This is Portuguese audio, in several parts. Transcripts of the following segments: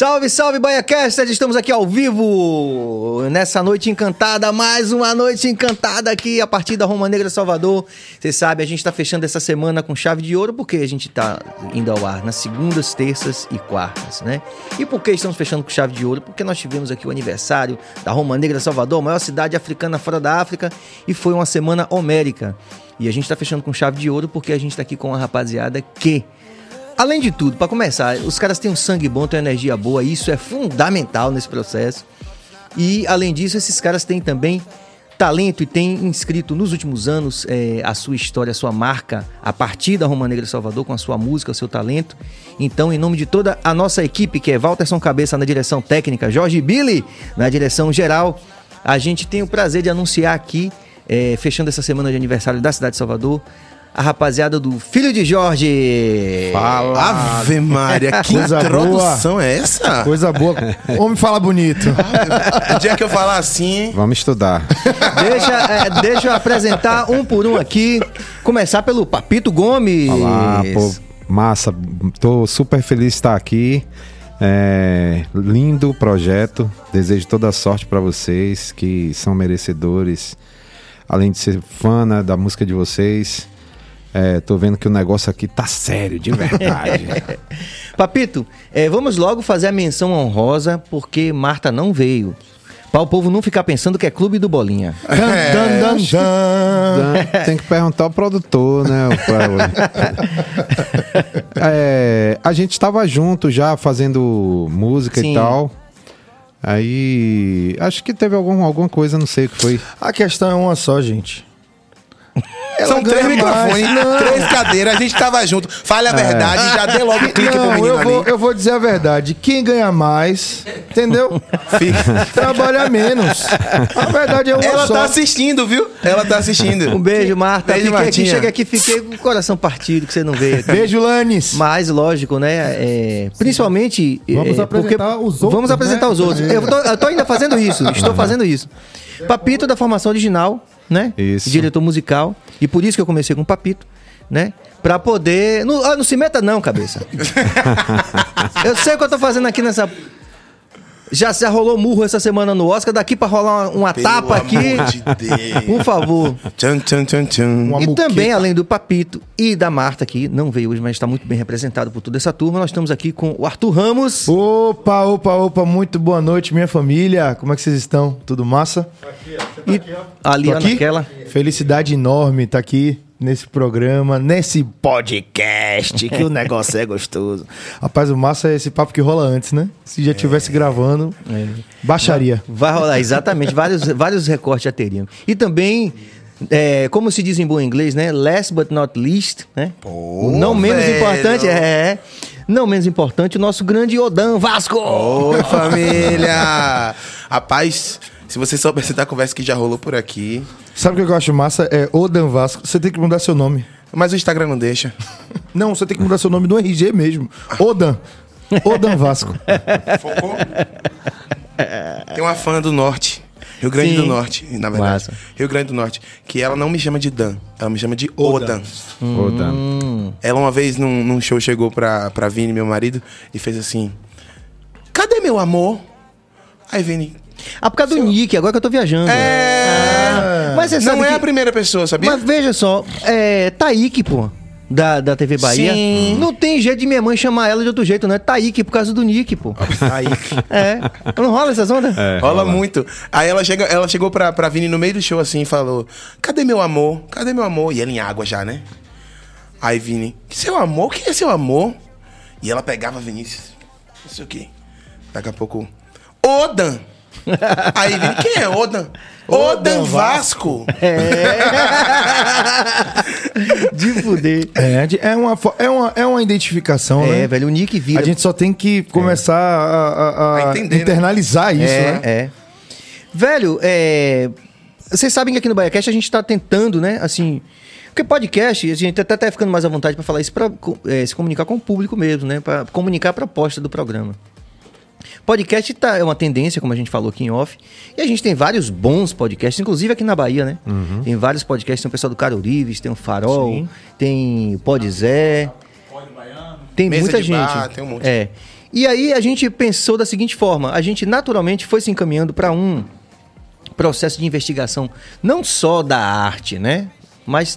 Salve, salve, BaiaCasters! Estamos aqui ao vivo nessa noite encantada, mais uma noite encantada aqui a partir da Roma Negra Salvador. Você sabe, a gente está fechando essa semana com chave de ouro porque a gente está indo ao ar nas segundas, terças e quartas, né? E por que estamos fechando com chave de ouro? Porque nós tivemos aqui o aniversário da Roma Negra Salvador, a maior cidade africana fora da África, e foi uma semana homérica. E a gente está fechando com chave de ouro porque a gente está aqui com uma rapaziada que... Além de tudo, para começar, os caras têm um sangue bom, têm uma energia boa, e isso é fundamental nesse processo. E, além disso, esses caras têm também talento e têm inscrito nos últimos anos a sua história, a sua marca, a partir da Roma Negra Salvador, com a sua música, o seu talento. Então, em nome de toda a nossa equipe, que é Walterson Cabeça na direção técnica, Jorge Billy na direção geral, a gente tem o prazer de anunciar aqui, fechando essa semana de aniversário da cidade de Salvador, a rapaziada do Filho de Jorge. Fala. Ave Maria, que introdução é essa? Coisa boa. Homem fala bonito. O dia que eu falar assim... Vamos estudar. Deixa eu apresentar um por um aqui. Começar pelo Papito Gomes. Olá, pô, massa. Tô super feliz de estar aqui. Lindo projeto. Desejo toda a sorte para vocês que são merecedores. Além de ser fã, né, da música de vocês. Tô vendo que o negócio aqui tá sério, de verdade. Papito, vamos logo fazer a menção honrosa, porque Marta não veio. Para o povo não ficar pensando que é Clube do Bolinha. Tem que perguntar ao produtor, né? A gente tava junto já fazendo música. Sim. E tal. Aí acho que teve alguma coisa, não sei o que foi. A questão é uma só, gente. São 3 microfones, 3 cadeiras, a gente tava junto. Fale a verdade, já dê logo o clique pro menino ali. Eu vou dizer a verdade. Quem ganha mais, entendeu? Trabalha menos. A verdade é uma Ela só. tá assistindo, viu? Ela tá assistindo. Um beijo, Marta. Beijo, Cheguei aqui, fiquei com o coração partido que você não veio aqui. Beijo, Lanes. Mas, lógico, né? Principalmente... Vamos apresentar os outros. Vamos apresentar, né, os outros. Eu tô ainda fazendo isso. Estou fazendo isso. Papito da formação original, né? Isso. Diretor musical. E por isso que eu comecei com o Papito, né? Pra poder... Não se meta não, cabeça. Eu sei o que eu tô fazendo aqui nessa... Já rolou murro essa semana no Oscar, daqui pra rolar uma tapa aqui. De Deus. Por favor. Tchan, tchan, tchan, tchan. E também, além do Papito e da Marta aqui, não veio hoje, mas está muito bem representado por toda essa turma, nós estamos aqui com o Arthur Ramos. Opa, muito boa noite, minha família. Como é que vocês estão? Tudo massa? Aqui, ali, ó, naquela. Felicidade enorme estar aqui nesse programa, nesse podcast, que o negócio é gostoso. Rapaz, o massa é esse papo que rola antes, né? Se já estivesse gravando, baixaria. Vai rolar, exatamente. Vários recortes já teriam. E também... como se diz em bom inglês, né? Last but not least, né? Pô, não menos velho. importante, não menos importante, o nosso grande Odan Vasco. Oi, família! Rapaz, se você soubesse da conversa que já rolou por aqui... Sabe o que eu acho massa? É Odan Vasco. Você tem que mudar seu nome. Mas o Instagram não deixa. Não, você tem que mudar seu nome no RG mesmo. Odan Vasco. Focou? Tem uma fã do Norte. Rio Grande do Norte, na verdade. Massa. Rio Grande do Norte. Que ela não me chama de Dan. Ela me chama de Odan. Ela uma vez num show chegou pra Vini, meu marido, e fez assim... Cadê meu amor? Aí Vini... Por causa do Nick, agora que eu tô viajando. Mas você sabe não é que... a primeira pessoa, sabia? Mas veja só, Taíque, pô, da TV Bahia. Sim. Não tem jeito de minha mãe chamar ela de outro jeito, não é Taíque, por causa do Nick, pô. Taíque. Não rola essas ondas? Rola muito. Aí ela chegou pra Vini no meio do show assim e falou: cadê meu amor? Cadê meu amor? E ela em água já, né? Aí Vini: seu amor? Quem é seu amor? E ela pegava Vinícius. Não sei o quê. Daqui a pouco... Odan! Aí Vini: quem é Odan? Odan Vasco! De fuder. É uma identificação, né? Velho, o Nick vira... A gente só tem que começar a entender, internalizar isso, né? Velho, vocês sabem que aqui no BaiaCast a gente tá tentando, né, assim... Porque podcast, a gente até tá ficando mais à vontade pra falar isso, pra se comunicar com o público mesmo, né? Pra comunicar a proposta do programa. Podcast é uma tendência, como a gente falou aqui em off. E a gente tem vários bons podcasts, inclusive aqui na Bahia, né? Uhum. Tem vários podcasts, tem o pessoal do Carolives, tem o Farol, sim, tem o Pod Zé. Tem Mesa muita de gente. bar, tem um monte. E aí a gente pensou da seguinte forma, a gente naturalmente foi se encaminhando para um processo de investigação, não só da arte, né? Mas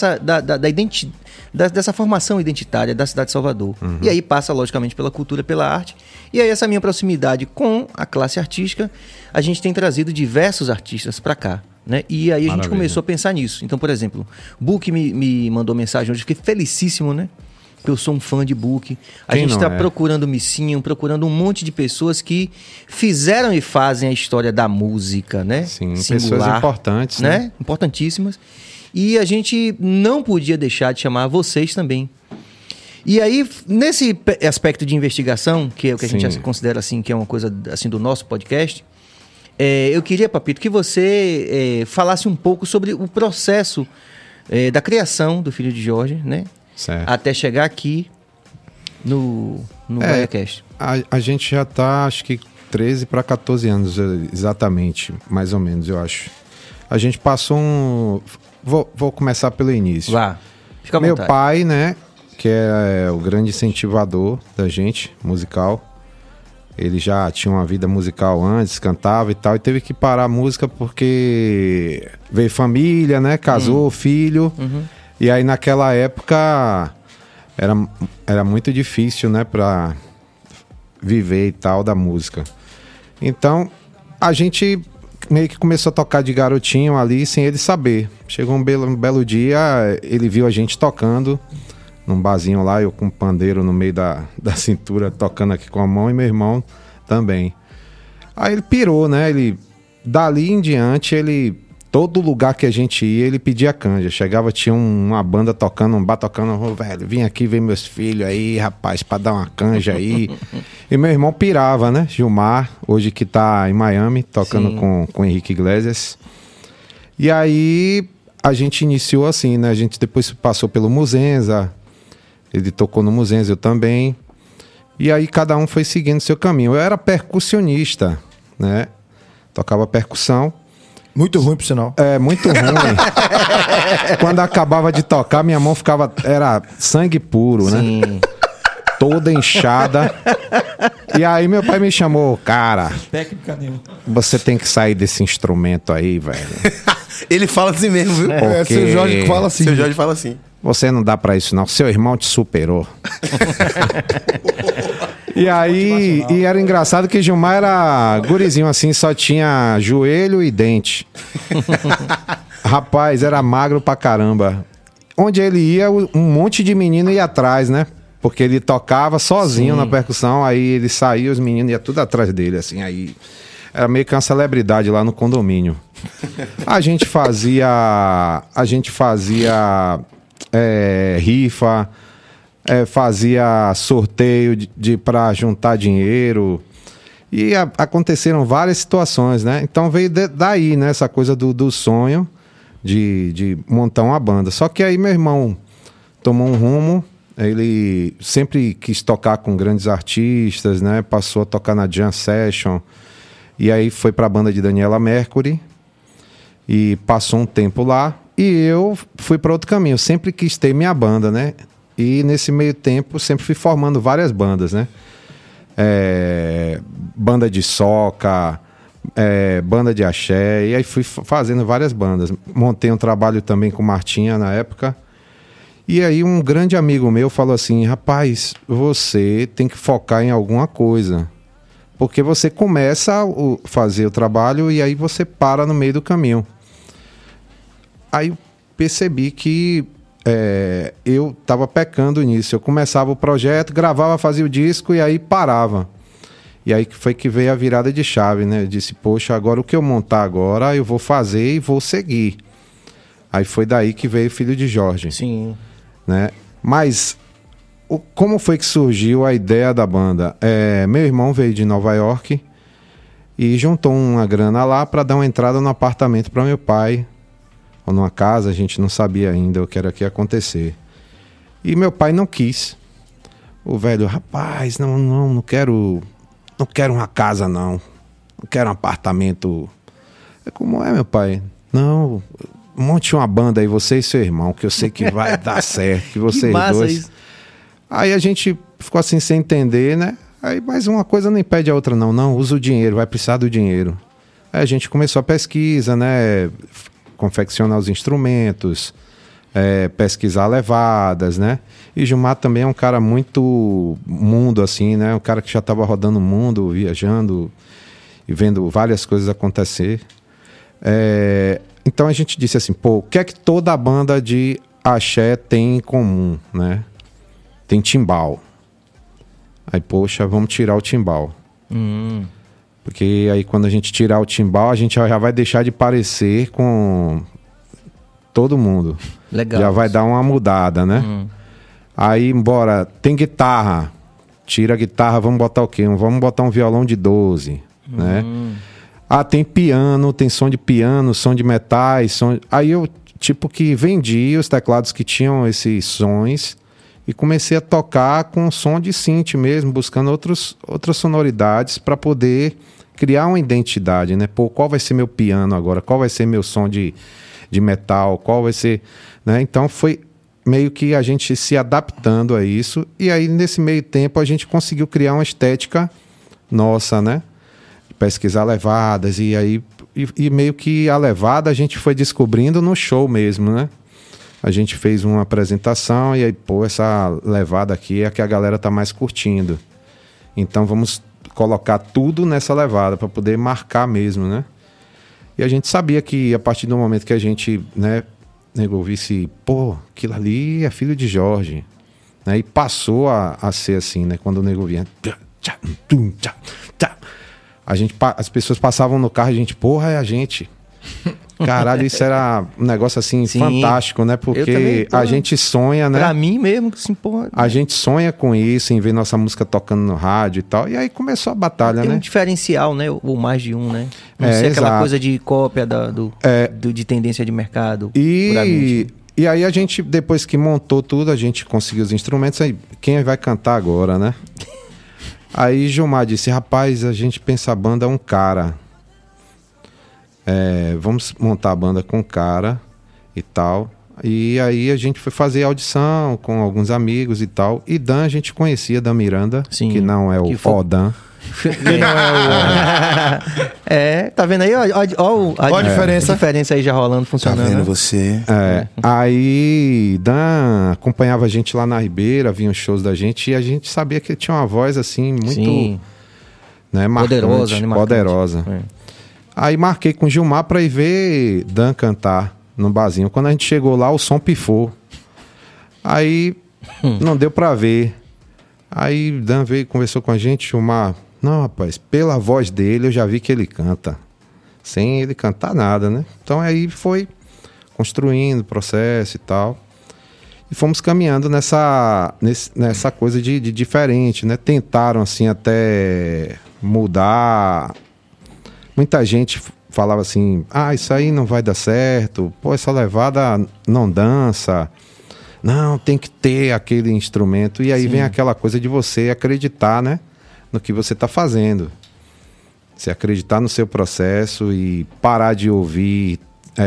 dessa formação identitária da cidade de Salvador. E aí passa, logicamente, pela cultura, pela arte. E aí essa minha proximidade com a classe artística, a gente tem trazido diversos artistas para cá. Né? E aí a gente começou a pensar nisso. Então, por exemplo, Book me mandou mensagem hoje, fiquei felicíssimo, né? Porque eu sou um fã de Book. A gente está procurando Missinho, procurando um monte de pessoas que fizeram e fazem a história da música, né? Sim, singular, pessoas importantes, né? Importantíssimas. E a gente não podia deixar de chamar vocês também. E aí, nesse aspecto de investigação, que é o que a gente considera assim, que é uma coisa assim do nosso podcast, eu queria, Papito, que você falasse um pouco sobre o processo da criação do Filho de Jorge, né? Certo. Até chegar aqui no BaiaCast. A gente já está, acho que 13 para 14 anos, exatamente, mais ou menos, eu acho. A gente passou um... Vou começar pelo início. Vá, fica à Meu vontade. pai, né, que é o grande incentivador da gente, musical. Ele já tinha uma vida musical antes, cantava e tal, e teve que parar a música porque veio família, né, casou, filho. E aí naquela época era muito difícil, né, pra viver e tal da música. Então a gente meio que começou a tocar de garotinho ali sem ele saber. Chegou um belo dia, ele viu a gente tocando num barzinho lá, eu com um pandeiro no meio da cintura, tocando aqui com a mão, e meu irmão também. Aí ele pirou, né? Dali em diante, todo lugar que a gente ia, ele pedia canja. Chegava, tinha uma banda tocando, um bar tocando, velho, vem aqui, vem meus filhos aí, rapaz, pra dar uma canja aí. E meu irmão pirava, né? Gilmar, hoje que tá em Miami, tocando com o Henrique Iglesias. E aí a gente iniciou assim, né? A gente depois passou pelo Muzenza, ele tocou no Muzenza, eu também. E aí cada um foi seguindo seu caminho. Eu era percussionista, né? Tocava percussão. Muito ruim, por sinal. Muito ruim. Quando acabava de tocar, minha mão era sangue puro, né? Sim. Toda inchada. E aí meu pai me chamou, cara, Técnica nenhuma. você tem que sair desse instrumento aí, velho. Ele fala assim mesmo, viu? Porque Seu Jorge que fala assim. Seu Jorge fala assim. Você não dá pra isso não, seu irmão te superou. E aí, era engraçado que Gilmar era gurizinho assim, só tinha joelho e dente. Rapaz, era magro pra caramba. Onde ele ia, um monte de menino ia atrás, né? Porque ele tocava sozinho na percussão, aí ele saía, os meninos iam tudo atrás dele, assim, aí... Era meio que uma celebridade lá no condomínio. A gente fazia rifa, fazia sorteio pra juntar dinheiro. E aconteceram várias situações, né? Então veio daí, né? Essa coisa do sonho de montar uma banda. Só que aí meu irmão tomou um rumo. Ele sempre quis tocar com grandes artistas, né? Passou a tocar na Jam Session. E aí foi para a banda de Daniela Mercury. E passou um tempo lá. E eu fui para outro caminho. Sempre quis ter minha banda, né? E nesse meio tempo sempre fui formando várias bandas, né? Banda de soca, banda de axé. E aí fui fazendo várias bandas. Montei um trabalho também com Martinha na época. E aí um grande amigo meu falou assim, rapaz, você tem que focar em alguma coisa. Porque você começa a fazer o trabalho e aí você para no meio do caminho. Aí eu percebi que eu estava pecando nisso. Eu começava o projeto, gravava, fazia o disco e aí parava. E aí foi que veio a virada de chave, né? Eu disse, poxa, agora o que eu montar agora eu vou fazer e vou seguir. Aí foi daí que veio o Filho de Jorge. Sim. Né? Mas como foi que surgiu a ideia da banda? Meu irmão veio de Nova York e juntou uma grana lá para dar uma entrada no apartamento para meu pai, ou numa casa, a gente não sabia ainda o que era que ia acontecer. E meu pai não quis. O velho, rapaz, não quero uma casa não quero um apartamento. Como é, meu pai? Não, monte uma banda aí, você e seu irmão, que eu sei que vai dar certo, que vocês massa dois. isso. Aí a gente ficou assim sem entender, né? Aí, mas uma coisa não impede a outra, não. Não, usa o dinheiro, vai precisar do dinheiro. Aí a gente começou a pesquisa, né? Confeccionar os instrumentos, pesquisar levadas, né? E Gilmar também é um cara muito mundo, assim, né? Um cara que já estava rodando o mundo, viajando e vendo várias coisas acontecer. Então a gente disse assim, pô, o que é que toda banda de axé tem em comum, né? Tem timbal. Aí, poxa, vamos tirar o timbal. Porque aí quando a gente tirar o timbal, a gente já vai deixar de parecer com todo mundo. Legal. Já vai dar uma mudada, né? Aí, embora, tem guitarra. Tira a guitarra, vamos botar o quê? Vamos botar um violão de 12, né? Ah, tem piano, tem som de piano, som de metais, Aí eu, tipo, que vendi os teclados que tinham esses sons e comecei a tocar com som de synth mesmo, buscando outras sonoridades para poder criar uma identidade, né? Pô, qual vai ser meu piano agora? Qual vai ser meu som de metal? Qual vai ser... Né? Então foi meio que a gente se adaptando a isso. E aí, nesse meio tempo, a gente conseguiu criar uma estética nossa, né? Pesquisar levadas. E aí, e meio que a levada a gente foi descobrindo no show mesmo, né? A gente fez uma apresentação e aí, pô, essa levada aqui é a que a galera tá mais curtindo. Então, vamos colocar tudo nessa levada para poder marcar mesmo, né? E a gente sabia que a partir do momento que a gente, né, ouvisse, pô, aquilo ali é filho de Jorge, né? E passou a ser assim, né? Quando o nego vinha, as pessoas passavam no carro e a gente, porra, é a gente. Caralho, isso era um negócio assim, Sim, fantástico, né? Porque também, a gente sonha, né? Pra mim mesmo, assim, porra... A gente sonha com isso, em ver nossa música tocando no rádio e tal. E aí começou a batalha, Tem né? um diferencial, né? Ou mais de um, né? Não ser aquela exato. coisa de cópia de tendência de mercado. puramente. E aí a gente, depois que montou tudo, a gente conseguiu os instrumentos. Aí, quem vai cantar agora, né? Aí Gilmar disse, rapaz, a gente pensa a banda é um cara. Vamos montar a banda com um cara e tal. E aí a gente foi fazer audição com alguns amigos e tal. E Dan a gente conhecia, Dan Miranda, Sim, que não é o Dan. Que não é o... tá vendo aí? Ó a diferença aí já rolando, Tá funcionando. vendo né? você? Aí Dan acompanhava a gente lá na Ribeira, vinha os shows da gente e a gente sabia que ele tinha uma voz assim muito, Sim. né, marcante, Poderosa, né? Marcante. poderosa. Aí marquei com o Gilmar pra ir ver Dan cantar no barzinho. Quando a gente chegou lá, o som pifou. Aí não deu pra ver. Aí Dan veio, conversou com a gente, Gilmar. Não, rapaz, pela voz dele eu já vi que ele canta. Sem ele cantar nada, né? Então aí foi construindo o processo e tal. E fomos caminhando nessa coisa de diferente, né? Tentaram, assim, até mudar. Muita gente falava assim, isso aí não vai dar certo. Pô, essa levada não dança. Não, tem que ter aquele instrumento. E aí Sim. vem aquela coisa de você acreditar, né? No que você está fazendo. Você acreditar no seu processo e parar de ouvir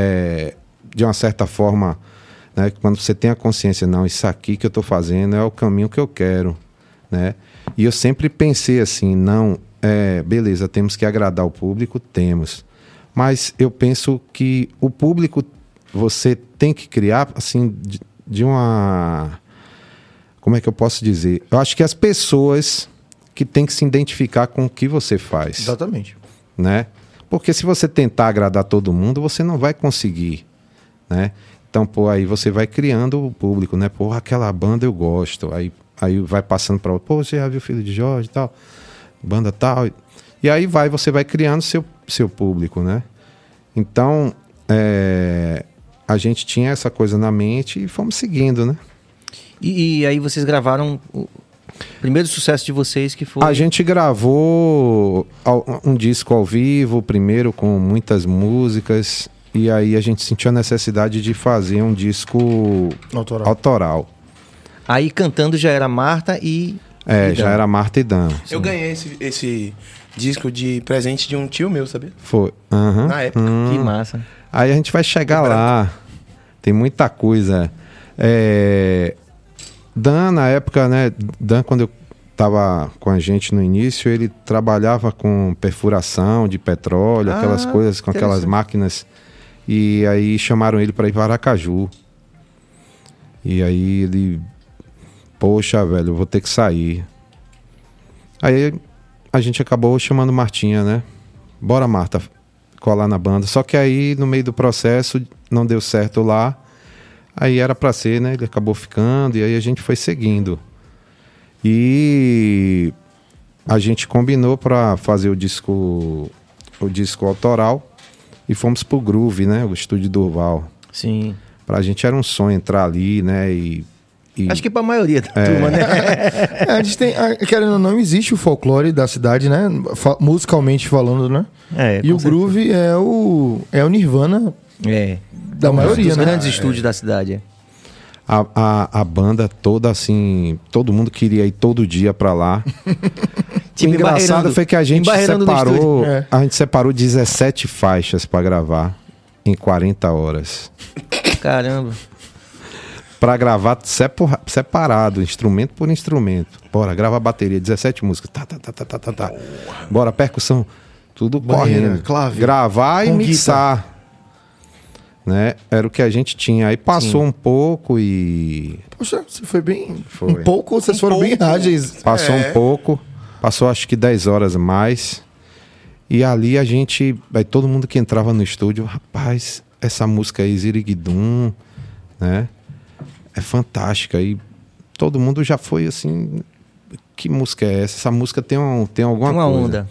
de uma certa forma, né? Quando você tem a consciência, não, isso aqui que eu estou fazendo é o caminho que eu quero, né? E eu sempre pensei assim, não, beleza, temos que agradar o público, temos. Mas eu penso que o público você tem que criar, assim, de uma... Como é que eu posso dizer? Eu acho que as pessoas que têm que se identificar com o que você faz. Exatamente. Né? Porque se você tentar agradar todo mundo, você não vai conseguir, né? Então, pô, aí você vai criando o público, né? Pô, aquela banda eu gosto. Aí vai passando para outro. Pô, você já viu Filho de Jorge e tal? Banda tal. E aí você vai criando seu público, né? Então, a gente tinha essa coisa na mente e fomos seguindo, né? E aí vocês gravaram o primeiro sucesso de vocês, que foi... A gente gravou um disco ao vivo, primeiro com muitas músicas, e aí a gente sentiu a necessidade de fazer um disco autoral. Aí cantando já era Marta e já era Marta e Dan. Eu ganhei esse disco de presente de um tio meu, sabia? Foi. Uhum. Na época. Que massa. Aí a gente vai chegar lá. Tem muita coisa. Dan, na época, né? Dan, quando eu estava com a gente no início, ele trabalhava com perfuração de petróleo, aquelas coisas, com aquelas máquinas. E aí chamaram ele para ir para Aracaju. E aí ele... Poxa, velho, eu vou ter que sair. Aí a gente acabou chamando Martinha, né? Bora, Marta, colar na banda. Só que aí, no meio do processo, não deu certo lá. Aí era pra ser, né? Ele acabou ficando e aí a gente foi seguindo. E a gente combinou pra fazer o disco autoral e fomos pro Groove, né? O estúdio Durval. Sim. Pra gente era um sonho entrar ali, né? E acho que pra maioria da turma, né? A gente tem, querendo ou não, existe o folclore da cidade, né? Musicalmente falando, né? E o Groove é o Nirvana da maioria, dos né? grandes estúdios da cidade. A banda toda, assim, todo mundo queria ir todo dia pra lá. Tipo, o engraçado foi que a gente separou 17 faixas pra gravar em 40 horas. Caramba. Pra gravar separado, instrumento por instrumento. Bora, grava a bateria, 17 músicas. Tá. Bora, percussão, tudo correndo. Clave, gravar e mixar. Né? Era o que a gente tinha. Aí passou um pouco e... Poxa, você foi bem... Um pouco, vocês foram bem ágeis. Passou um pouco. Passou acho que 10 horas mais. E ali a gente... Aí todo mundo que entrava no estúdio, rapaz, essa música aí, Ziriguidum, né? É fantástica. E todo mundo já foi assim... Que música é essa? Essa música tem alguma uma coisa. Onda.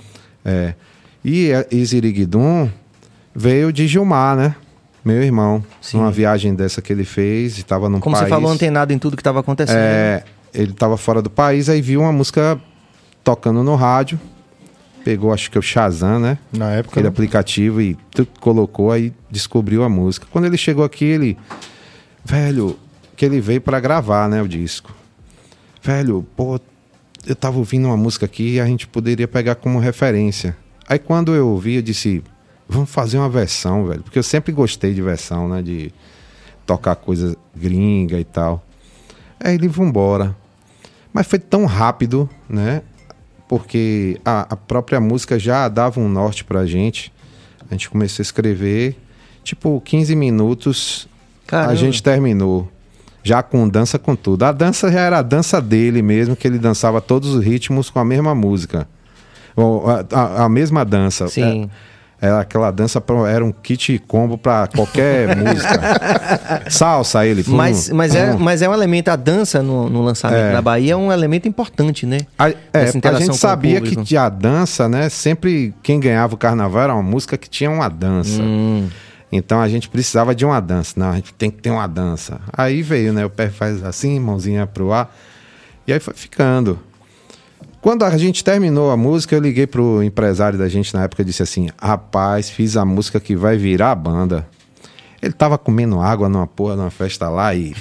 E Ziriguidum veio de Gilmar, né? Meu irmão. Sim. Numa viagem dessa que ele fez. Estava num Como país... você falou, antenado em tudo que estava acontecendo. Ele estava fora do país, aí viu uma música tocando no rádio. Pegou, acho que o Shazam, né? Na época. Aquele aplicativo e colocou, aí descobriu a música. Quando ele chegou aqui, que ele veio pra gravar, né, o disco. Velho, pô, eu tava ouvindo uma música aqui e a gente poderia pegar como referência. Aí quando eu ouvi, eu disse, vamos fazer uma versão, velho. Porque eu sempre gostei de versão, né, de tocar coisa gringa e tal. Aí ele, vambora. Mas foi tão rápido, né? Porque a própria música já dava um norte pra gente. A gente começou a escrever, tipo, 15 minutos, Caramba. A gente terminou. Já com dança, com tudo. A dança já era a dança dele mesmo, que ele dançava todos os ritmos com a mesma música. A mesma dança. Sim. Era aquela dança, era um kit combo pra qualquer música. Salsa, ele. Mas é um elemento, a dança no lançamento da Bahia é um elemento importante, né? A gente sabia que a dança, né? Sempre quem ganhava o carnaval era uma música que tinha uma dança. Então a gente precisava de uma dança. Não, a gente tem que ter uma dança. Aí veio, né? O pé faz assim, mãozinha pro ar. E aí foi ficando. Quando a gente terminou a música, eu liguei pro empresário da gente na época e disse assim, rapaz, fiz a música que vai virar a banda. Ele tava comendo água numa festa lá e...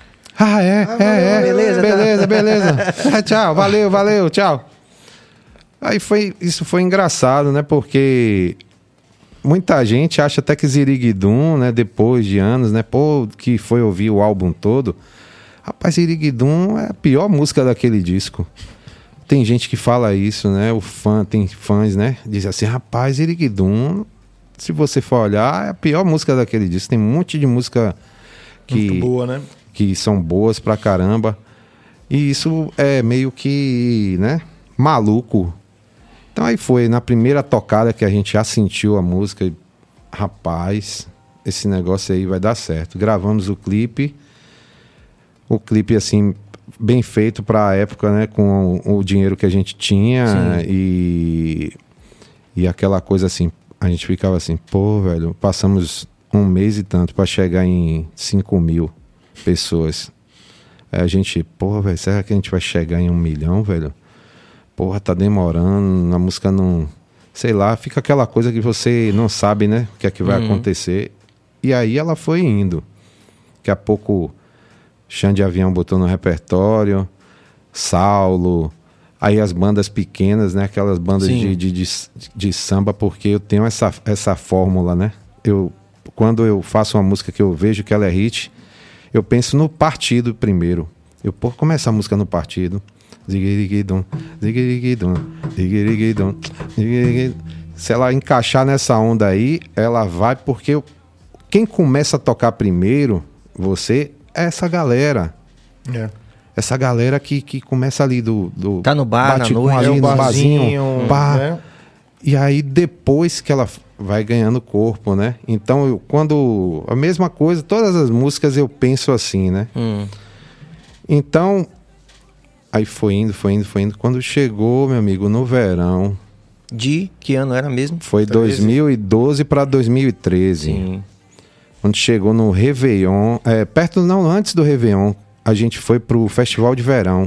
Beleza. Tchau, valeu, tchau. Aí isso foi engraçado, né? Porque muita gente acha até que Ziriguidum, né? Depois de anos, né? Pô, que foi ouvir o álbum todo. Rapaz, Ziriguidum é a pior música daquele disco. Tem gente que fala isso, né? Tem fãs, né? Diz assim, rapaz, Ziriguidum, se você for olhar, é a pior música daquele disco. Tem um monte de música muito boa, né? Que são boas pra caramba. E isso é meio que, né? Maluco. Então aí foi, na primeira tocada que a gente já sentiu a música. Rapaz, esse negócio aí vai dar certo. Gravamos o clipe. O clipe, assim... bem feito para a época, né, com o dinheiro que a gente tinha. e aquela coisa assim, a gente ficava assim, pô, velho, passamos um mês e tanto para chegar em 5.000 pessoas. Aí a gente, pô, velho, será que a gente vai chegar em 1 milhão, velho? Porra, tá demorando, a música não... Sei lá, fica aquela coisa que você não sabe, né, o que é que vai acontecer. E aí ela foi indo. Daqui a pouco... Xande Avião botou no repertório, Saulo, aí as bandas pequenas, né? Aquelas bandas de samba, porque eu tenho essa fórmula, né? Quando eu faço uma música que eu vejo que ela é hit, eu penso no partido primeiro. Como é essa música no partido? ziguiriguidum, ziguiriguidum, ziguiriguidum, ziguiriguidum. Se ela encaixar nessa onda aí, ela vai, porque quem começa a tocar primeiro, você, é essa galera. É. Essa galera que começa ali do Tá no bar, bate na com noite. ali É o no barzinho, pá. né? E aí depois que ela vai ganhando corpo, né? Então, quando... A mesma coisa, todas as músicas eu penso assim, né? Então, aí foi indo. Quando chegou, meu amigo, no verão, De que ano era mesmo? foi 2012 para 2013. Sim. Quando chegou no Réveillon, antes do Réveillon, a gente foi pro Festival de Verão.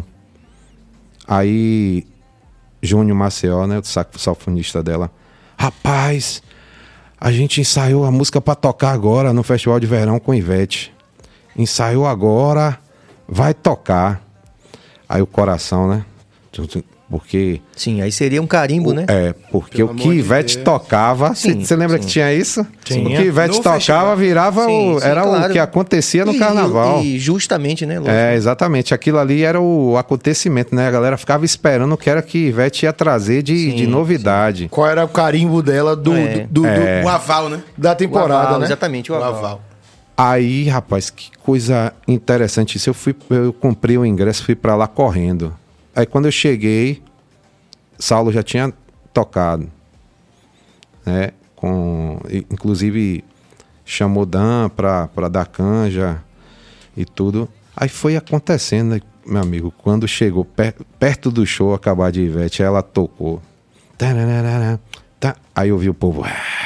Aí, Júnior Maceió, né, o saxofonista dela, rapaz, a gente ensaiou a música pra tocar agora no Festival de Verão com Ivete. Ensaiou agora, vai tocar. Aí o coração, né? Porque... Sim, aí seria um carimbo, né? Porque Pelo o que amor de Ivete Deus. tocava... Sim, Você lembra sim. que tinha isso? Tinha. O que Ivete No tocava festival. virava Sim, sim, era claro. o que acontecia no carnaval. E justamente, né, Lúcio? Exatamente. Aquilo ali era o acontecimento, né? A galera ficava esperando o que era que Ivete ia trazer de novidade. Qual era o carimbo dela O aval, né? da O temporada, aval, né? Exatamente, o O aval. aval. Aí, rapaz, que coisa interessante isso. Eu comprei o ingresso, fui pra lá correndo. Aí quando eu cheguei, Saulo já tinha tocado, né? Inclusive chamou Dan pra dar canja e tudo. Aí foi acontecendo, né, meu amigo. Quando chegou perto do show acabar de Ivete, ela tocou. Tararara, tá. Aí eu vi o povo.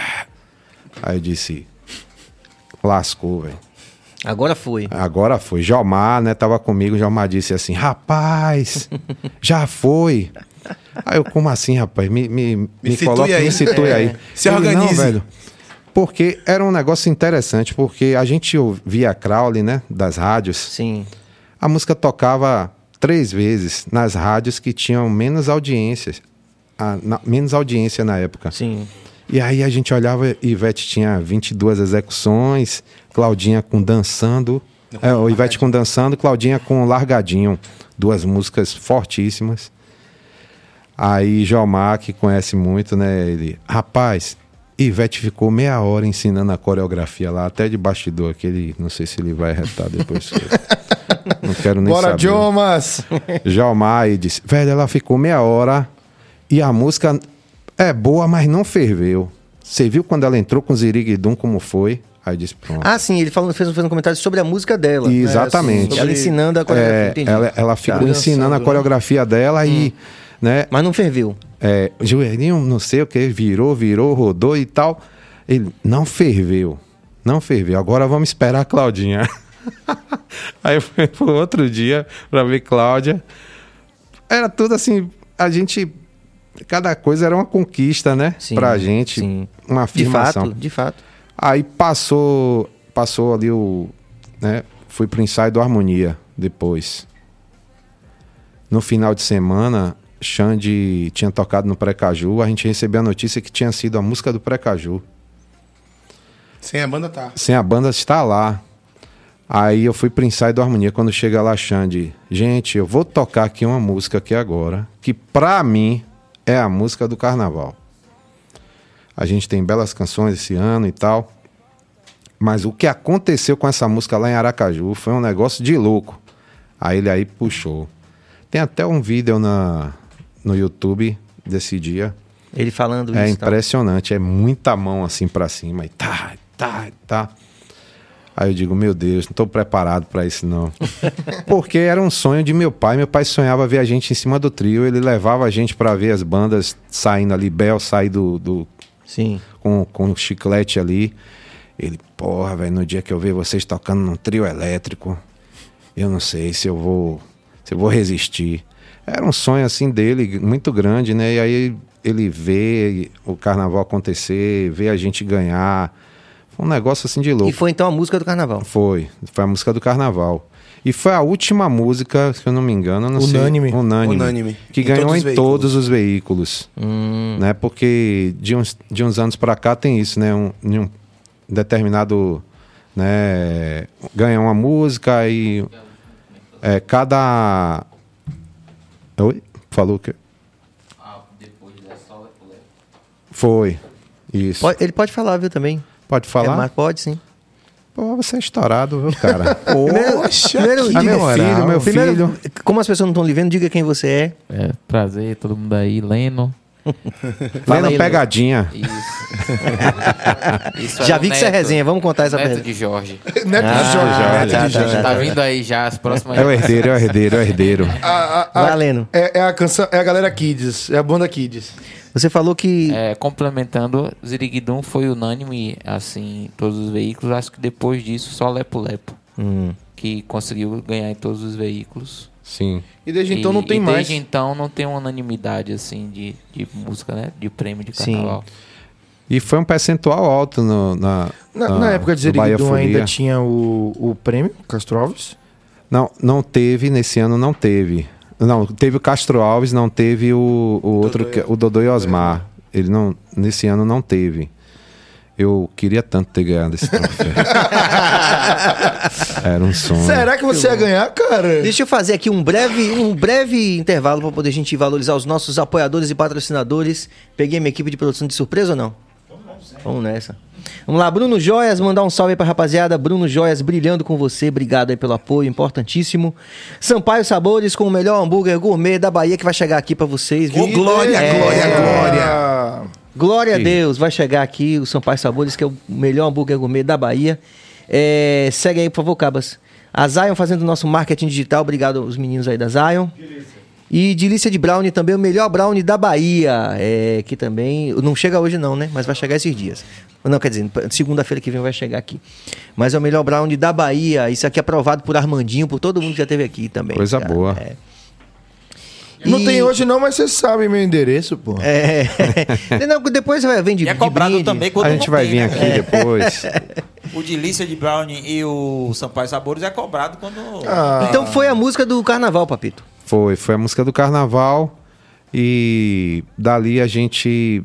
Aí eu disse, lascou, velho. Agora foi. Agora foi. Jomar, né? Tava comigo. Jomar disse assim, rapaz, já foi. Aí eu, como assim, rapaz? Me situe coloca, aí. me situe aí. Se Ele, organize. Não, velho. Porque era um negócio interessante, porque a gente ouvia a Crowley, né? Das rádios. Sim. A música tocava 3 vezes nas rádios que tinham menos audiências. Menos audiência na época. Sim. E aí a gente olhava, Ivete tinha 22 execuções, Claudinha com Dançando, o Ivete com Dançando, Claudinha com Largadinho, 2 músicas fortíssimas. Aí Jomar, que conhece muito, né, ele, rapaz, Ivete ficou meia hora ensinando a coreografia lá, até de bastidor, que ele, não sei se ele vai retar depois. Não quero nem Bora, saber. Jomas! Jomar, e disse, velho, ela ficou meia hora e a música é boa, mas não ferveu. Você viu quando ela entrou com o Ziriguidum como foi? Aí disse, pronto. Ah, sim, ele fez um comentário sobre a música dela. E exatamente. Ela ensinando a coreografia, entendi. Ela ficou Tá. ensinando a coreografia dela e, né, Mas não ferveu. joelhinho, não sei o que, virou, rodou e tal. Ele, não ferveu. Agora vamos esperar a Claudinha. Aí foi pro outro dia pra ver Cláudia. Era tudo assim, cada coisa era uma conquista, né? Sim, Pra gente, sim. uma afirmação. De fato. Aí passou ali né? Fui pro ensaio do Harmonia depois. No final de semana, Xande tinha tocado no Precaju, a gente recebeu a notícia que tinha sido a música do Precaju. Sem a banda tá. Sem a banda está lá. Aí eu fui pro ensaio do Harmonia, quando chega lá, Xande, gente, eu vou tocar aqui uma música aqui agora, que pra mim é a música do carnaval. A gente tem belas canções esse ano e tal, mas o que aconteceu com essa música lá em Aracaju foi um negócio de louco. Aí ele puxou. Tem até um vídeo no YouTube desse dia. Ele falando É isso. tal. impressionante, é muita mão assim pra cima e tá. Aí eu digo, meu Deus, não tô preparado pra isso não. Porque era um sonho de meu pai. Meu pai sonhava ver a gente em cima do trio. Ele levava a gente pra ver as bandas saindo ali, Bel sair Sim. com o chiclete ali. Ele, porra, velho, no dia que eu ver vocês tocando num trio elétrico, eu não sei se eu vou resistir. Era um sonho assim dele, muito grande, né? E aí ele vê o carnaval acontecer, vê a gente ganhar. Foi um negócio assim de louco. E foi então a música do carnaval. Foi a música do carnaval. E foi a última música, se eu não me engano, eu não Unânime. sei. Unânime. Que Em ganhou todos os em veículos. todos os veículos. Né? Porque de uns anos pra cá tem isso, né? Em um determinado, né? Ganha uma música e cada Oi? Falou que... Depois da Sol é Lepo. Foi. Isso. Ele pode falar, viu, também. Pode falar? Mas pode, sim. Pô, você é estourado, viu, cara? Poxa, Primeiro, que diga- meu filho, meu primeiro, filho. como as pessoas não estão lhe vendo, diga quem você é. Prazer, todo mundo aí. Leno. Fala Lendo aí, pegadinha. Isso Já é o vi que você é neto- resenha, vamos contar essa Neto pedra. de Jorge. Neto Ah, de Jorge. tá. Tá vindo aí já as próximas. É o herdeiro, é o herdeiro, é o herdeiro. Valendo. É a canção, é a galera Kids, é a banda Kids. Você falou que... Complementando, Ziriguidum foi unânime, assim, em todos os veículos. Acho que depois disso, só Lepo Lepo, que conseguiu ganhar em todos os veículos. Sim. E desde então não tem mais. Desde então não tem uma unanimidade, assim, de música, né? De prêmio de carnaval. E foi um percentual alto Na época de no Bahia Zeriguidum Folia. ainda tinha o prêmio, Castro Alves. Não teve, nesse ano não teve. Não, teve o Castro Alves, não teve o outro, o Dodô e Osmar. Ele não, nesse ano não teve. Eu queria tanto ter ganhado esse troféu. Era um sonho. Será que você ia ganhar, cara? Deixa eu fazer aqui um breve intervalo para poder a gente valorizar os nossos apoiadores e patrocinadores. Peguei minha equipe de produção de surpresa ou não? Vamos nessa. Vamos lá, Bruno Joias, mandar um salve aí pra rapaziada. Bruno Joias, brilhando com você. Obrigado aí pelo apoio, importantíssimo. Sampaio Sabores, com o melhor hambúrguer gourmet da Bahia, que vai chegar aqui pra vocês, viu? Ô, glória, glória. Glória a Deus, vai chegar aqui o Sampaio Sabores, que é o melhor hambúrguer gourmet da Bahia. Segue aí, por favor, Cabas. A Zion fazendo o nosso marketing digital. Obrigado aos meninos aí da Zion. E Delícia de Brownie também, o melhor brownie da Bahia. Que também não chega hoje não, né? Mas vai chegar esses dias. Não, quer dizer, segunda-feira que vem vai chegar aqui. Mas é o melhor brownie da Bahia. Isso aqui é aprovado por Armandinho, por todo mundo que já esteve aqui também. Coisa cara. boa. Não tem hoje não, mas você sabe meu endereço, pô. Não, depois vem de E é cobrado brinde. também quando A não gente vai tem, vir né? aqui depois. O Delícia de Brownie e o Sampaio Sabores é cobrado quando... Então foi a música do Carnaval, Papito. Foi a música do Carnaval. E dali a gente...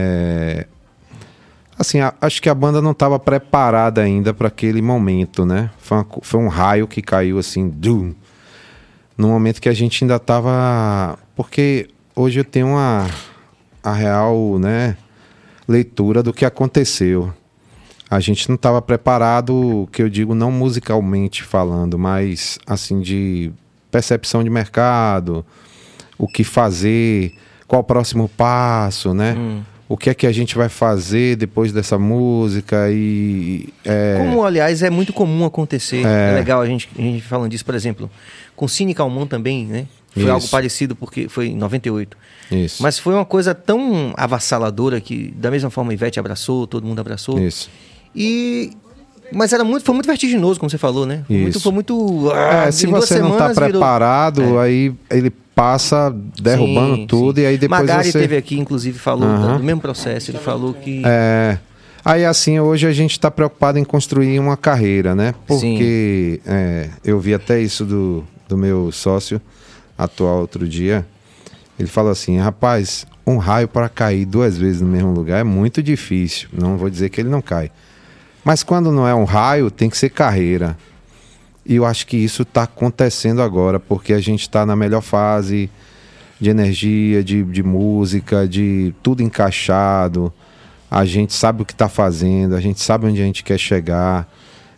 assim, acho que a banda não estava preparada ainda para aquele momento, né? Foi um raio que caiu assim, dum, no momento que a gente ainda estava... Porque hoje eu tenho a real, né, leitura do que aconteceu. A gente não estava preparado, que eu digo não musicalmente falando, mas assim de percepção de mercado, o que fazer, qual o próximo passo, né? O que é que a gente vai fazer depois dessa música e... Como, aliás, é muito comum acontecer. É legal a gente falando disso, por exemplo, com Cine Calmon também, né? Foi Isso. algo parecido, porque foi em 98. Isso. Mas foi uma coisa tão avassaladora que, da mesma forma, a Ivete abraçou, todo mundo abraçou. Isso. Mas foi muito vertiginoso, como você falou, né? Isso. Foi muito... Se em 2 você não está semanas virou- preparado, aí ele passa derrubando Sim, tudo sim. e aí depois Magari você... teve aqui, inclusive, falou Aham. do mesmo processo. Ele falou que... Aí assim, hoje a gente está preocupado em construir uma carreira, né? Porque eu vi até isso do meu sócio atual outro dia. Ele falou assim, rapaz, um raio para cair 2 vezes no mesmo lugar é muito difícil. Não vou dizer que ele não cai. Mas quando não é um raio, tem que ser carreira. E eu acho que isso está acontecendo agora, porque a gente está na melhor fase de energia, de música, de tudo encaixado. A gente sabe o que está fazendo, a gente sabe onde a gente quer chegar.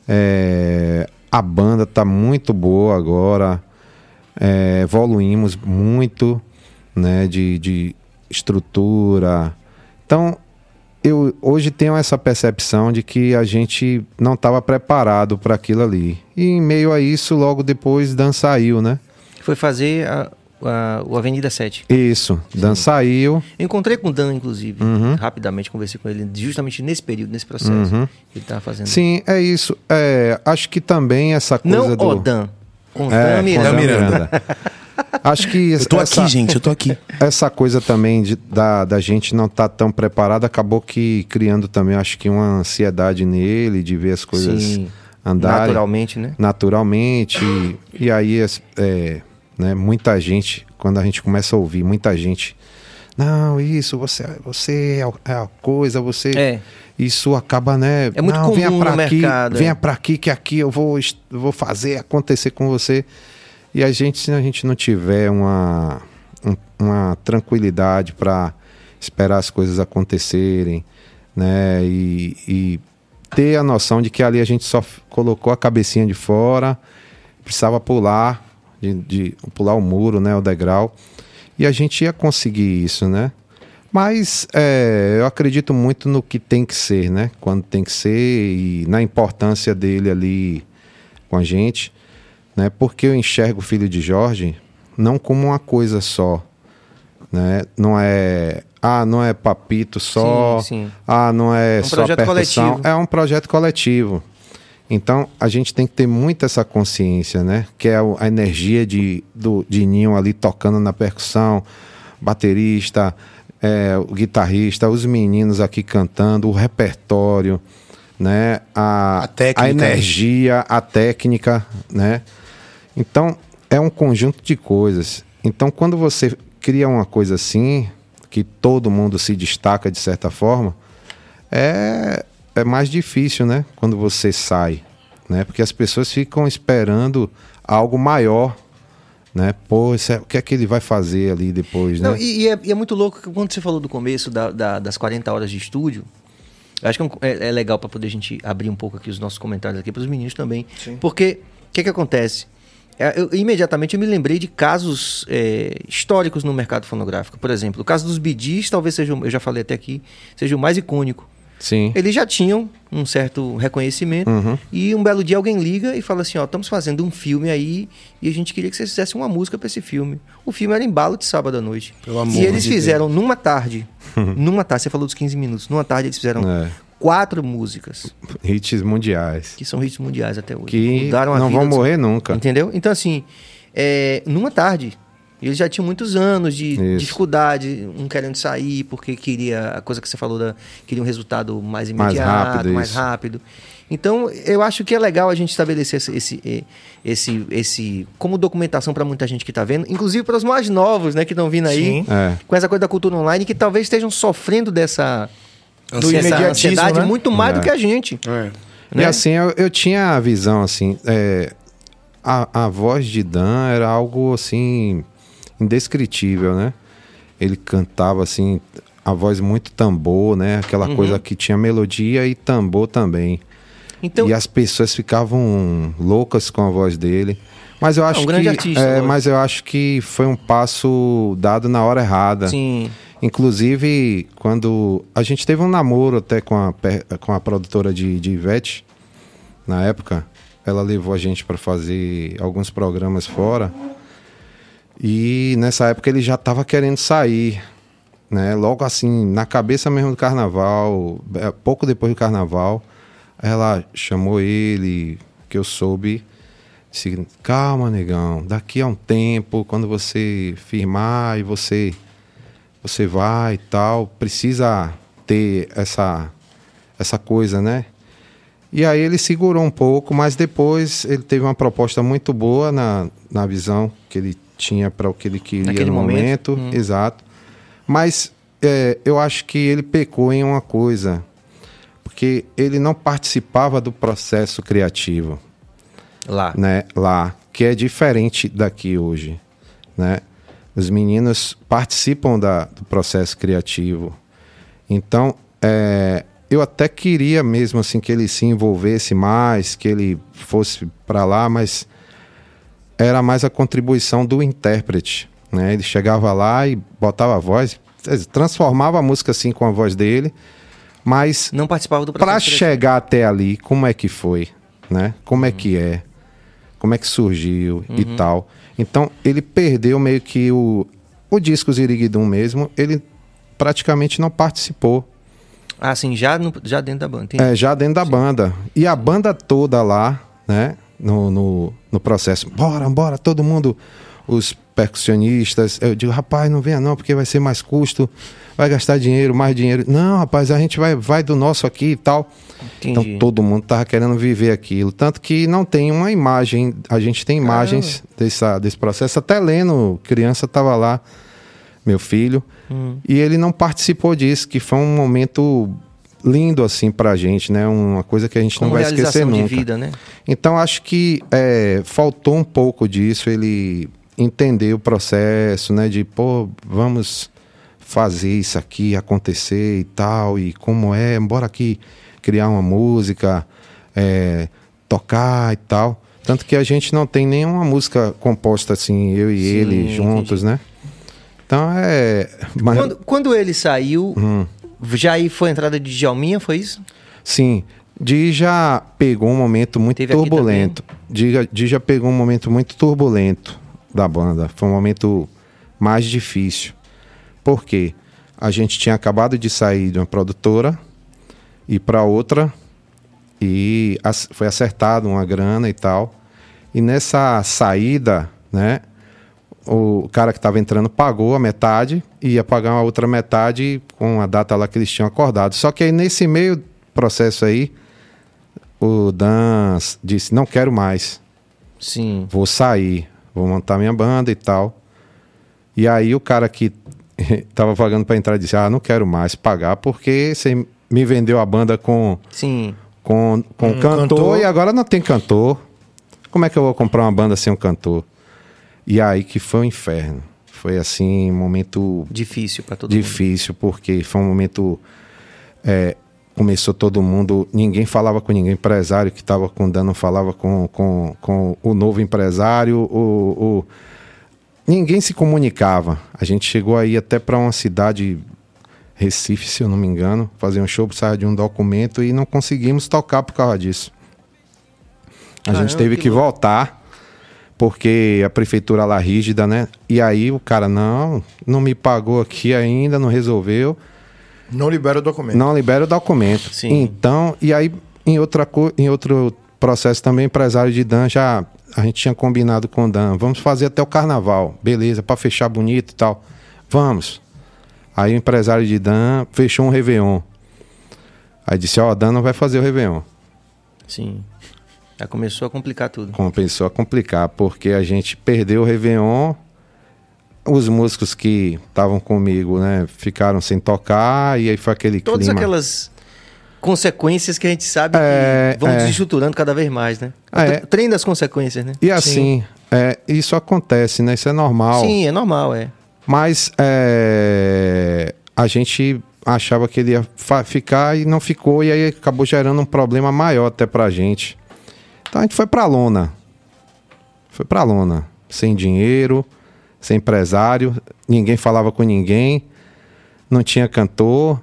A banda está muito boa agora. Evoluímos muito, né, de estrutura. Então, eu hoje tenho essa percepção de que a gente não estava preparado para aquilo ali. E em meio a isso, logo depois, Dan saiu, né? Foi fazer o Avenida 7. Isso, Dan saiu. Eu encontrei com o Dan, inclusive, rapidamente, conversei com ele, justamente nesse período, nesse processo que ele estava fazendo. Sim, é isso. Acho que também essa coisa Não do... o Dan, com É, Dan com Miranda. Dan Miranda. Acho que Eu tô aqui, gente, eu tô aqui. essa coisa também da gente não estar tão preparado acabou que criando também, acho que uma ansiedade nele de ver as coisas Sim, andarem naturalmente, né? naturalmente. E aí, né, muita gente, quando a gente começa a ouvir, muita gente, não, isso, você é a coisa, você... Isso acaba, né? É muito comum venha pra no aqui, mercado, venha pra aqui, que aqui eu vou fazer acontecer com você. E se a gente não tiver uma tranquilidade para esperar as coisas acontecerem, né? E ter a noção de que ali a gente só colocou a cabecinha de fora, precisava pular, pular o muro, né? O degrau, e a gente ia conseguir isso, né? Mas eu acredito muito no que tem que ser, né? Quando tem que ser e na importância dele ali com a gente, né? Porque eu enxergo o Filho de Jorge não como uma coisa só, né? Não é papito só, sim. Não é só projeto percussão, coletivo. é um projeto coletivo. Então a gente tem que ter muito essa consciência, né? Que é a energia de Ninho ali tocando na percussão, baterista, o guitarrista, os meninos aqui cantando, o repertório, né? A técnica, a energia, a técnica, né? Então é um conjunto de coisas. Então quando você cria uma coisa assim, que todo mundo se destaca de certa forma, é mais difícil, né? Quando você sai, né? Porque as pessoas ficam esperando algo maior, né? Pô, o que é que ele vai fazer ali depois, né? Não, e é muito louco que quando você falou do começo das 40 horas de estúdio, eu acho que é legal para poder a gente abrir um pouco aqui os nossos comentários aqui para os meninos também. Sim. Porque o que acontece? Imediatamente eu me lembrei de casos históricos no mercado fonográfico. Por exemplo, o caso dos Bee Gees, talvez seja, eu já falei até aqui, seja o mais icônico. Sim. Eles já tinham um certo reconhecimento e um belo dia alguém liga e fala assim, estamos fazendo um filme aí e a gente queria que vocês fizessem uma música para esse filme. O filme era Embalo de Sábado à Noite. Pelo amor e eles de fizeram numa tarde, você falou dos 15 minutos, numa tarde eles fizeram 4 músicas. Hits mundiais. Que são hits mundiais até hoje. Que mudaram a não vida vão morrer nunca. Entendeu? Então assim, numa tarde... Eles já tinham muitos anos de dificuldade, um querendo sair porque queria, a coisa que você falou, queria um resultado mais imediato, mais rápido. Então, eu acho que é legal a gente estabelecer esse como documentação para muita gente que está vendo, inclusive para os mais novos, né, que estão vindo aí, com essa coisa da cultura online, que talvez estejam sofrendo dessa ansiedade, né? Muito mais do que a gente. Né? E assim, eu tinha a visão, assim, a voz de Dan era algo, assim... indescritível, né? Ele cantava assim, a voz muito tambor, né? Aquela coisa que tinha melodia e tambor também. Então, e as pessoas ficavam loucas com a voz dele. Mas eu acho grande artista, mas eu acho que foi um passo dado na hora errada. Sim. Inclusive, quando a gente teve um namoro até com a produtora de Ivete, na época, ela levou a gente para fazer alguns programas fora. E nessa época ele já estava querendo sair, né? Logo assim, na cabeça mesmo do carnaval, pouco depois do carnaval, ela chamou ele, que eu soube, disse, calma, negão, daqui a um tempo, quando você firmar e você vai e tal, precisa ter essa coisa, né? E aí ele segurou um pouco, mas depois ele teve uma proposta muito boa na visão que ele tinha para o que ele queria naquele momento. Exato. Mas eu acho que ele pecou em uma coisa, porque ele não participava do processo criativo. Lá, que é diferente daqui hoje, né? Os meninos participam do processo criativo. Então, eu até queria mesmo assim que ele se envolvesse mais, que ele fosse para lá, mas era mais a contribuição do intérprete, né? Ele chegava lá e botava a voz, transformava a música assim com a voz dele, mas não participava do processo. Para chegar até ali, como é que foi, né? Como é que como é que surgiu e tal. Então ele perdeu meio que o disco Ziriguidum mesmo, ele praticamente não participou. Ah, sim, já dentro da banda. Entendi. Já dentro da banda. E a banda toda lá, né? No processo, bora, todo mundo, os percussionistas, eu digo, rapaz, não venha não, porque vai ser mais custo, vai gastar dinheiro, mais dinheiro. Não, rapaz, a gente vai do nosso aqui e tal. Entendi. Então todo mundo tava querendo viver aquilo, tanto que não tem uma imagem, a gente tem imagens desse processo, até Leno, criança, tava lá, meu filho, e ele não participou disso, que foi um momento lindo assim pra gente, né? Uma coisa que a gente não vai esquecer nunca. De vida, né? Então acho que faltou um pouco disso, ele entender o processo, né? De, pô, vamos fazer isso aqui acontecer e tal, e como é, bora aqui criar uma música, tocar e tal. Tanto que a gente não tem nenhuma música composta assim, eu e ele juntos, né? Então mas... Quando ele saiu, já aí foi a entrada de Djalminha, foi isso? Sim. Dija pegou um momento muito turbulento. Dija pegou um momento muito turbulento da banda. Foi um momento mais difícil. Por quê? A gente tinha acabado de sair de uma produtora e para outra, e foi acertado uma grana e tal. E nessa saída, né, o cara que estava entrando pagou a metade e ia pagar a outra metade com a data lá que eles tinham acordado. Só que aí nesse meio processo aí, o Dan disse, não quero mais. Sim. Vou sair, vou montar minha banda e tal. E aí o cara que tava pagando para entrar disse, não quero mais pagar porque você me vendeu a banda com cantor e agora não tem cantor. Como é que eu vou comprar uma banda sem um cantor? E aí que foi um inferno. Foi assim, um momento... Difícil para todo mundo. Difícil, porque foi um momento... começou todo mundo... Ninguém falava com ninguém. O empresário que estava com o Dan não falava com o novo empresário. Ninguém se comunicava. A gente chegou aí até para uma cidade... Recife, se eu não me engano. Fazer um show, precisava de um documento e não conseguimos tocar por causa disso. A gente teve que voltar, porque a prefeitura lá rígida, né? E aí o cara, não me pagou aqui ainda, não resolveu. Não libera o documento. Não libera o documento. Sim. Então, e aí em outro processo também, empresário de Dan, a gente tinha combinado com o Dan, vamos fazer até o carnaval, beleza, para fechar bonito e tal. Vamos. Aí o empresário de Dan fechou um Réveillon. Aí disse, Dan não vai fazer o Réveillon. Sim. Já começou a complicar tudo. Começou a complicar, porque a gente perdeu o Réveillon, os músicos que estavam comigo, né, ficaram sem tocar, e aí foi aquele Todas clima. aquelas consequências que a gente sabe que vão desestruturando cada vez mais, né? O trem das consequências, né? E assim, isso acontece, né? Isso é normal. Sim, é normal, Mas a gente achava que ele ia ficar e não ficou, e aí acabou gerando um problema maior até pra gente. Então a gente foi pra lona. Sem dinheiro, sem empresário, ninguém falava com ninguém, não tinha cantor.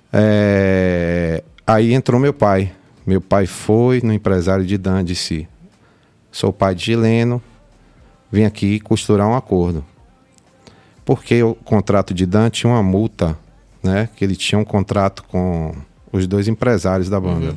Aí entrou meu pai. Meu pai foi no empresário de Dan, disse, sou pai de Gileno, vim aqui costurar um acordo. Porque o contrato de Dan tinha uma multa, né? Que ele tinha um contrato com os dois empresários da banda.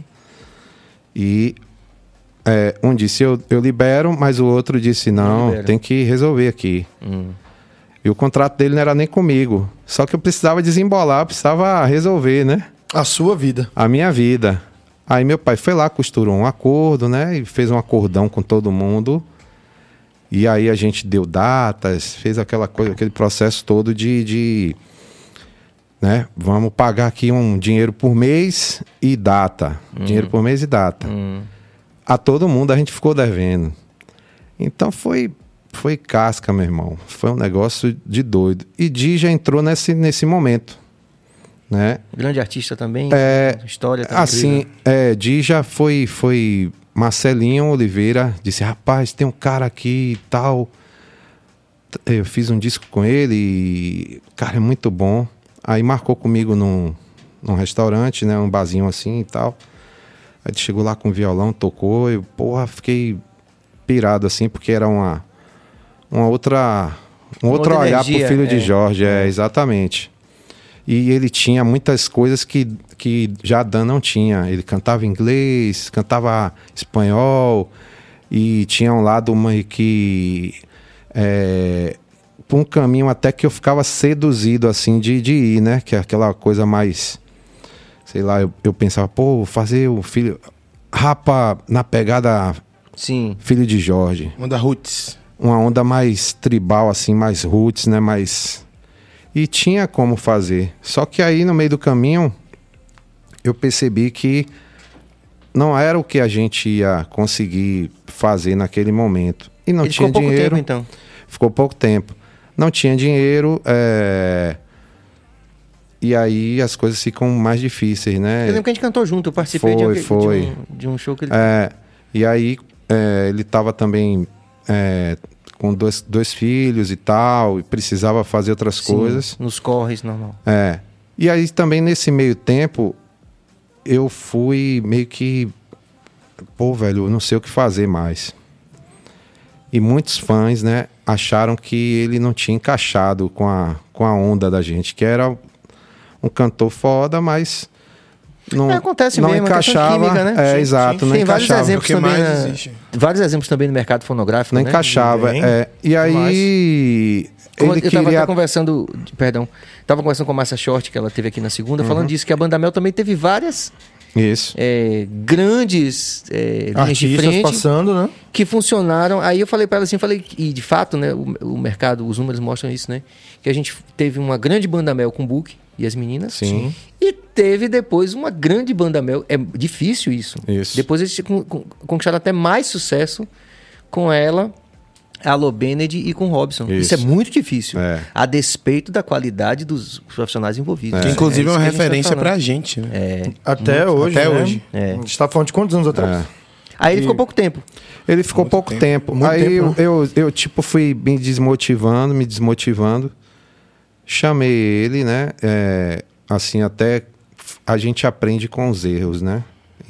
E um disse, eu libero, mas o outro disse, não, tem que resolver aqui. E o contrato dele não era nem comigo. Só que eu precisava desembolar, precisava resolver, né? A sua vida. A minha vida. Aí meu pai foi lá, costurou um acordo, né? E fez um acordão com todo mundo. E aí a gente deu datas, fez aquela coisa, aquele processo todo de né? Vamos pagar aqui um dinheiro por mês e data. Dinheiro por mês e data. A todo mundo a gente ficou devendo. Então foi casca, meu irmão. Foi um negócio de doido. E Dija entrou nesse momento, né? Grande artista também, história também. Assim, Dija foi Marcelinho Oliveira, disse, rapaz, tem um cara aqui e tal. Eu fiz um disco com ele e o cara é muito bom. Aí marcou comigo num restaurante, né? Um barzinho assim e tal. Aí ele chegou lá com violão, tocou. Eu, fiquei pirado assim, porque era um outro olhar energia, pro filho de Jorge, exatamente. E ele tinha muitas coisas que já Dan não tinha. Ele cantava inglês, cantava espanhol, e tinha um lado meio que... por um caminho até que eu ficava seduzido, assim, de ir, né? Que é aquela coisa mais... Sei lá, eu pensava, fazer o filho... Rapa na pegada... Sim. Filho de Jorge. Onda roots. Uma onda mais tribal, assim, mais roots, né? Mais... E tinha como fazer. Só que aí, no meio do caminho, eu percebi que não era o que a gente ia conseguir fazer naquele momento. E não Ele tinha ficou pouco dinheiro. tempo, então? Ficou pouco tempo. Não tinha dinheiro, e aí as coisas ficam mais difíceis, né? Eu lembro que a gente cantou junto, eu participei de um show que ele... E aí ele estava também com dois filhos e tal, e precisava fazer outras coisas. Nos corres, normal. E aí também nesse meio tempo, eu fui meio que... Pô, velho, eu não sei o que fazer mais. E muitos fãs, né, acharam que ele não tinha encaixado com a onda da gente, que era um cantor foda, mas não, acontece não mesmo, encaixava. Química, né? Exato, não Tem vários encaixava. exemplos também. Vários exemplos também no mercado fonográfico. Não né? encaixava. E aí. Eu Ele estava queria... até conversando. Perdão. Estava conversando com a Márcia Short, que ela teve aqui na segunda, falando disso, que a Banda Mel também teve várias. Isso. Grandes linhas de Artistas frente passando, né? que funcionaram. Aí eu falei para ela assim, e de fato, né, o mercado, os números mostram isso, né? Que a gente teve uma grande Banda Mel com o Book e as meninas. Sim. E teve depois uma grande Banda Mel. É difícil isso. Depois eles conquistaram até mais sucesso com ela, a Alô Benedy e com o Robson. Isso é muito difícil. A despeito da qualidade dos profissionais envolvidos. Que inclusive é uma isso que a gente referência tá pra gente, né? Até hoje. Até né? hoje. A gente tá falando de quantos anos atrás? Aí ele ficou pouco tempo. Ele ficou pouco tempo. Muito Aí tempo, eu tipo, fui me desmotivando. Chamei ele, né? Assim, até a gente aprende com os erros, né?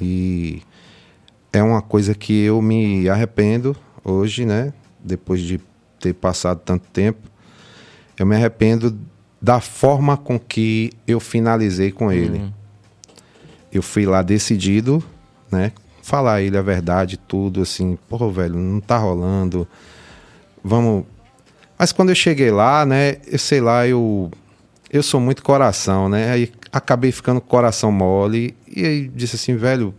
E é uma coisa que eu me arrependo hoje, né? Depois de ter passado tanto tempo. Eu me arrependo da forma com que eu finalizei com ele. Eu fui lá decidido, né? Falar a ele a verdade, tudo, assim, pô, velho, não tá rolando, vamos... Mas quando eu cheguei lá, né, eu sei lá, eu sou muito coração, né, aí acabei ficando com o coração mole, e aí disse assim, velho,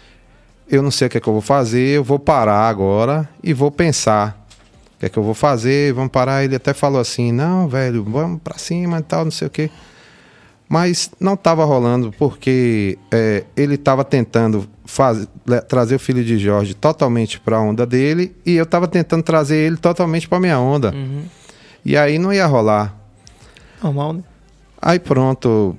eu não sei o que é que eu vou fazer, eu vou parar agora e vou pensar o que é que eu vou fazer, vamos parar. Ele até falou assim, não, velho, vamos pra cima e tal, não sei o quê. Mas não estava rolando porque ele estava tentando trazer o filho de Jorge totalmente para a onda dele e eu estava tentando trazer ele totalmente para minha onda. E aí não ia rolar. Normal, né? Aí pronto,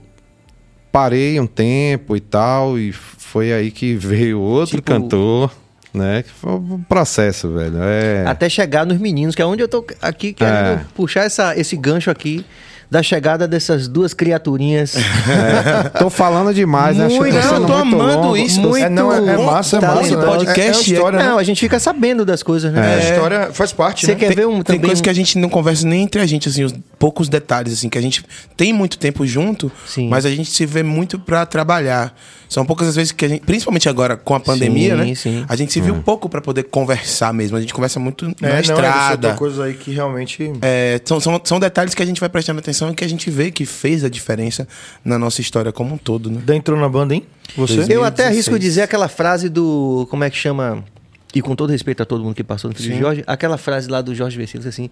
parei um tempo e tal, e foi aí que veio outro cantor, né? Que foi um processo, velho. Até chegar nos meninos, que é onde eu tô aqui querendo puxar esse gancho aqui da chegada dessas duas criaturinhas. Tô falando demais, né? Muito, eu tô amando isso. Muito é massa, Esse podcast história, né? Não, a gente fica sabendo das coisas, né? A história faz parte, Você né? quer ver Tem coisas que a gente não conversa nem entre a gente, assim, os poucos detalhes, assim, que a gente tem muito tempo junto, mas a gente se vê muito pra trabalhar. São poucas as vezes que a gente, principalmente agora com a pandemia, né? A gente se viu pouco pra poder conversar mesmo. A gente conversa muito na estrada. Não, coisas aí que realmente... São detalhes que a gente vai prestando atenção e que a gente vê que fez a diferença na nossa história como um todo, né? Entrou na banda, hein? Você? Eu até arrisco dizer aquela frase do... Como é que chama? E com todo respeito a todo mundo que passou no filho de Jorge, aquela frase lá do Jorge Vecílios, assim...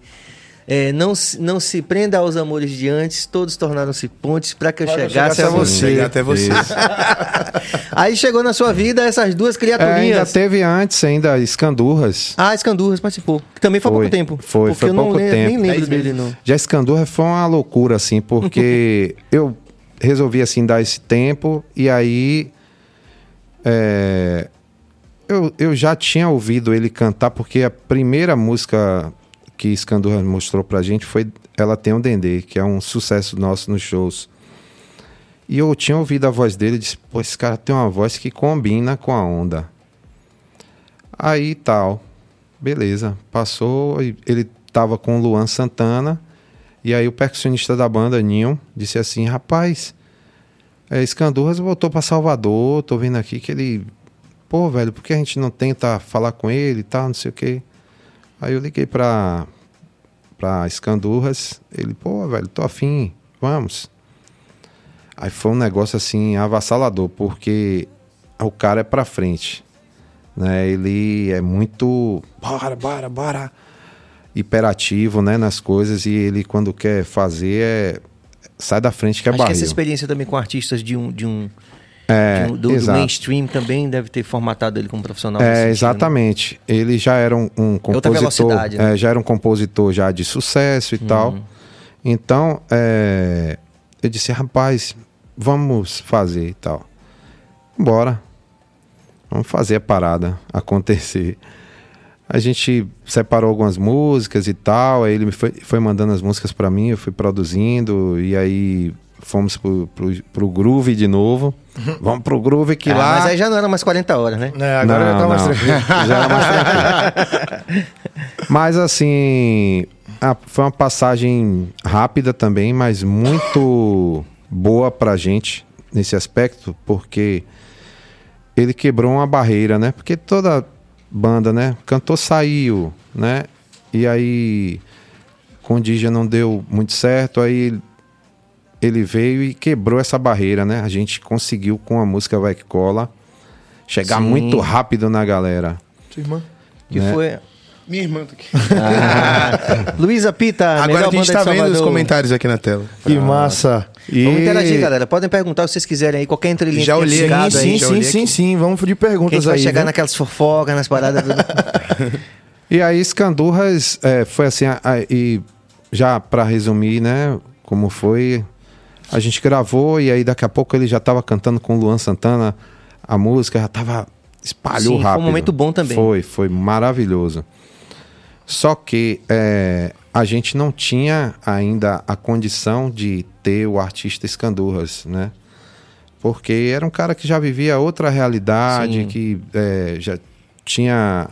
não se prenda aos amores de antes, todos tornaram-se pontes para que eu chegasse a você. Chegar até você. Aí chegou na sua vida essas duas criaturinhas. Ainda teve antes, Escandurras. Escandurras participou. Que também foi pouco tempo. Foi eu pouco tempo. Nem lembro dele, não. Já Escandurra foi uma loucura, assim, porque eu resolvi, assim, dar esse tempo e aí... Eu já tinha ouvido ele cantar, porque a primeira música que Escandurra mostrou pra gente foi Ela Tem um Dendê, que é um sucesso nosso nos shows. E eu tinha ouvido a voz dele e disse, pô, esse cara tem uma voz que combina com a onda. Aí tal, beleza, passou, ele tava com o Luan Santana, e aí o percussionista da banda, Ninho, disse assim, rapaz, Escandurras voltou pra Salvador, tô vendo aqui que ele... Pô, velho, por que a gente não tenta falar com ele e tal, não sei o quê? Aí eu liguei pra Escandurras, ele, pô, velho, tô afim, vamos. Aí foi um negócio, assim, avassalador, porque o cara é pra frente, né? Ele é muito, bora, hiperativo, né, nas coisas, e ele, quando quer fazer, sai da frente que é Acho barril. que essa experiência também com artistas de um do exato. mainstream também deve ter formatado ele como profissional. nesse sentido, né? Exatamente. Ele já era um Outra compositor, velocidade, né? já era um compositor já de sucesso e tal. Então, eu disse, rapaz, vamos fazer e tal. Bora. Vamos fazer a parada acontecer. A gente separou algumas músicas e tal, aí ele foi mandando as músicas pra mim, eu fui produzindo, e aí fomos pro groove de novo. Vamos pro groove que lá... Mas aí já não era mais 40 horas, né? Agora já tá mais tranquilo. Já era mais tranquilo. Mas assim, foi uma passagem rápida também, mas muito boa pra gente nesse aspecto, porque ele quebrou uma barreira, né? Porque toda banda, né? Cantor saiu, né? E aí, com o DJ não deu muito certo, aí ele veio e quebrou essa barreira, né? A gente conseguiu, com a música Vai Que Cola, chegar Sim. muito rápido na galera. Sua irmã. Que né? foi... Minha irmã tá aqui. Luísa Pita, Agora melhor a gente banda tá de vendo Salvador. os comentários aqui na tela. Que massa. Vamos interagir, galera. Podem perguntar se vocês quiserem aí. Qualquer entrelinha Já que olhei tenha aqui, ficado Sim, aí. já sim, olhei sim, aqui. sim. Vamos de Que a perguntas gente vai aí. chegar viu? naquelas fofocas, nas paradas. E aí, Escandurras, foi assim, e já pra resumir, né, como foi, a gente gravou e aí daqui a pouco ele já tava cantando com o Luan Santana, a música já tava, espalhou Sim, foi um rápido. momento bom também. Foi maravilhoso. Só que a gente não tinha ainda a condição de ter o artista Escandurras, né? Porque era um cara que já vivia outra realidade, Sim. que já tinha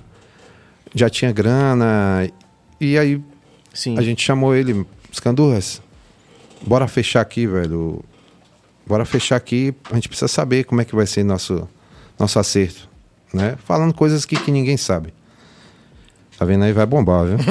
grana. E aí Sim. a gente chamou ele, Escandurras, bora fechar aqui, velho. Bora fechar aqui, a gente precisa saber como é que vai ser nosso acerto, né? Falando coisas que ninguém sabe. Tá vendo aí? Vai bombar, viu?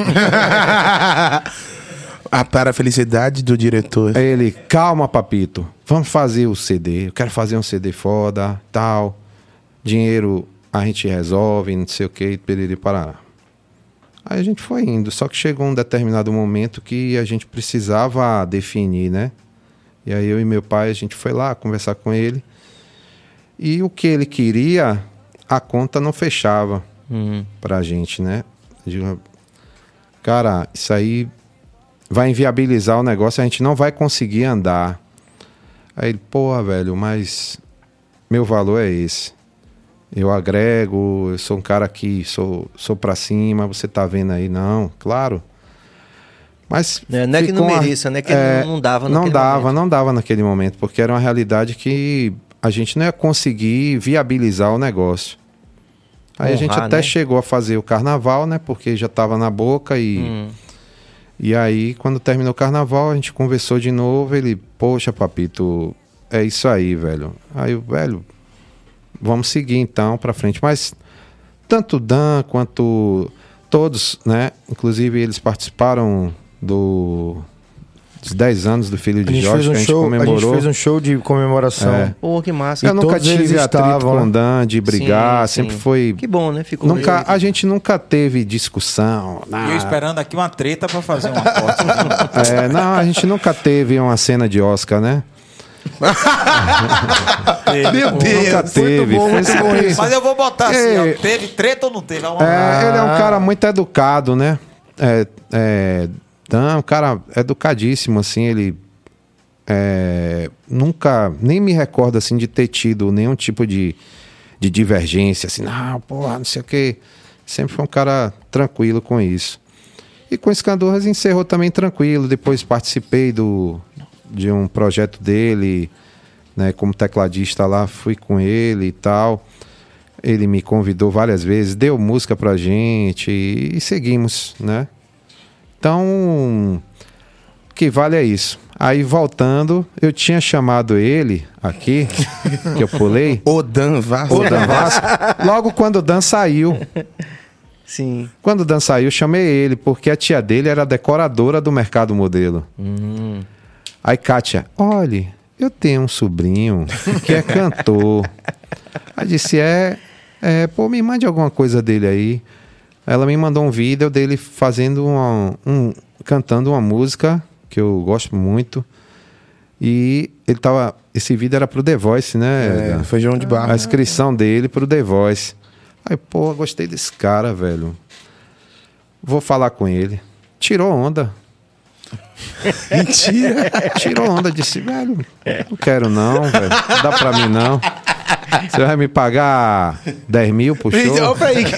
Para a felicidade do diretor. Aí ele, calma, papito, vamos fazer o CD, eu quero fazer um CD foda, tal, dinheiro a gente resolve, não sei o que, periri parará. Aí a gente foi indo, só que chegou um determinado momento que a gente precisava definir, né? E aí eu e meu pai, a gente foi lá conversar com ele, e o que ele queria, a conta não fechava pra gente, né? Eu digo, cara, isso aí vai inviabilizar o negócio, a gente não vai conseguir andar. Aí ele, porra, velho, mas meu valor é esse. Eu agrego, eu sou um cara que sou pra cima, você tá vendo aí? Não, claro. Mas Não é que não mereça, né? Que ele não dava naquele momento. Não dava naquele momento, porque era uma realidade que a gente não ia conseguir viabilizar o negócio. Aí a gente Honrar, até né? chegou a fazer o carnaval, né? Porque já tava na boca e aí, quando terminou o carnaval, a gente conversou de novo. Ele, poxa, papito, é isso aí, velho. Aí, velho, vamos seguir então pra frente. Mas tanto o Dan quanto todos, né? Inclusive, eles participaram dos 10 anos do Filho de Jorge, que a gente comemorou. A gente fez um show de comemoração. É. Pô, que massa. Eu nunca todos eles tive atrito estavam, com o né? Dan de brigar, Sim, sempre sim. foi... Que bom, né? Ficou A gente nunca teve discussão. E eu esperando aqui uma treta pra fazer uma corte. Não, a gente nunca teve uma cena de Oscar, né? Meu Deus. Nunca teve. bom, Foi muito bom sempre- isso. Mas eu vou botar assim, É. ó, teve treta ou não teve? Ele é um cara muito educado, né? Dan, um cara educadíssimo, assim, ele nunca, nem me recordo, assim, de ter tido nenhum tipo de divergência, assim, não, porra, não sei o quê. Sempre foi um cara tranquilo com isso. E com Escandurras encerrou também tranquilo. Depois participei de um projeto dele, né, como tecladista lá, fui com ele e tal. Ele me convidou várias vezes, deu música pra gente e seguimos, né? Então, o que vale é isso. Aí, voltando, eu tinha chamado ele aqui, que eu pulei, O Dan Vasco. o Dan Vasco, logo quando o Dan saiu. Sim. Quando o Dan saiu, eu chamei ele, porque a tia dele era decoradora do Mercado Modelo. Aí, Kátia, olha, eu tenho um sobrinho que é cantor. Aí disse, pô, me mande alguma coisa dele aí. Ela me mandou um vídeo dele fazendo cantando uma música que eu gosto muito. E ele tava... Esse vídeo era pro The Voice, né? Foi João de Barro. A inscrição dele pro The Voice. Aí, pô, gostei desse cara, velho. Vou falar com ele. Tirou onda. Mentira. Tirou onda, disse, velho, não quero não, velho. Não dá pra mim não. Você vai me pagar 10 mil pro show? Olha pra aí.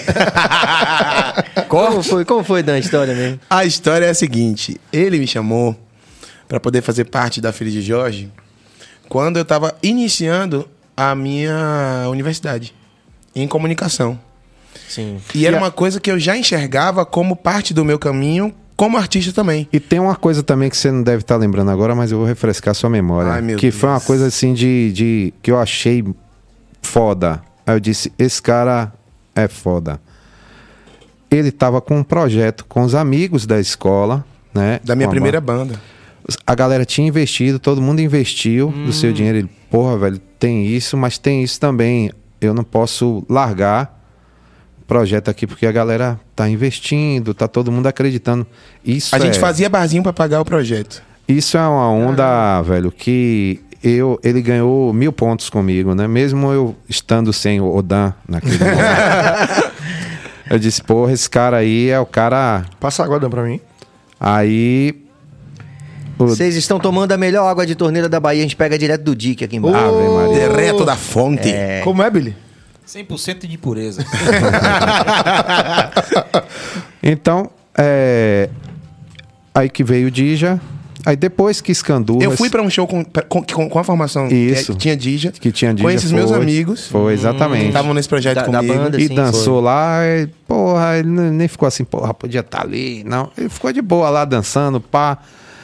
Como foi da história mesmo? A história é a seguinte. Ele me chamou para poder fazer parte da Filha de Jorge quando eu estava iniciando a minha universidade em comunicação. Sim. E era uma coisa que eu já enxergava como parte do meu caminho como artista também. E tem uma coisa também que você não deve estar lembrando agora, mas eu vou refrescar a sua memória. Ai, meu que Deus. foi uma coisa assim de que eu achei foda. Aí eu disse, esse cara é foda. Ele tava com um projeto com os amigos da escola, né? Da minha Com a primeira banda. A galera tinha investido, todo mundo investiu do seu dinheiro. Ele, porra, velho, tem isso, mas tem isso também. Eu não posso largar o projeto aqui porque a galera tá investindo, tá todo mundo acreditando. Isso A gente fazia barzinho para pagar o projeto. Isso é uma onda, velho, que ele ganhou 1000 pontos comigo, né? Mesmo eu estando sem o Odan naquele momento. Eu disse, porra, esse cara aí é o cara... Passa água, Dan, pra mim. Aí... Vocês estão tomando a melhor água de torneira da Bahia. A gente pega direto do Dique aqui embaixo. Ave Maria. Direto da fonte. Como é, Billy? 100% de pureza. Então, aí que veio o Dija. Aí depois que Escandurras... Eu fui para um show com a formação Isso. que tinha Dija. Que tinha Dija. Com esses meus amigos. Foi, exatamente. Estavam nesse projeto Da comigo. banda. E Sim, dançou lá, e, porra, ele nem ficou assim, porra, podia estar ali, não. Ele ficou de boa lá dançando, pá.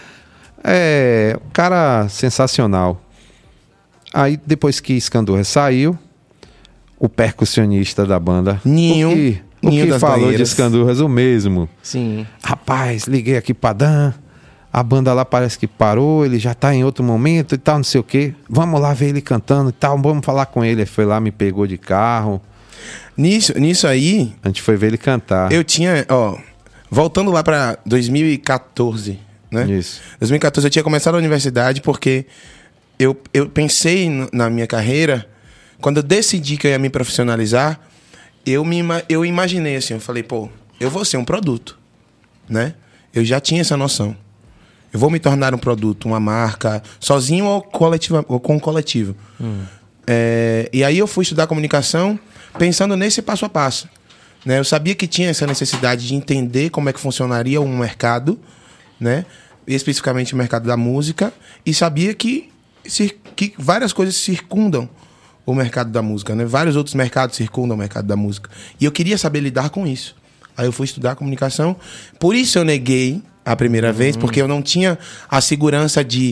Cara sensacional. Aí depois que Escandurra saiu, o percussionista da banda, Ninho o que das falou de banheiras. Escandurras, o mesmo. Sim. Rapaz, liguei aqui pra Dan, a banda lá parece que parou, ele já tá em outro momento e tal, não sei o quê. Vamos lá ver ele cantando e tal, vamos falar com ele. Ele foi lá, me pegou de carro, Nisso aí, a gente foi ver ele cantar. eu tinha, voltando lá para 2014, né? Isso. 2014 eu tinha começado a universidade porque eu pensei na minha carreira, quando eu decidi que eu ia me profissionalizar, eu imaginei assim, eu falei, pô, eu vou ser um produto, né? Eu já tinha essa noção. Eu vou me tornar um produto, uma marca, sozinho ou com um coletivo. E aí eu fui estudar comunicação pensando nesse passo a passo, né? Eu sabia que tinha essa necessidade de entender como é que funcionaria um mercado, né? Especificamente o mercado da música, e sabia que várias coisas circundam o mercado da música, né? Vários outros mercados circundam o mercado da música. E eu queria saber lidar com isso. Aí eu fui estudar comunicação. Por isso eu neguei a primeira vez, porque eu não tinha a segurança de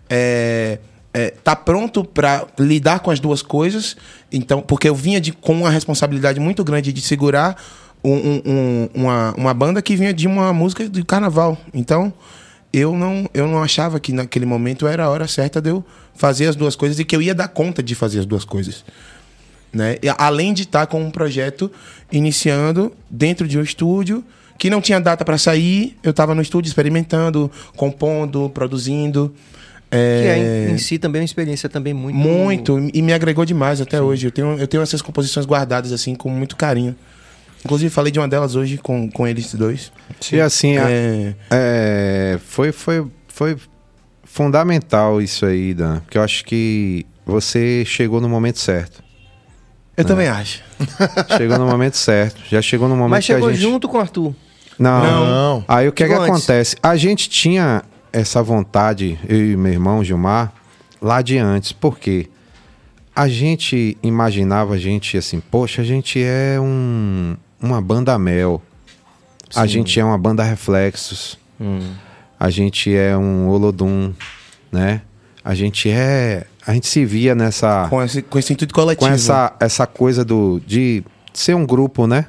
tá pronto para lidar com as duas coisas. Então, porque eu vinha com uma responsabilidade muito grande de segurar uma banda que vinha de uma música de carnaval. Então, eu não achava que naquele momento era a hora certa de eu fazer as duas coisas e que eu ia dar conta de fazer as duas coisas, né? E, além de estar com um projeto iniciando dentro de um estúdio que não tinha data para sair, eu estava no estúdio experimentando, compondo, produzindo. Que em si também é uma experiência também muito... E me agregou demais até hoje. Eu tenho essas composições guardadas assim com muito carinho. Inclusive falei de uma delas hoje com eles dois. E assim, foi fundamental isso aí, Dan, porque eu acho que você chegou no momento certo. Eu também acho. Chegou no momento certo. Já chegou no momento Mas que a chegou gente... junto com o Arthur. Não. Aí o que Chegou antes. acontece? A gente tinha essa vontade, eu e meu irmão Gilmar, lá de antes. Por quê? A gente imaginava, assim, poxa, a gente é uma banda Mel. A gente é uma banda Reflexos. A gente é um Olodum, né? A gente se via nessa... Com esse intuito coletivo. Com essa coisa de ser um grupo, né?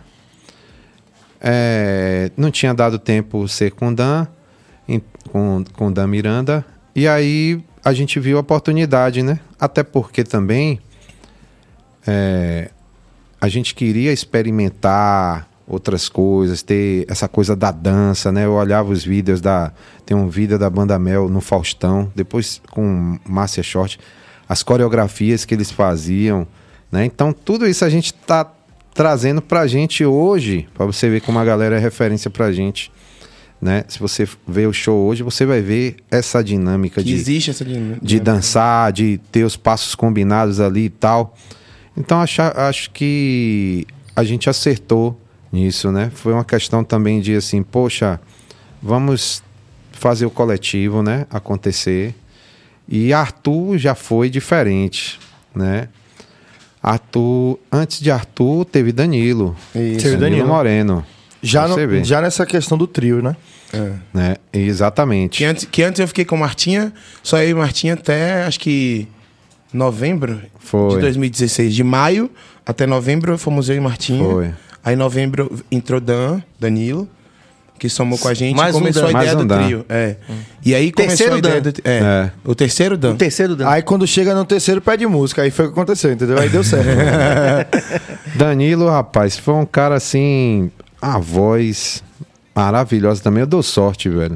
Não tinha dado tempo ser com o Dan, com o Dan Miranda. E aí a gente viu a oportunidade, né? Até porque também a gente queria experimentar outras coisas, ter essa coisa da dança, né? Eu olhava os vídeos tem um vídeo da Banda Mel no Faustão, depois com Márcia Short, as coreografias que eles faziam, né? Então tudo isso a gente tá trazendo pra gente hoje, pra você ver como a galera é referência pra gente, né? Se você ver o show hoje, você vai ver essa dinâmica Que existe essa dinâmica. de dançar, de ter os passos combinados ali e tal. Então acho que a gente acertou nisso, né? Foi uma questão também de assim, poxa, vamos fazer o coletivo, né, acontecer. E Arthur já foi diferente, né? Antes de Arthur teve Danilo. Isso. Teve Danilo Moreno. Já nessa questão do trio, né? Né? Exatamente. Que antes eu fiquei com Martinha, só eu e Martinha até acho que novembro de 2016. De maio até novembro fomos eu e Martinha. Foi. Aí em novembro entrou Danilo, que somou com a gente Mais e um começou Dan. a ideia Mais um do Dan. trio. E aí começou Terceiro a ideia Dan. o terceiro Dan. O terceiro Dan. Aí quando chega no terceiro, pede música. Aí foi o que aconteceu, entendeu? Aí deu certo. Danilo, rapaz, foi um cara assim, a voz maravilhosa também. Eu dou sorte, velho.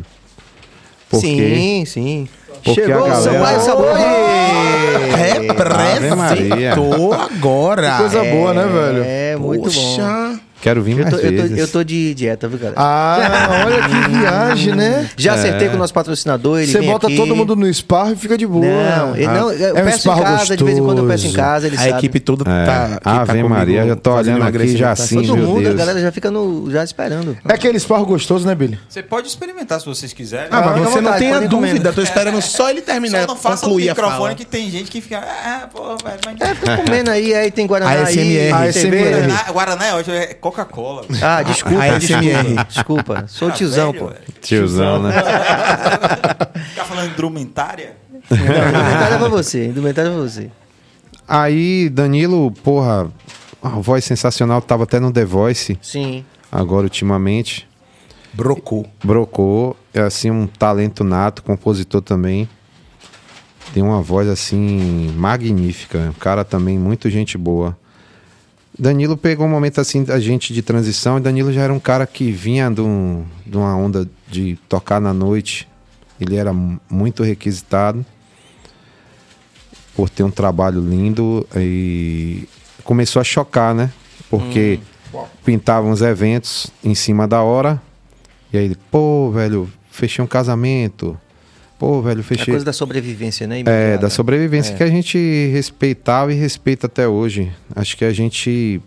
Sim. Porque Chegou a o galera- Sampaio Sabor. Ave Maria. Representou agora. Que coisa boa, né, velho? É, muito bom. Poxa. Quero vir mais vezes. Eu tô de dieta, viu, galera? Ah, olha que viagem, né? Já acertei com o nosso patrocinador, ele Você vem bota aqui. todo mundo no esparro e fica de boa. Não, eu É um peço em esparro casa, de vez em quando eu peço em gostoso. casa, ele A sabe. equipe toda tá. Ave Maria, já tô olhando aqui já assim, Todo meu mundo, Deus. a galera já fica já esperando. É aquele esparro gostoso, né, Billy? Você pode experimentar se vocês quiserem. Ah, mas fica à você não vontade, tem a pode ir comendo. dúvida. Tô esperando só ele terminar. Só não faça no concluir a microfone fala. que tem gente que fica. Pô, velho, mas. Fica comendo aí tem Guaraná ASMR. aí, tem cerveja. Guaraná é ótimo, é Coca-Cola. Ah, desculpa, ASMR. desculpa. Sou o tiozão, velho, pô. velho. Tiozão, né? Ficar falando indumentária? Indumentário é pra você. Aí, Danilo, porra, a voz sensacional, tava até no The Voice, Sim. agora ultimamente. Brocou. É assim, um talento nato, compositor também. Tem uma voz assim, magnífica. Um cara também, muito gente boa. Danilo pegou um momento assim da gente de transição, e Danilo já era um cara que vinha de uma onda de tocar na noite. Ele era muito requisitado por ter um trabalho lindo e começou a chocar, né? Porque pintavam os eventos em cima da hora, e aí ele, pô, velho, fechei um casamento. Pô, velho, É fechei. coisa da sobrevivência, né? É, imediata. da sobrevivência que a gente respeitava e respeita até hoje. Acho que a gente...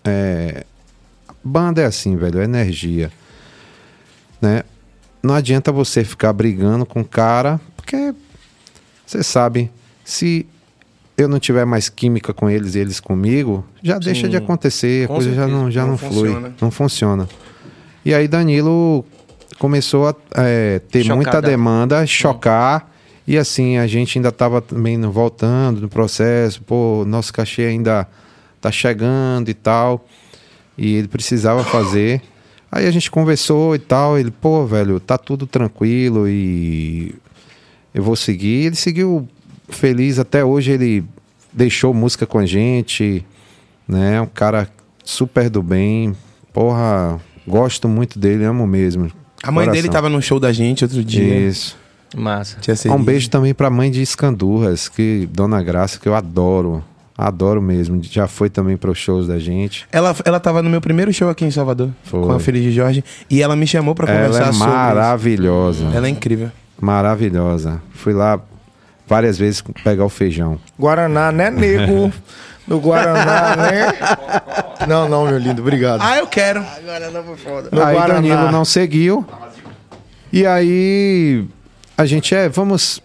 Banda é assim, velho, é energia. Né? Não adianta você ficar brigando com o cara, porque você sabe, se eu não tiver mais química com eles e eles comigo, já deixa de acontecer, a Com coisa certeza. já não Não flui, funciona. não funciona. E aí Danilo começou a ter Chocar, muita né? demanda, chocar, e assim, a gente ainda estava também voltando no processo, pô, nosso cachê ainda tá chegando e tal, e ele precisava fazer. Aí a gente conversou e tal, ele, pô, velho, tá tudo tranquilo e eu vou seguir. Ele seguiu feliz, até hoje ele deixou música com a gente, né, um cara super do bem, porra, gosto muito dele, amo mesmo. A mãe dele Coração. tava no show da gente outro dia. Isso. Massa. Tia Um Celine. beijo também pra mãe de Escandurras, que Dona Graça, que eu adoro. Adoro mesmo. Já foi também para os shows da gente. Ela tava no meu primeiro show aqui em Salvador, Foi. com a filha de Jorge, e ela me chamou pra conversar Ela é sobre maravilhosa. isso. Ela é incrível. Maravilhosa. Fui lá várias vezes pegar o feijão. Guaraná, né, nego? No Guaraná, né? Não, meu lindo, obrigado. Ah, eu quero. No Aí Guaraná. Danilo não seguiu. E aí a gente vamos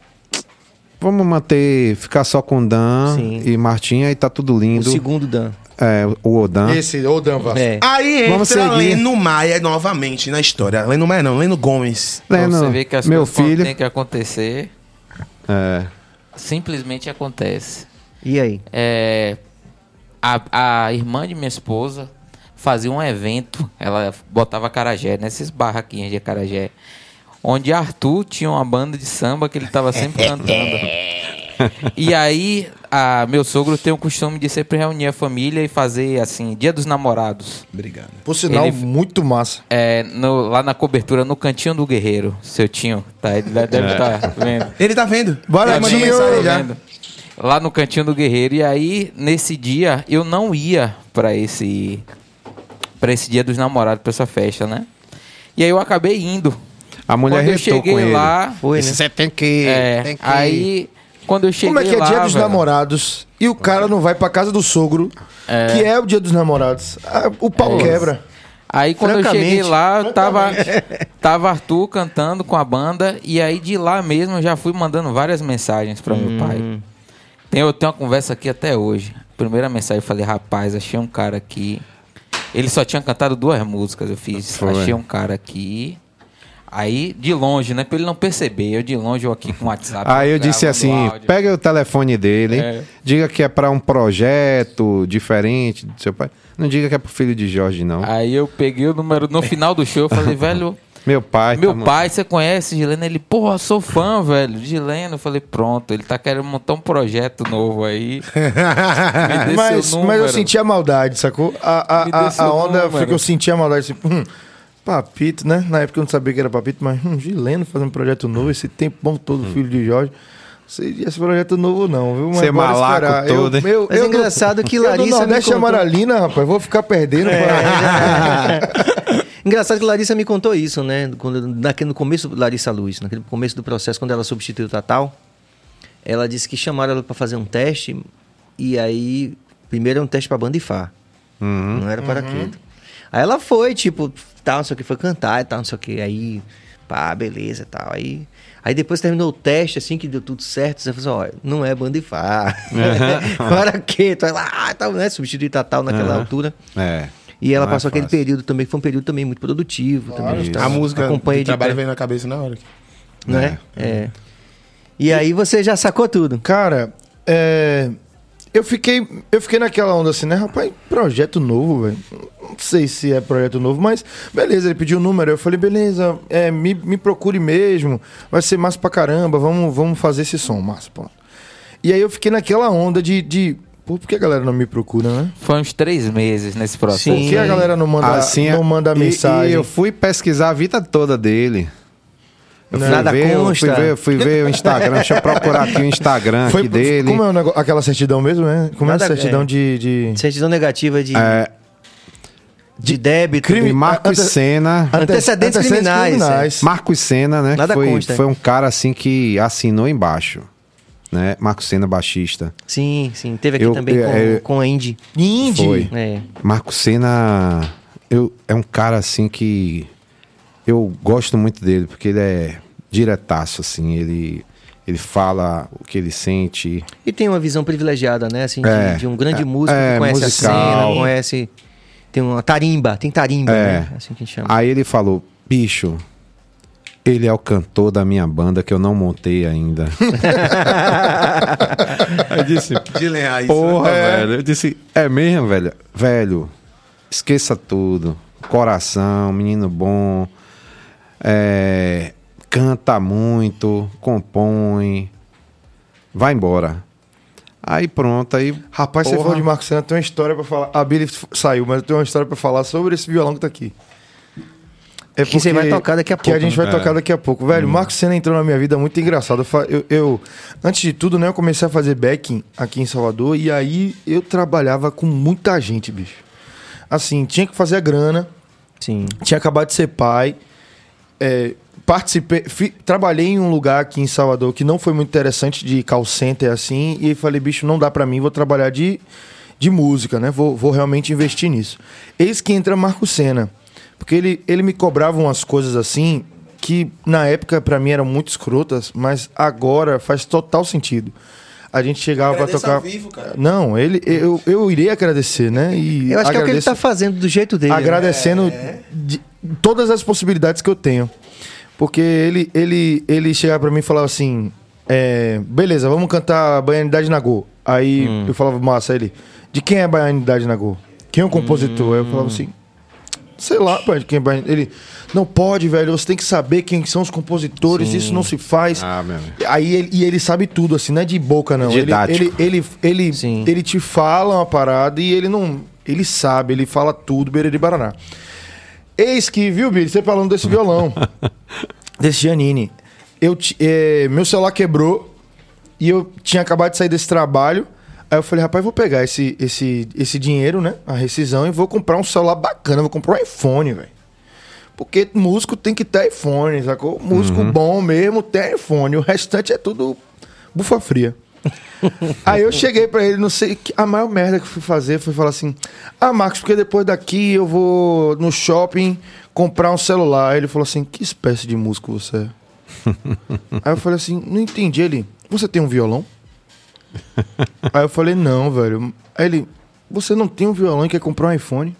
manter, ficar só com Dan Sim. e Martinha e tá tudo O lindo. segundo Dan. O Odan. Esse, ô Dan Vasco. É. Aí Vamos entra seguir. Leno Maia novamente na história. Leno Maia não, Leno Gomes. Pra Leno, você ver que as meu coisas quando filho. tem que acontecer, É, simplesmente acontece. E aí? A irmã de minha esposa fazia um evento, ela botava acarajé, nessas barraquinhas de acarajé, onde Arthur tinha uma banda de samba que ele tava sempre cantando. E aí, meu sogro tem o costume de sempre reunir a família e fazer, assim, Dia dos Namorados. Obrigado. Por sinal, Ele- muito massa. Lá na cobertura, no Cantinho do Guerreiro, seu Tinho, tá? Ele deve estar vendo. Ele tá vendo? Bora, Ele mandou Tinho. mensagem Tô já. vendo. Lá no Cantinho do Guerreiro. E aí, nesse dia, eu não ia pra esse Dia dos Namorados, pra essa festa, né? E aí eu acabei indo. A mulher Quando eu retou cheguei com ele. lá... Foi, né? Você tem que ir, tem que ir. Aí, quando eu cheguei Como é que é lá, dia dos velho, namorados e o cara não vai pra casa do sogro, que é o dia dos namorados? Ah, o pau quebra. Aí quando eu Francamente, cheguei lá, tava Arthur cantando com a banda. E aí de lá mesmo eu já fui mandando várias mensagens pra meu pai. Eu tenho uma conversa aqui até hoje. Primeira mensagem, eu falei, rapaz, achei um cara aqui. Ele só tinha cantado 2 músicas, eu fiz. Foi. Achei um cara aqui. Aí, de longe, né? Pra ele não perceber. Eu de longe, eu aqui com o WhatsApp. Aí eu disse gravando assim, áudio. pega o telefone dele, É. diga que é pra um projeto diferente do seu pai. Não diga que é pro filho de Jorge, não. Aí eu peguei o número no final do show, eu falei, velho... Meu pai. Meu tá pai, você conhece Gileno? Ele, porra, sou fã, velho. Gileno, eu falei, pronto, ele tá querendo montar um projeto novo aí. Me dê Mas, seu mas eu número. senti a maldade, sacou? Me dê A seu onda número. foi que eu senti a maldade, assim, Papito, né? Na época eu não sabia que era Papito, mas Gileno fazendo um projeto novo, esse tempo bom todo, filho de Jorge. Esse projeto novo não, viu? Mas Ser bora malaco esperar. todo, hein? Mas é engraçado que Larissa Eu do Nordeste me contou- Amaralina, rapaz, vou ficar perdendo. Engraçado que Larissa me contou isso, né? No começo, Larissa Luz, naquele começo do processo, quando ela substituiu o Tatal, ela disse que chamaram ela pra fazer um teste, e aí, primeiro é um teste pra banda Ifá, não era para quieto. Aí ela foi, tipo, tal, não sei o que, foi cantar e tal, não sei o que, aí, pá, beleza e tal, aí depois terminou o teste, assim, que deu tudo certo, você falou assim, ó, não é banda Ifá, para quieto, aí lá, tal, né, substituir Tatal naquela altura. É. E ela Não é passou aquele fácil. período também, que foi um período também muito produtivo. Também, gente A música acompanha do de trabalho perto, veio na cabeça na hora. não é? É. E aí você já sacou tudo. Cara, eu fiquei naquela onda assim, né? Rapaz, projeto novo, velho. Não sei se é projeto novo, mas beleza, ele pediu o número. Eu falei, beleza, me procure mesmo. Vai ser massa pra caramba, vamos fazer esse som, massa, pô. E aí eu fiquei naquela onda de pô, por que a galera não me procura, né? Foi uns 3 meses nesse processo. Sim. Por que a galera não manda, não manda mensagem? E eu fui pesquisar a vida toda dele. Eu fui Nada ver, consta. fui ver o Instagram. Deixa eu procurar aqui o Instagram aqui dele. Como é o negócio, aquela certidão mesmo, né? Como Nada- é a certidão de... Certidão negativa de débito. crime. E Marcos Ante- Sena. Antecedentes criminais, Marcos Sena, né? Nada foi, consta. foi um cara assim que assinou embaixo. Né? Marcos Sena, baixista. Sim, sim. Teve aqui Eu- também com a Indy. Indy. Foi. É. Marcos Sena é um cara assim que eu gosto muito dele, porque ele é diretaço, assim, ele fala o que ele sente. E tem uma visão privilegiada, né? Assim, de um grande É, músico que conhece musical. a cena, conhece... Tem uma tarimba, né? Assim que a gente chama. Aí ele falou, bicho, ele é o cantor da minha banda que eu não montei ainda. Eu disse, Gileno Raiz. porra, velho. Eu disse, é mesmo, velho? Velho, esqueça tudo. Coração, menino bom. Canta muito, compõe. Vai embora. Aí pronto, aí... Rapaz, você Porra. falou de Marcos Sena, tem uma história pra falar. A Billy saiu, mas eu tenho uma história pra falar sobre esse violão que tá aqui. Que você vai tocar daqui a Que a pouco, gente né? vai tocar daqui a pouco. Velho, Marcos Sena entrou na minha vida muito engraçado. Eu, antes de tudo, né, eu comecei a fazer backing aqui em Salvador e aí eu trabalhava com muita gente, bicho. Assim, tinha que fazer a grana, Sim. tinha acabado de ser pai, trabalhei em um lugar aqui em Salvador que não foi muito interessante de call center assim, e falei, bicho, não dá pra mim, vou trabalhar de música, né? Vou realmente investir nisso. Eis que entra Marcos Sena, porque ele me cobrava umas coisas assim que na época pra mim eram muito escrotas, mas agora faz total sentido. A gente chegava pra Agradeça tocar. ao vivo, cara. Não, eu irei agradecer, né? E Eu acho que é o que ele agradeço- tá fazendo do jeito dele. né? agradecendo de todas as possibilidades que eu tenho. Porque ele chegava pra mim e falava assim, beleza, vamos cantar Baianidade Nagô. Aí eu falava, massa, ele, de quem é Baianidade Nagô? Quem é o compositor? Aí eu falava assim, sei lá, pai, ele não pode, velho, você tem que saber quem são os compositores, isso não se faz. meu amigo. Aí ele sabe tudo, assim, não é de boca, não. Didático. Sim. Ele te fala uma parada e ele sabe, ele fala tudo, Bereri Baraná. Eis que, viu, Billy, você falando desse violão, desse Giannini, meu celular quebrou e eu tinha acabado de sair desse trabalho. Aí eu falei, rapaz, vou pegar esse dinheiro, né? A rescisão, e vou comprar um celular bacana, vou comprar um iPhone, velho. Porque músico tem que ter iPhone, sacou? Músico bom mesmo tem iPhone. O restante é tudo bufa fria. Aí eu cheguei pra ele, não sei, a maior merda que eu fui fazer foi falar assim: Marcos, porque depois daqui eu vou no shopping comprar um celular. Aí ele falou assim: que espécie de músico você é? Aí eu falei assim, não entendi. Ele, você tem um violão? Aí eu falei, não, velho. Aí ele, você não tem um violão e quer comprar um iPhone?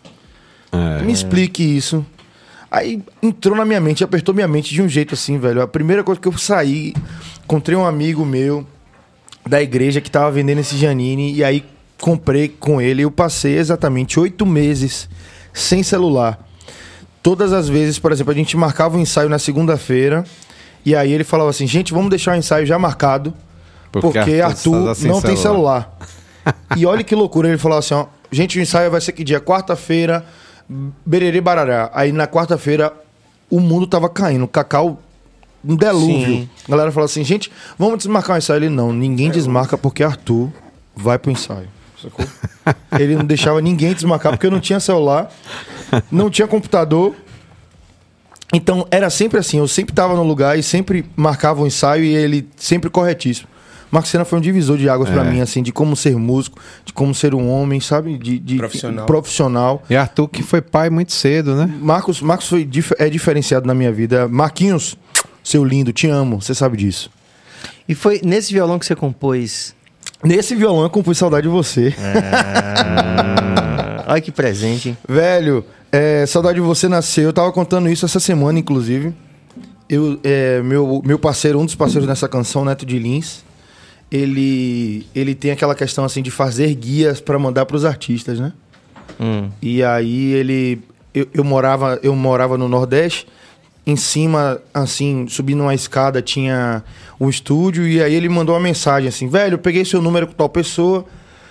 Me explique isso. Aí entrou na minha mente, apertou minha mente de um jeito assim, velho. A primeira coisa que eu saí, encontrei um amigo meu da igreja que tava vendendo esse Giannini, e aí comprei com ele. Eu passei exatamente 8 meses sem celular. Todas as vezes, por exemplo, a gente marcava um ensaio na segunda-feira, e aí ele falava assim, gente, vamos deixar o ensaio já marcado, porque Arthur não tem celular. E olha que loucura, ele falava assim, ó, gente, o ensaio vai ser que dia? Quarta-feira, Bereri Barará. Aí na quarta-feira o mundo tava caindo, Cacau, um delúvio. Sim. A galera falou assim, gente, vamos desmarcar o ensaio. Ele, não, ninguém desmarca porque Arthur vai pro ensaio. Sacou? Ele não deixava ninguém desmarcar porque eu não tinha celular, não tinha computador. Então era sempre assim, eu sempre tava no lugar e sempre marcava o ensaio e ele sempre corretíssimo. Marcos Senna foi um divisor de águas pra mim, assim, de como ser músico, de como ser um homem, sabe? De profissional. E Arthur que foi pai muito cedo, né? Marcos é diferenciado na minha vida. Marquinhos, seu lindo, te amo, você sabe disso. E foi nesse violão que você compôs? Nesse violão eu compus Saudade de Você. Olha que presente, hein? Velho, Saudade de Você nasceu, eu tava contando isso essa semana, inclusive. Meu parceiro, um dos parceiros nessa canção, Neto de Lins, ele tem aquela questão assim de fazer guias pra mandar pros artistas, né? E aí eu morava no Nordeste, em cima, assim, subindo uma escada tinha um estúdio, e aí ele mandou uma mensagem assim, velho, eu peguei seu número com tal pessoa,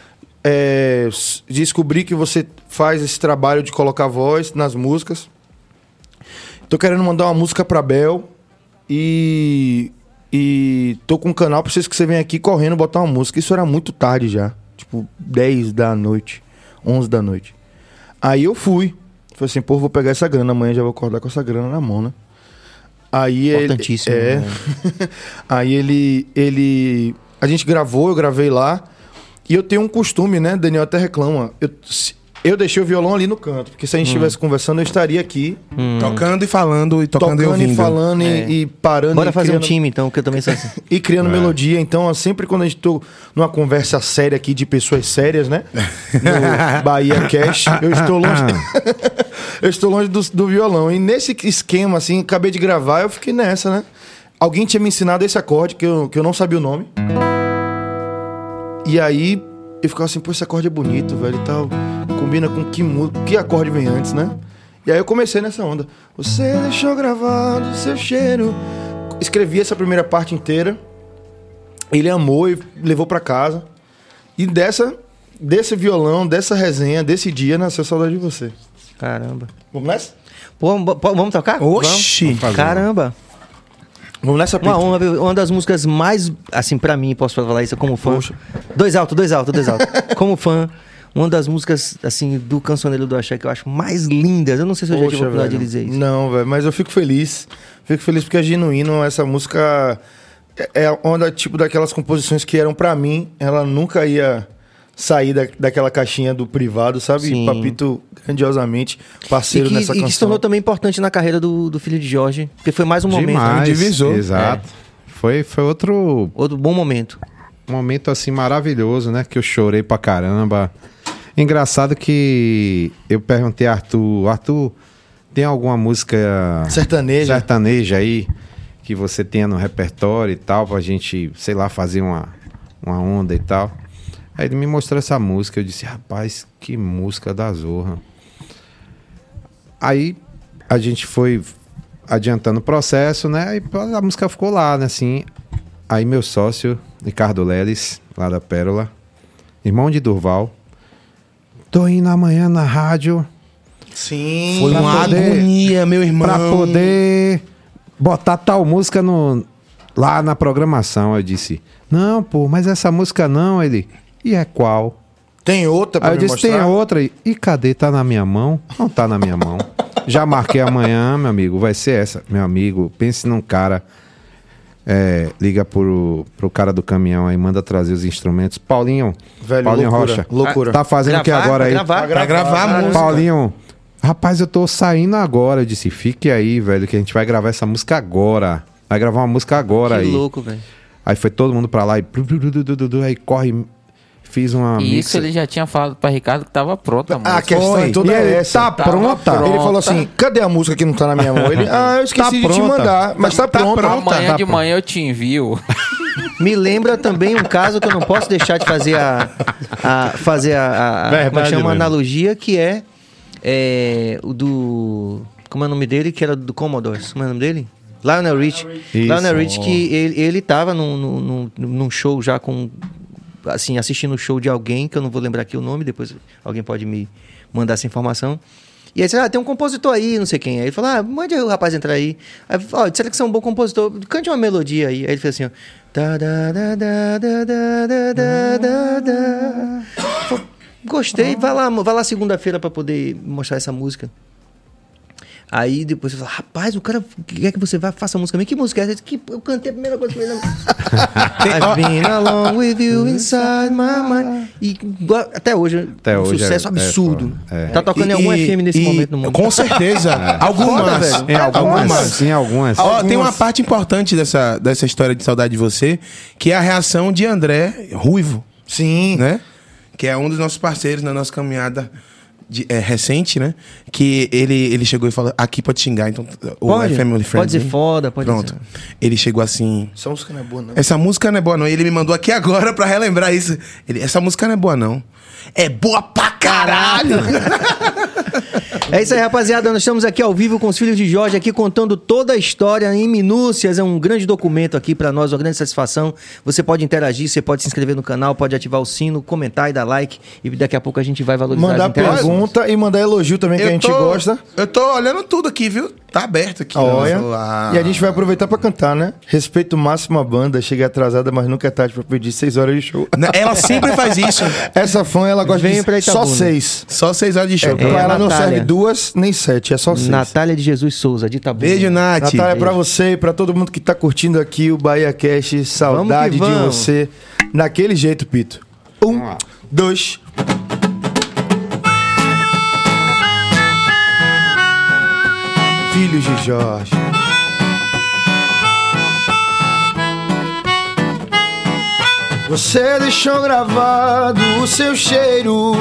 descobri que você faz esse trabalho de colocar voz nas músicas, tô querendo mandar uma música pra Bel e tô com um canal, preciso que você venha aqui correndo botar uma música. Isso era muito tarde já, tipo 10 da noite, 11 da noite. Aí eu fui, falei assim, pô, vou pegar essa grana, amanhã já vou acordar com essa grana na mão, né? Aí importantíssimo. Né? Aí a gente gravou, eu gravei lá. E eu tenho um costume, né? Daniel até reclama. Eu deixei o violão ali no canto, porque se a gente estivesse conversando, eu estaria aqui. Tocando e falando, e tocando e ouvindo. E falando e parando. Bora e fazer criando, um time, então, que eu também sou assim. e criando melodia. Então, sempre quando a gente tô numa conversa séria aqui de pessoas sérias, né? No Bahia Cash, eu estou longe. Eu estou longe do violão. E nesse esquema, assim, acabei de gravar, eu fiquei nessa, né? Alguém tinha me ensinado esse acorde que eu não sabia o nome. E aí eu ficava assim, pô, esse acorde é bonito, velho, e tal. Combina com que acorde vem antes, né? E aí eu comecei nessa onda. Você deixou gravado o seu cheiro. Escrevi essa primeira parte inteira. Ele amou e levou pra casa. E desse violão, dessa resenha, desse dia, nasceu Saudade de Você. Caramba. Vamos nessa? Pô, vamos tocar? Oxi! Vamos. Caramba. Vamos nessa, Pito. Uma das músicas mais, assim, pra mim, posso falar isso como fã. Poxa. Dois alto. Como fã, uma das músicas, assim, do Cancioneiro do Axé que eu acho mais lindas. Eu não sei se eu já tive a oportunidade de dizer isso. Não, velho, mas eu fico feliz. Fico feliz porque é genuíno. Essa música é uma tipo daquelas composições que eram pra mim. Ela nunca ia sair daquela caixinha do privado, sabe? Sim. Papito, grandiosamente, parceiro nessa canção. E que se tornou também importante na carreira do filho de Jorge, porque foi mais um momento. Demais, divisor. Exato. Foi outro bom momento. momento assim maravilhoso, né? Que eu chorei pra caramba. Engraçado que eu perguntei a Arthur, tem alguma música sertaneja aí que você tenha no repertório e tal, pra gente, sei lá, fazer uma onda e tal. Aí ele me mostrou essa música, eu disse, rapaz, que música da zorra. Aí a gente foi adiantando o processo, né? E a música ficou lá, né? Assim. Aí meu sócio, Ricardo Leles, lá da Pérola, irmão de Durval, tô indo amanhã na rádio. Sim. Foi Pra uma poder- agonia, meu irmão. Pra poder botar tal música lá na programação. Eu disse, não, pô, mas essa música não. Ele, e é qual? Tem outra pra Aí eu me disse, mostrar? tem outra. E cadê? Tá na minha mão? Não tá na minha mão. Já marquei amanhã, meu amigo. Vai ser essa. Meu amigo, pense num cara. Liga pro cara do caminhão aí, manda trazer os instrumentos. Paulinho, Velho, Paulinho loucura, Rocha. loucura. Tá fazendo o que agora aí? Pra gravar a música. Paulinho, rapaz, eu tô saindo agora. Eu disse, fique aí, velho, que a gente vai gravar essa música agora. Vai gravar uma música agora Que aí. louco, velho. Aí foi todo mundo pra lá e... Aí corre... Fiz uma E mix. isso ele já tinha falado pra Ricardo que tava pronta a música. A questão Foi. é toda E ele essa. tá pronta. Ele falou assim, cadê a música que não tá na minha mão? Ele, eu esqueci de te pronta. mandar, mas tá pronta. Amanhã tá de pronto. manhã eu te envio. Me lembra também um caso que eu não posso deixar de fazer Verdade, como chama, mesmo. uma analogia, que é o do... Como é o nome dele? Que era do Commodores. Como é o nome dele? Lionel Rich. Isso. Lionel Rich, que ele tava num show já com... Assim, assistindo o show de alguém, que eu não vou lembrar aqui o nome, depois alguém pode me mandar essa informação. E aí, você tem um compositor aí, não sei quem. Aí ele falou, mande o rapaz entrar aí. Aí, disseram que você é um bom compositor, cante uma melodia aí. Aí ele fez assim, ó. Falei, gostei, vai lá segunda-feira pra poder mostrar essa música. Aí depois você fala, rapaz, o cara quer que você vá, faça a música mesmo. Que música é essa? Eu cantei a primeira coisa que eu falei. I've been along with you inside my mind. E até hoje, Até um hoje sucesso absurdo. foda. Tá tocando em algum FM nesse momento no mundo. Com certeza. Algumas. Foda, velho. Em algumas. Algumas. Sim, algumas. Ó, tem uma parte importante dessa história de Saudade de Você, que é a reação de André Ruivo, Sim. né? Que é um dos nossos parceiros na nossa caminhada recente, né? Que ele chegou e falou, aqui pode xingar, então o Pode, Family Friends. pode dizer hein? foda, pode Pronto. dizer. Ele chegou assim, Essa música não é boa, não. essa música não é boa não. E ele me mandou aqui agora pra relembrar isso. Essa música não é boa não. É boa pra caralho! É isso aí, rapaziada. Nós estamos aqui ao vivo com os filhos de Jorge, aqui contando toda a história em minúcias. É um grande documento aqui pra nós, uma grande satisfação. Você pode interagir, você pode se inscrever no canal, pode ativar o sino, comentar e dar like. E daqui a pouco a gente vai valorizar Mandar as interações. pergunta e mandar elogio também, que a gente gosta. Eu tô olhando tudo aqui, viu? Tá aberto aqui. Olha. Lá. E a gente vai aproveitar pra cantar, né? Respeito máximo à banda, cheguei atrasada, mas nunca é tarde pra pedir 6 horas de show. Ela sempre faz isso. Essa fã, ela gosta Venho pra de só Itabuna. 6. Só 6 horas de show. Pra ela não Natália. serve 2 nem 7, é só 6. Natália de Jesus Souza, de Itabuna. Beijo, Nath. Natália, pra você e pra todo mundo que tá curtindo aqui o Bahia Cast, saudade Vamos que de vamos. você. Daquele jeito, Pito. 1, 2. Filhos de Jorge. Você deixou gravado o seu cheiro,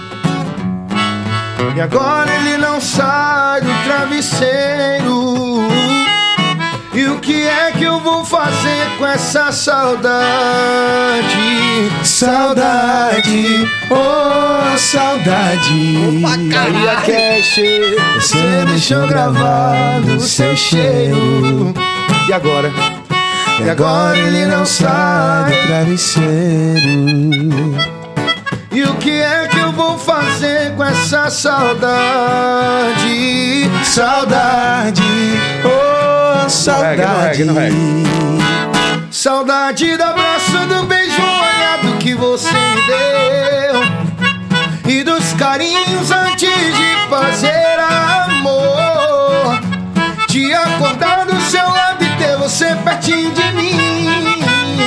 e agora ele não sai do travesseiro. E o que é que eu vou fazer com essa saudade? Saudade, oh saudade. Bahia Cash, você deixou gravado o seu cheiro. E agora? E agora ele não sai. do travesseiro. E o que é que eu vou fazer com essa saudade? Saudade, oh saudade. Saudade do abraço, do beijo molhado que você me deu, e dos carinhos antes de fazer amor, de acordar do seu lado e ter você pertinho de mim.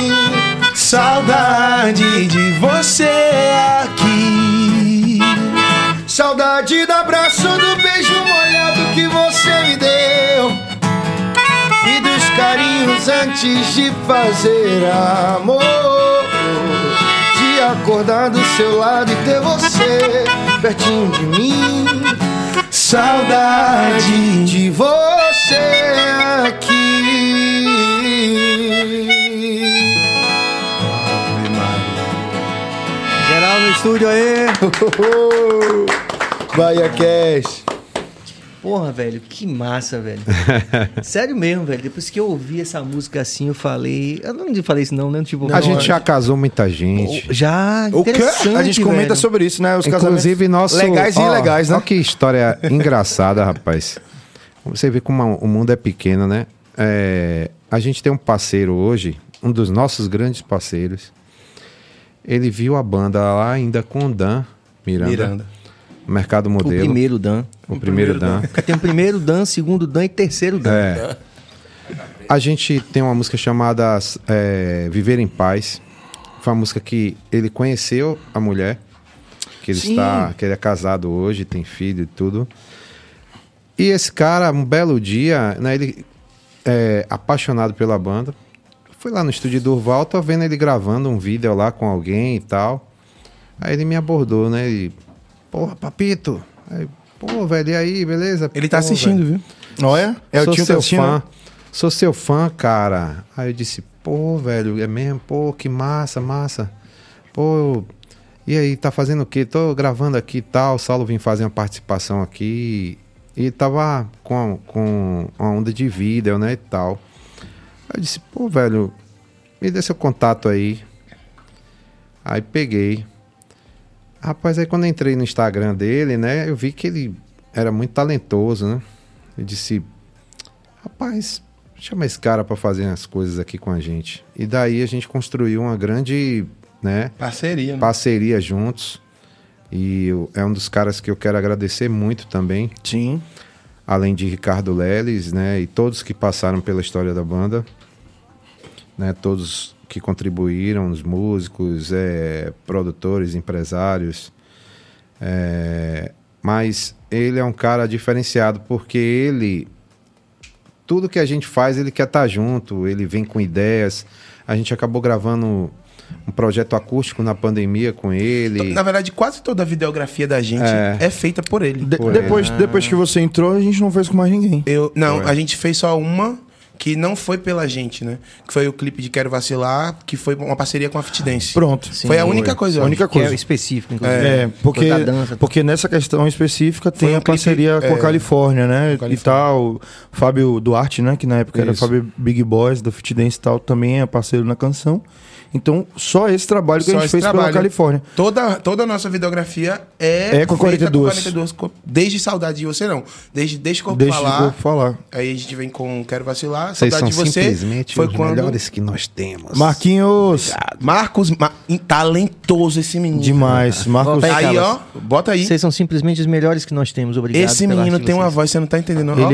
Saudade de você aqui. Saudade do abraço, do beijo molhado que você me deu, e dos carinhos antes de fazer amor, de acordar do seu lado e ter você pertinho de mim. Saudade de você aqui. Geral no estúdio aí. Bahia Cash. Porra, velho, que massa, velho. Sério mesmo, velho. Depois que eu ouvi essa música assim, eu falei... Eu não falei isso não, né? Tipo, A gente já casou muita gente. Já, O quê? interessante, A gente comenta velho. sobre isso, né? Os Inclusive, casamentos nosso... legais e ilegais, né? Olha que história engraçada, rapaz. Você vê como o mundo é pequeno, né? A gente tem um parceiro hoje, um dos nossos grandes parceiros. Ele viu a banda lá ainda com o Dan Miranda. No Mercado O Modelo. primeiro Dan. O primeiro Dan. Porque tem o primeiro Dan, segundo Dan e terceiro Dan. A gente tem uma música chamada Viver em Paz. Foi uma música que ele conheceu a mulher, que ele é casado hoje, tem filho e tudo. E esse cara, um belo dia, né, ele é apaixonado pela banda. Fui lá no estúdio do Durval, tô vendo ele gravando um vídeo lá com alguém e tal. Aí ele me abordou, né? E, porra, Papito. Aí, pô, velho, e aí, beleza? Ele tá Pô, assistindo, velho. viu? Olha, é o Sou tio seu assistindo. fã. Sou seu fã, cara. Aí eu disse, pô, velho, é mesmo? Pô, que massa, massa. Pô, e aí, tá fazendo o quê? Tô gravando aqui e tal. O Saulo vim fazer uma participação aqui. E tava com uma onda de vídeo, né, e tal. Aí eu disse, pô, velho, me dê seu contato aí. Aí peguei. Rapaz, aí quando eu entrei no Instagram dele, né, eu vi que ele era muito talentoso, né? Eu disse, rapaz, chama esse cara pra fazer as coisas aqui com a gente. E daí a gente construiu uma grande, né, Parceria, né? parceria juntos. E é um dos caras que eu quero agradecer muito também. Sim. Além de Ricardo Leles, né, e todos que passaram pela história da banda, né, todos que contribuíram, os músicos, produtores, empresários, mas ele é um cara diferenciado porque ele, tudo que a gente faz, ele quer estar junto, ele vem com ideias. A gente acabou gravando um projeto acústico na pandemia com ele. Na verdade, quase toda a videografia da gente é feita por ele. Depois que você entrou, a gente não fez com mais ninguém. A gente fez só uma que não foi pela gente, né? Que foi o clipe de Quero Vacilar, que foi uma parceria com a Fit Dance. Pronto. Sim, foi a única coisa. A única Que é coisa. específico, inclusive. Porque, Da dança. porque nessa questão específica Foi tem um a parceria clipe, com a Califórnia, né? com a E tal. Fábio Duarte, né? Que na época era Isso. Fábio Big Boys, da Fit Dance e tal, também é parceiro na canção. Então, só esse trabalho que Só a gente esse fez pela trabalho. Califórnia. Toda a nossa videografia é com feita 42. Desde Saudade de Você, não. Desde Deixa o Corpo Deixa Falar. o corpo falar. Aí a gente vem com Quero Vacilar. Vocês Saudade são de Você simplesmente foi os quando... melhores que nós temos. Marquinhos, Marcos, talentoso esse menino. demais. Marcos, Bota Aí, Carlos. ó, bota aí. Vocês são simplesmente os melhores que nós temos. Obrigado. Esse pela menino arte de tem uma vocês. voz, você não tá entendendo. Ó.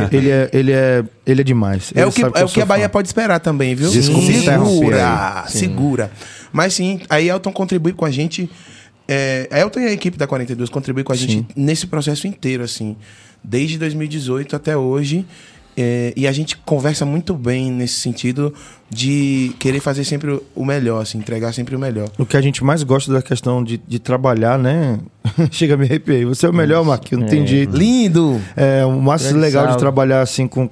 ele é demais. É Ele o que, sabe é eu o que sou a Bahia fã. pode esperar também, viu? Desculpa interromper Segura, segura. Mas sim, aí Elton contribui com a gente. Elton e a equipe da 42 contribuem com a gente nesse processo inteiro, assim. Desde 2018 até hoje. E a gente conversa muito bem nesse sentido de querer fazer sempre o melhor, assim, entregar sempre o melhor. O que a gente mais gosta da questão de trabalhar, né? Chega a me arrepiar. Você é o melhor, Marquinhos, não tem jeito. Lindo! É, o mais Grande legal salve. de trabalhar assim com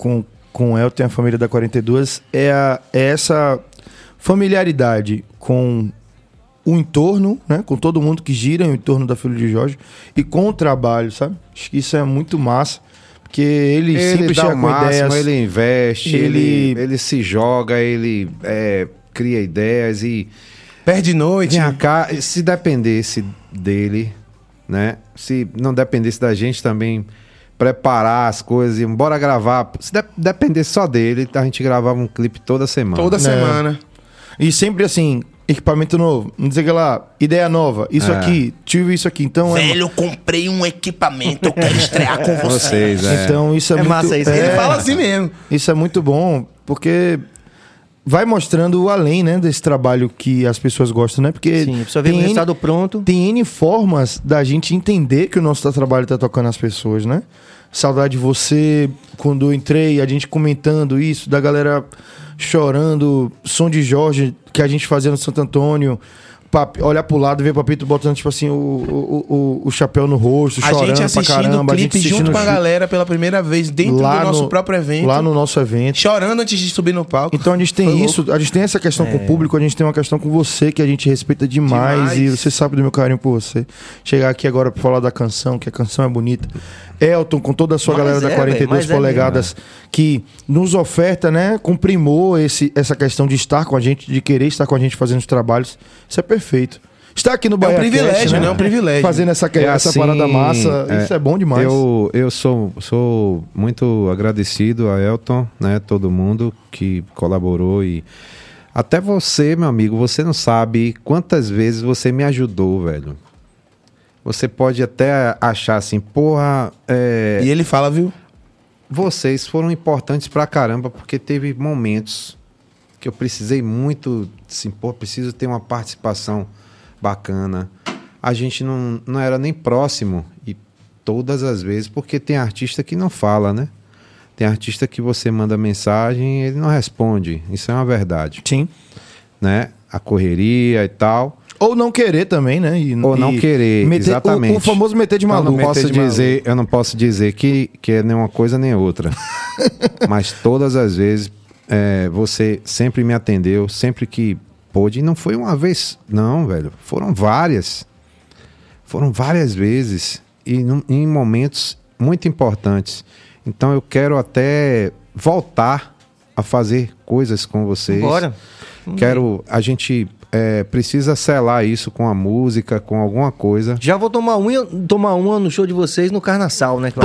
o Elton e a família da 42 é essa familiaridade com o entorno, né? Com todo mundo que gira em torno da Filho de Jorge e com o trabalho, sabe? Acho que isso é muito massa. Porque ele sempre dá chega o com máximo, ideias. ele investe, ele- ele se joga, ele cria ideias e Perde noite. vem cá, se dependesse dele, né? Se não dependesse da gente também preparar as coisas e bora gravar. Se dependesse só dele, a gente gravava um clipe toda semana. Toda semana. E sempre assim, equipamento novo, não sei o que lá, ideia nova, isso aqui, tive isso aqui. Então Velho, eu comprei um equipamento, eu quero estrear com vocês. Vocês, é. Então isso é, É muito, massa isso. Ele fala assim mesmo. Isso é muito bom, porque vai mostrando o além, né, desse trabalho que as pessoas gostam, né? Porque Sim, a pessoa vê o resultado pronto. tem N formas da gente entender que o nosso trabalho tá tocando as pessoas, né? Saudade de Você, quando eu entrei, a gente comentando isso, da galera chorando, Som de Jorge, que a gente fazia no Santo Antônio, olhar pro lado e ver Papito botando, tipo assim, o chapéu no rosto, A chorando gente pra assistindo caramba. o clipe junto com a o galera pela primeira vez dentro do nosso próprio evento. Lá no nosso evento. Chorando antes de subir no palco. Então a gente tem Foi isso, a gente tem essa questão com o público, a gente tem uma questão com você que a gente respeita demais. E você sabe do meu carinho por você. Chegar aqui agora pra falar da canção, que a canção é bonita. Elton, com toda a sua galera da 42 polegadas, que nos oferta, né, com primor essa questão de estar com a gente, de querer estar com a gente fazendo os trabalhos. Isso é perfeito. Estar aqui no Bahia privilégio, né? É um privilégio. Fazendo essa assim, parada massa, isso é bom demais. Eu sou muito agradecido a Elton, né? Todo mundo que colaborou e até você, meu amigo, você não sabe quantas vezes você me ajudou, velho. Você pode até achar assim, porra... E ele fala, viu? Vocês foram importantes pra caramba, porque teve momentos que eu precisei muito, assim, pô, preciso ter uma participação bacana. A gente não era nem próximo, e todas as vezes, porque tem artista que não fala, né? Tem artista que você manda mensagem e ele não responde. Isso é uma verdade. Sim. Né? A correria e tal... Ou não querer também, né? Não querer, exatamente. O famoso meter de maluco. Eu não posso dizer que é nem uma coisa nem outra. Mas todas as vezes você sempre me atendeu, sempre que pôde. E não foi uma vez, não, velho. Foram várias. Foram várias vezes. E em momentos muito importantes. Então eu quero até voltar a fazer coisas com vocês. Bora. A gente... precisa selar isso com a música, com alguma coisa. Já vou tomar uma no show de vocês no Carnaçal, né?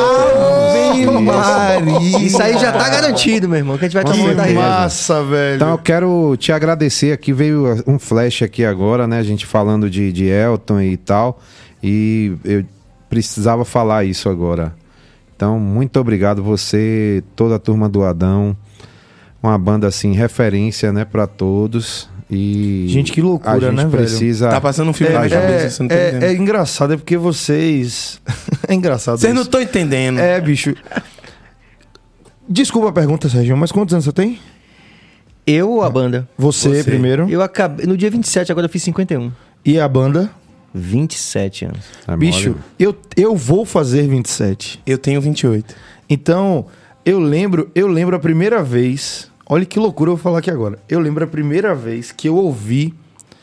Isso aí já tá garantido, meu irmão, que a gente vai tomar muita massa, velho. Então eu quero te agradecer aqui, veio um flash aqui agora, né? A gente falando de Elton e tal, e eu precisava falar isso agora. Então, muito obrigado você, toda a turma do Adão, uma banda assim, referência, né, pra todos. E gente, que loucura, né, precisa... Tá passando um filme na cabeça, você não tá entendendo. É engraçado, é porque vocês... é engraçado. Vocês não estão entendendo. Bicho. Desculpa a pergunta, Sérgio, mas quantos anos você tem? Eu ou a banda? Você primeiro. Eu acabei... No dia 27, agora eu fiz 51. E a banda? 27 anos. Bicho, eu vou fazer 27. Eu tenho 28. Então, eu lembro a primeira vez... Olha que loucura eu vou falar aqui agora. Eu lembro a primeira vez que eu ouvi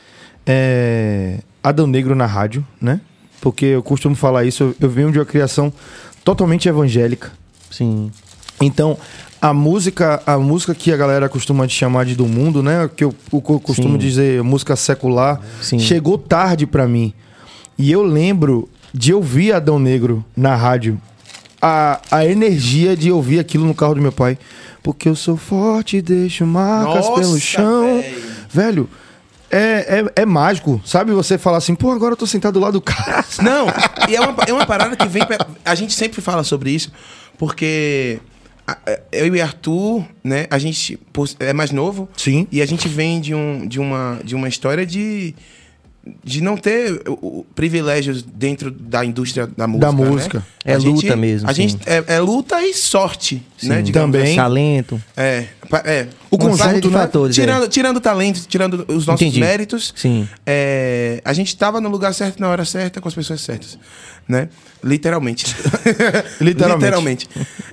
Adão Negro na rádio, né? Porque eu costumo falar isso, eu venho de uma criação totalmente evangélica. Sim. Então, a música que a galera costuma chamar de do mundo, né? Que eu costumo dizer música secular, chegou tarde pra mim. E eu lembro de ouvir Adão Negro na rádio. A energia de ouvir aquilo no carro do meu pai. Porque eu sou forte e deixo marcas pelo chão. Velho, é mágico. Sabe você falar assim, pô, agora eu tô sentado do lado do cara. Não, e é uma parada que vem... A gente sempre fala sobre isso, porque eu e Arthur, né, a gente é mais novo. Sim. E a gente vem de uma história de não ter privilégios dentro da indústria da música. Né? É luta mesmo. A gente é luta e sorte, né? Também. Assim. Talento. O conjunto de fatores. Tirando o talento, tirando os nossos méritos. Sim. A gente estava no lugar certo, na hora certa, com as pessoas certas. Né? Literalmente. Literalmente.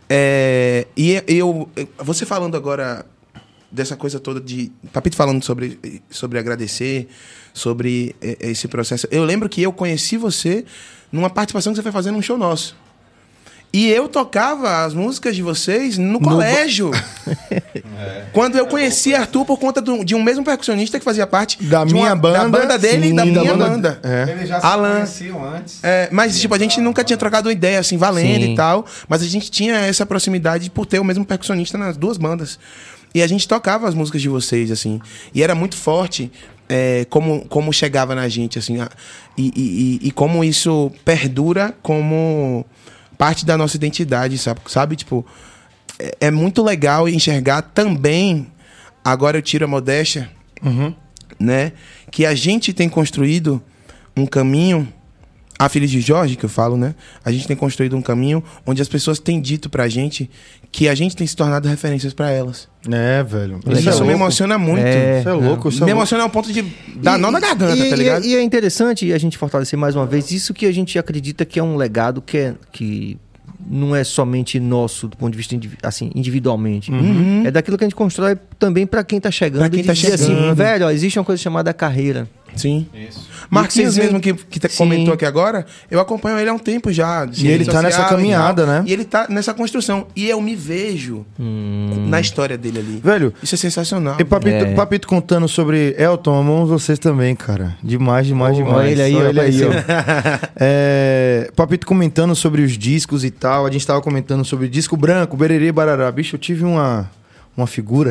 Você falando agora dessa coisa toda de... Papito falando sobre agradecer, sobre esse processo. Eu lembro que eu conheci você numa participação que você foi fazendo num show nosso. E eu tocava as músicas de vocês no colégio. Quando eu conheci Arthur por conta de um mesmo percussionista que fazia parte da minha banda. Da banda dele e da minha banda. Eles já se conheciam antes. Mas, tipo, a gente nunca tinha trocado uma ideia, assim, valendo e tal. Mas a gente tinha essa proximidade por ter o mesmo percussionista nas duas bandas. E a gente tocava as músicas de vocês, assim. E era muito forte como chegava na gente, assim. E como isso perdura como parte da nossa identidade, sabe? Tipo, é muito legal enxergar também, agora eu tiro a modéstia, né? Que a gente tem construído um caminho a Filhos de Jorge, que eu falo, né? A gente tem construído um caminho onde as pessoas têm dito pra gente que a gente tem se tornado referências pra elas. É, velho. Isso me emociona muito. Isso é louco, isso é Me louco. emociona ao ponto de dar nó na garganta, tá ligado? E é interessante a gente fortalecer mais uma vez isso que a gente acredita que é um legado que não é somente nosso do ponto de vista assim, individualmente. É daquilo que a gente constrói também pra quem tá chegando. Pra quem e tá dizer chegando. assim, velho, ó, existe uma coisa chamada carreira. Sim. Marquinhos E que mesmo, que comentou Sim. aqui agora, eu acompanho ele há um tempo já. de E ele rede tá nessa social e caminhada, tal. né? E ele tá nessa construção. E eu me vejo na história dele ali. Velho, Isso é sensacional. e Papito contando sobre Elton, amamos vocês também, cara. Demais. Olha ele aí, Olha ó, ele aí, apareceu. ó. Papito comentando sobre os discos e tal. A gente tava comentando sobre disco branco, Bererê, Barará. Bicho, eu tive uma figura.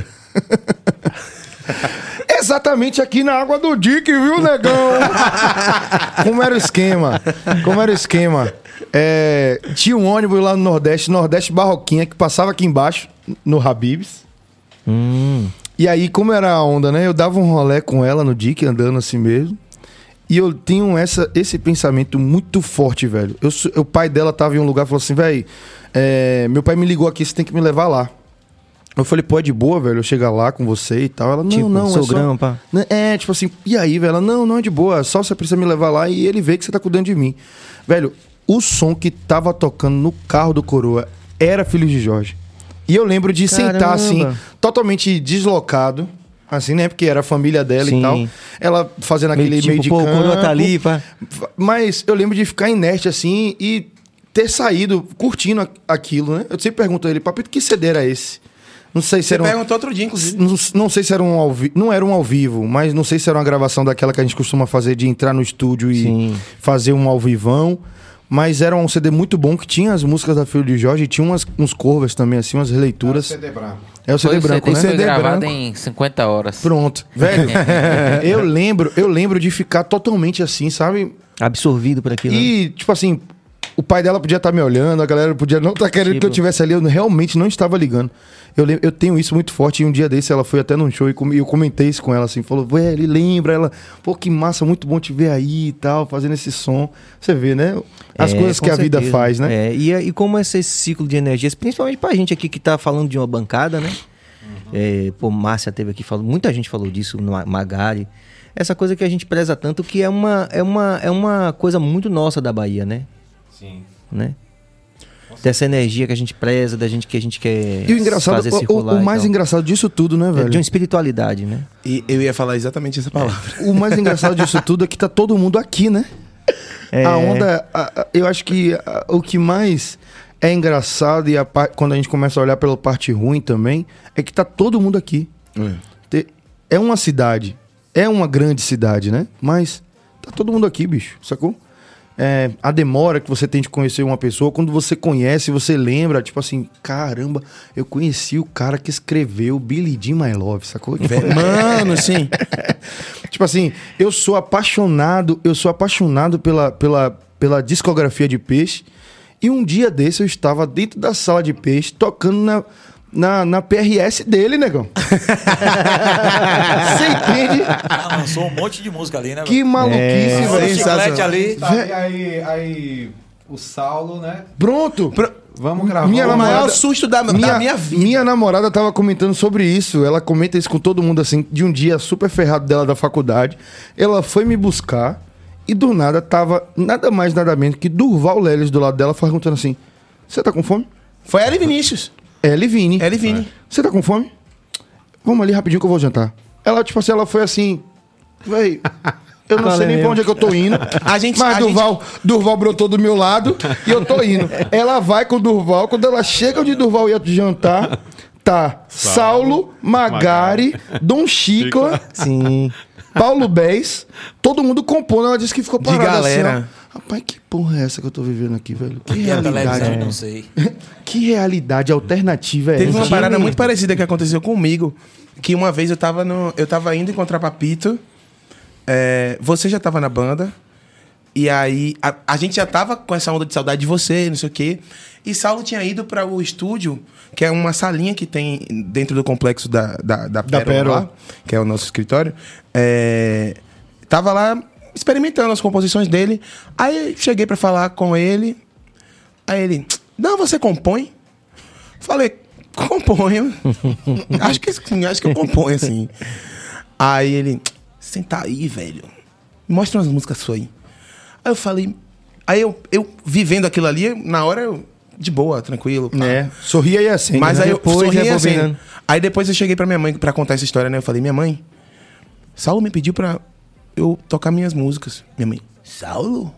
Exatamente aqui na água do Dick, viu, negão? Como era o esquema? Tinha um ônibus lá no Nordeste Barroquinha, que passava aqui embaixo, no Habib's. E aí, como era a onda, né? Eu dava um rolê com ela no Dick, andando assim mesmo. E eu tenho esse pensamento muito forte, velho. O pai dela tava em um lugar e falou assim, velho, meu pai me ligou aqui, você tem que me levar lá. Eu falei, pô, é de boa, velho, eu chegar lá com você e tal. Ela, não, Tipo, não, sogrão, é só... pá. Tipo assim, e aí, velho? Ela, não é de boa, só você precisa me levar lá e ele vê que você tá cuidando de mim. Velho, o som que tava tocando no carro do Coroa era Filhos de Jorge. E eu lembro de sentar assim, totalmente deslocado, assim, né? Porque era a família dela Sim. e tal. Ela fazendo aquele meio de pô, campo. o Coroa tá ali, pá. Mas eu lembro de ficar inerte assim e ter saído curtindo aquilo, né? Eu sempre pergunto a ele, Papito, que CD era esse? Não sei se Você era perguntou outro dia, inclusive. não sei se era um ao vivo. Não era um ao vivo, mas não sei se era uma gravação daquela que a gente costuma fazer de entrar no estúdio e Sim. fazer um ao vivão. Mas era um CD muito bom que tinha as músicas da Filho de Jorge e tinha uns covers também, assim, umas releituras. É o CD branco, né? Foi CD gravado branco. em 50 horas. Pronto. Velho, eu lembro de ficar totalmente assim, sabe? Absorvido por aquilo. E, tipo assim, o pai dela podia estar me olhando, a galera podia não estar querendo que eu estivesse ali, eu realmente não estava ligando. Eu tenho isso muito forte, e um dia desse ela foi até num show e eu comentei isso com ela, assim, falou, velho, lembra, ela, pô, que massa, muito bom te ver aí e tal, fazendo esse som. Você vê, né? As coisas que a vida faz, né? E como esse ciclo de energias, principalmente pra gente aqui que tá falando de uma bancada, né? Pô, Márcia teve aqui, muita gente falou disso, Magari. Essa coisa que a gente preza tanto, que é uma coisa muito nossa da Bahia, né? Sim. Né? Dessa energia que a gente preza, que a gente quer E o engraçado, fazer circular. o mais engraçado disso tudo, né, velho? de uma espiritualidade, né? E eu ia falar exatamente essa palavra. O mais engraçado disso tudo é que tá todo mundo aqui, né? A onda, eu acho que o que mais é engraçado, e quando a gente começa a olhar pela parte ruim também, é que tá todo mundo aqui. É uma cidade, é uma grande cidade, né? Mas tá todo mundo aqui, bicho, sacou? A demora que você tem de conhecer uma pessoa, quando você conhece, você lembra, tipo assim, caramba, eu conheci o cara que escreveu Billie Jean My Love, sacou? Mano, sim. Tipo assim, eu sou apaixonado pela discografia de Peixe, e um dia desse eu estava dentro da sala de Peixe, tocando na PRS dele, negão. Você entende? Lançou um monte de música ali, né? Que maluquice, velho. Chiclete ali. Tá, aí o Saulo, né? Pronto. Vamos gravar. Minha O maior namorada- susto da minha vida. Minha namorada tava comentando sobre isso. Ela comenta isso com todo mundo, assim, de um dia super ferrado dela da faculdade. Ela foi me buscar e do nada tava nada mais, nada menos que Durval Leles do lado dela, perguntando assim: você tá com fome? Foi ela e Vinícius. Elivine. Elivine. Você tá com fome? Vamos ali rapidinho que eu vou jantar. Ela, tipo assim, ela foi assim, véi, eu não sei nem pra onde é que eu tô indo. Mas Durval brotou do meu lado e eu tô indo. Ela vai com o Durval, quando ela chega onde Durval ia jantar, tá Saulo, Magari, Dom Chicla, Sim. Paulo Bez, todo mundo compondo. Ela disse que ficou De parada galera. assim, ó. Rapaz, que porra é essa que eu tô vivendo aqui, velho? Que E a televisão, realidade. não sei. Que realidade alternativa é Teve essa? uma parada muito parecida que aconteceu comigo. Que uma vez eu tava indo encontrar Papito. Você já tava na banda. E aí a gente já tava com essa onda de saudade de você, não sei o quê. E Saulo tinha ido para o estúdio, que é uma salinha que tem dentro do complexo da Pérola, Pérola. lá, que é o nosso escritório. Tava lá experimentando as composições dele. Aí cheguei pra falar com ele. Aí ele, não, você compõe? Falei, componho. acho que eu componho, assim. Aí ele, senta aí, velho. Mostra umas músicas suas aí. Aí eu falei... Aí eu vivendo aquilo ali, na hora eu... De boa, tranquilo. Pá. Sorria e assim. Mas aí eu Depois, sorri né, assim. bobinando. Aí depois eu cheguei pra minha mãe pra contar essa história, né? Eu falei, minha mãe, Saulo me pediu pra eu tocar minhas músicas. Minha mãe, Saulo?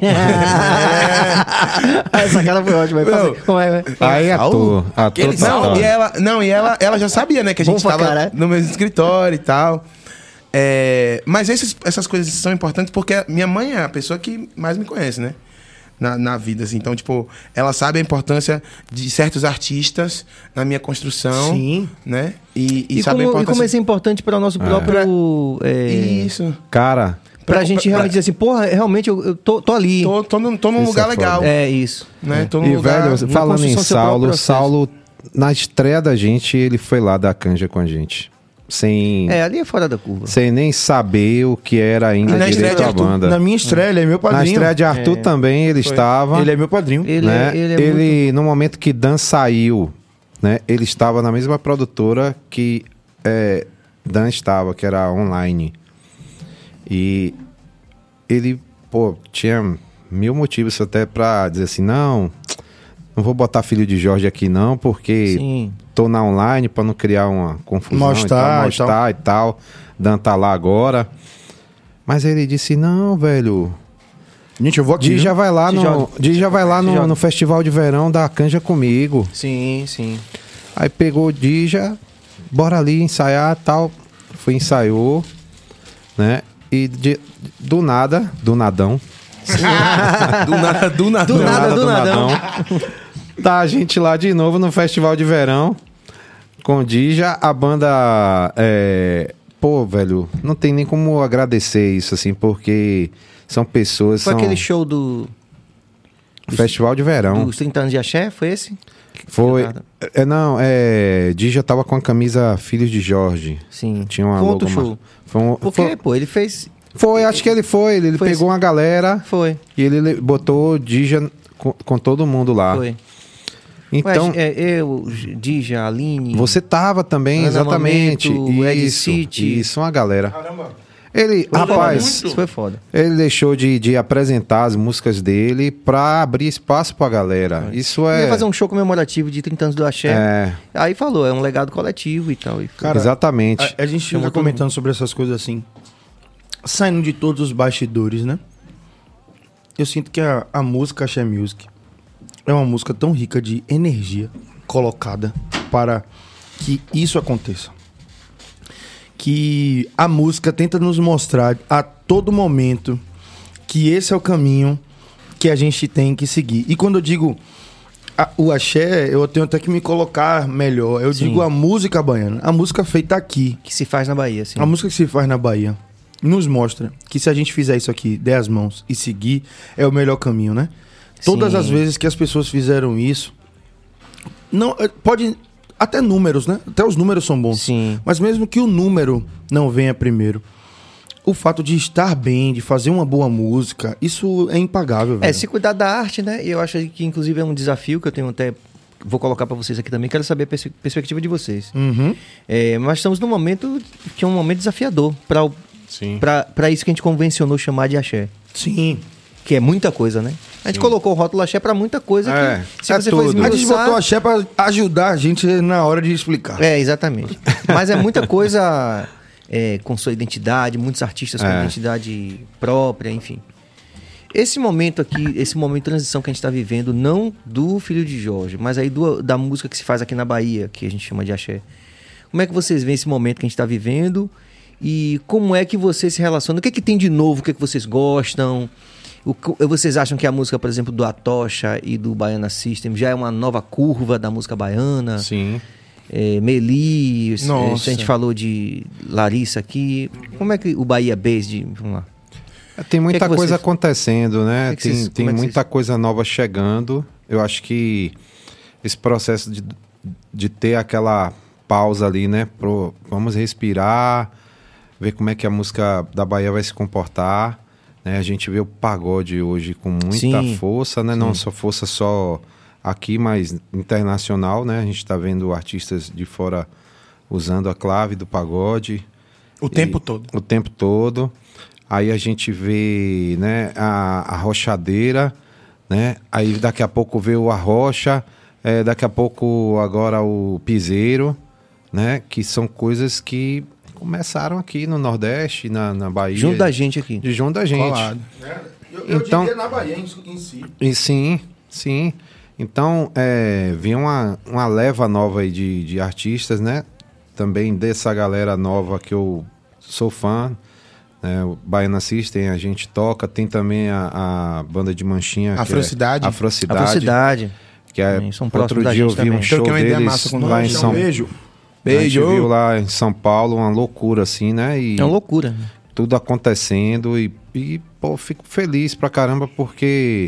Essa cara foi ótima. Como é? Aí ator Não, e ela já sabia, né? Que a gente Bom pra tava caralho. no mesmo escritório e tal. Mas essas coisas são importantes porque minha mãe é a pessoa que mais me conhece, né? Na vida, assim. Então, tipo, ela sabe a importância de certos artistas na minha construção. Sim. Né? E como, sabe a e importância... como isso é importante para o nosso próprio... Isso. Cara, Pra gente realmente dizer assim, porra, realmente eu tô ali. Tô num Isso lugar é legal. foda. É isso. Né? Tô num e lugar... velho, falando em construção do seu próprio processo. Saulo, na estreia da gente, ele foi lá dar canja com a gente. Sem Ali é fora da curva. sem nem saber o que era ainda E na estreia direito de a Arthur, banda. Na minha estreia, ele é meu Na padrinho. estreia de Arthur também ele estava. Ele é meu padrinho. Ele né? é muito... No momento que Dan saiu, né? Ele estava na mesma produtora que Dan estava, que era online. E ele, tinha mil motivos até pra dizer assim, não vou botar Filho de Jorge aqui não, porque Sim. tô na online pra não criar uma confusão, Mal-estar e tal. Dan tá lá agora. Mas ele disse, não, velho, Gente, eu vou aqui. Dija vai lá, joga. no festival de verão da canja comigo. Sim, sim. Aí pegou o Dija, bora ali ensaiar e tal. Ensaiou, né? E do nadão. do nadão. Tá a gente lá de novo no festival de verão com o Dija, a banda velho, não tem nem como agradecer isso assim, porque são pessoas, Foi são aquele show do festival de verão. dos 30 anos de axé, foi esse? Foi. Dija tava com a camisa Filhos de Jorge. Sim. Tinha uma Foi outro logo show. Foi, Porque, ele fez... acho que ele foi. Ele Foi pegou uma galera Foi, e ele botou Dija com todo mundo lá. foi. Então, eu, Dija, Aline... você tava também, Ana exatamente. Mamento, Ed Isso, City. isso, uma galera. Caramba. Ele, rapaz, Isso foi foda. ele deixou de apresentar as músicas dele pra abrir espaço pra galera. Isso Ia fazer um show comemorativo de 30 anos do axé. É, Aí falou, é um legado coletivo e tal. E foi. Cara, exatamente. A gente fica comentando sobre essas coisas assim, saindo de todos os bastidores, né? Eu sinto que a música Axé Music é uma música tão rica de energia colocada para que isso aconteça. Que a música tenta nos mostrar a todo momento que esse é o caminho que a gente tem que seguir. E quando eu digo o axé, eu tenho até que me colocar melhor. Eu Sim. digo a música baiana, a música feita aqui. Que se faz na Bahia, assim. A música que se faz na Bahia nos mostra que se a gente fizer isso aqui, der as mãos e seguir, é o melhor caminho, né? Todas Sim. as vezes que as pessoas fizeram isso, não pode até números, né? Até os números são bons. Sim. Mas mesmo que o número não venha primeiro, o fato de estar bem, de fazer uma boa música, isso é impagável, velho. Se cuidar da arte, né? E eu acho que, inclusive, é um desafio que eu tenho até... Vou colocar pra vocês aqui também. Quero saber a perspectiva de vocês. Uhum. Mas estamos num momento que é um momento desafiador Sim. pra isso que a gente convencionou chamar de axé. Sim. Que é muita coisa, né? A gente colocou o rótulo axé pra muita coisa que... Se é você for tudo. A gente esmiuçar- botou axé pra ajudar a gente na hora de explicar. exatamente. Mas é muita coisa com sua identidade, muitos artistas com identidade própria, enfim. Esse momento aqui, esse momento de transição que a gente está vivendo, não do Filho de Jorge, mas aí da música que se faz aqui na Bahia, que a gente chama de axé. Como é que vocês veem esse momento que a gente está vivendo e como é que vocês se relacionam? O que é que tem de novo? O que é que vocês gostam? Vocês acham que a música, por exemplo, do Atocha e do Baiana System já é uma nova curva da música baiana? Sim. Meli, Nossa. a gente falou de Larissa aqui. Como é que o Bahia Based, vamos lá. Tem muita que coisa vocês- acontecendo, né? que vocês- Tem como é que muita vocês- coisa nova chegando. Eu acho que esse processo de ter aquela pausa ali, né? Vamos respirar, ver como é que a música da Bahia vai se comportar. né? A gente vê o pagode hoje com muita Sim. força, né? Não só força só aqui, mas internacional, né? A gente está vendo artistas de fora usando a clave do pagode. O tempo todo. O tempo todo. Aí a gente vê, né, a rochadeira, né? Aí daqui a pouco vê o arrocha, daqui a pouco agora o piseiro, né? Que são coisas que começaram aqui no Nordeste, na Bahia. Junto da gente aqui. Junto da gente. Colado. Eu Então- diria na Bahia em si. E sim. Então, vinha uma leva nova aí de artistas, né? Também dessa galera nova que eu sou fã. Né? O Baiana System, a gente toca. Tem também a banda de Manchinha. que Afrocidade. é Afrocidade. Afrocidade. Que é, Também são próximos outro da dia eu gente vi um também. show Troquei uma ideia massa deles com lá em nós. São Paulo. Beijo. A gente Beijo. viu lá em São Paulo uma loucura, assim, né? E É uma loucura. tudo acontecendo e pô, fico feliz pra caramba porque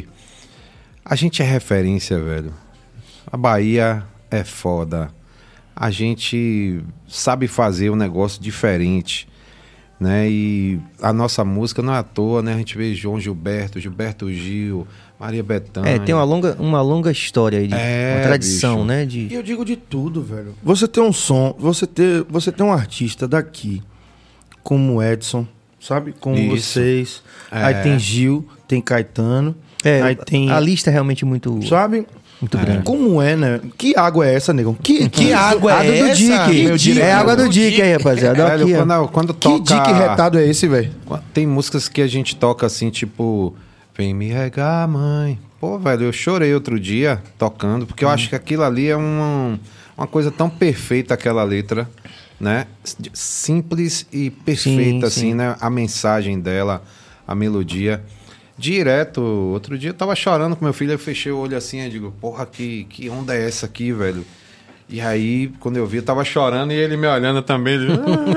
a gente é referência, velho. A Bahia é foda. A gente sabe fazer um negócio diferente, né? E a nossa música não é à toa, né? A gente vê João Gilberto, Gilberto Gil, Maria Bethânia. Tem uma longa história aí, uma tradição, bicho. né? E eu digo de tudo, velho. Você ter um som, você ter um artista daqui, como o Edson, sabe? Como Isso. vocês. Aí tem Gil, tem Caetano. Aí tem. A lista é realmente muito grande. Como é, né? Que água é essa, negão? Que água é Água do essa, Dick. meu diretor? É água do Dick aí, rapaziada. Velho, Aqui, ó. quando Que toca... dick retado é esse, velho? Tem músicas que a gente toca assim, tipo... Vem me regar, mãe. Pô, velho, eu chorei outro dia tocando, porque eu acho que aquilo ali é uma coisa tão perfeita, aquela letra, né? Simples e perfeita, Sim, assim, sim. né? A mensagem dela, a melodia. Direto, outro dia eu tava chorando com meu filho, eu fechei o olho assim, eu digo, porra, que onda é essa aqui, velho? E aí, quando eu vi, eu tava chorando e ele me olhando também. Ele...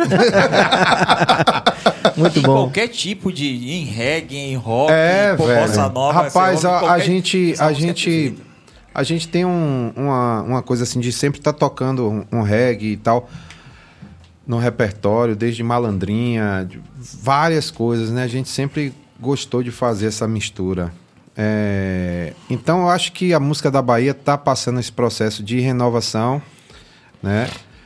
Muito Em bom. qualquer tipo de em reggae, em rock, É, em bossa velho. nova, Rapaz, você ouve a qualquer- gente, essa a música é gente, perfeita. a gente tem uma coisa assim de sempre estar tocando um reggae e tal no repertório, desde malandrinha, de várias coisas, né? A gente sempre gostou de fazer essa mistura. Então eu acho que a música da Bahia está passando esse processo de renovação, né?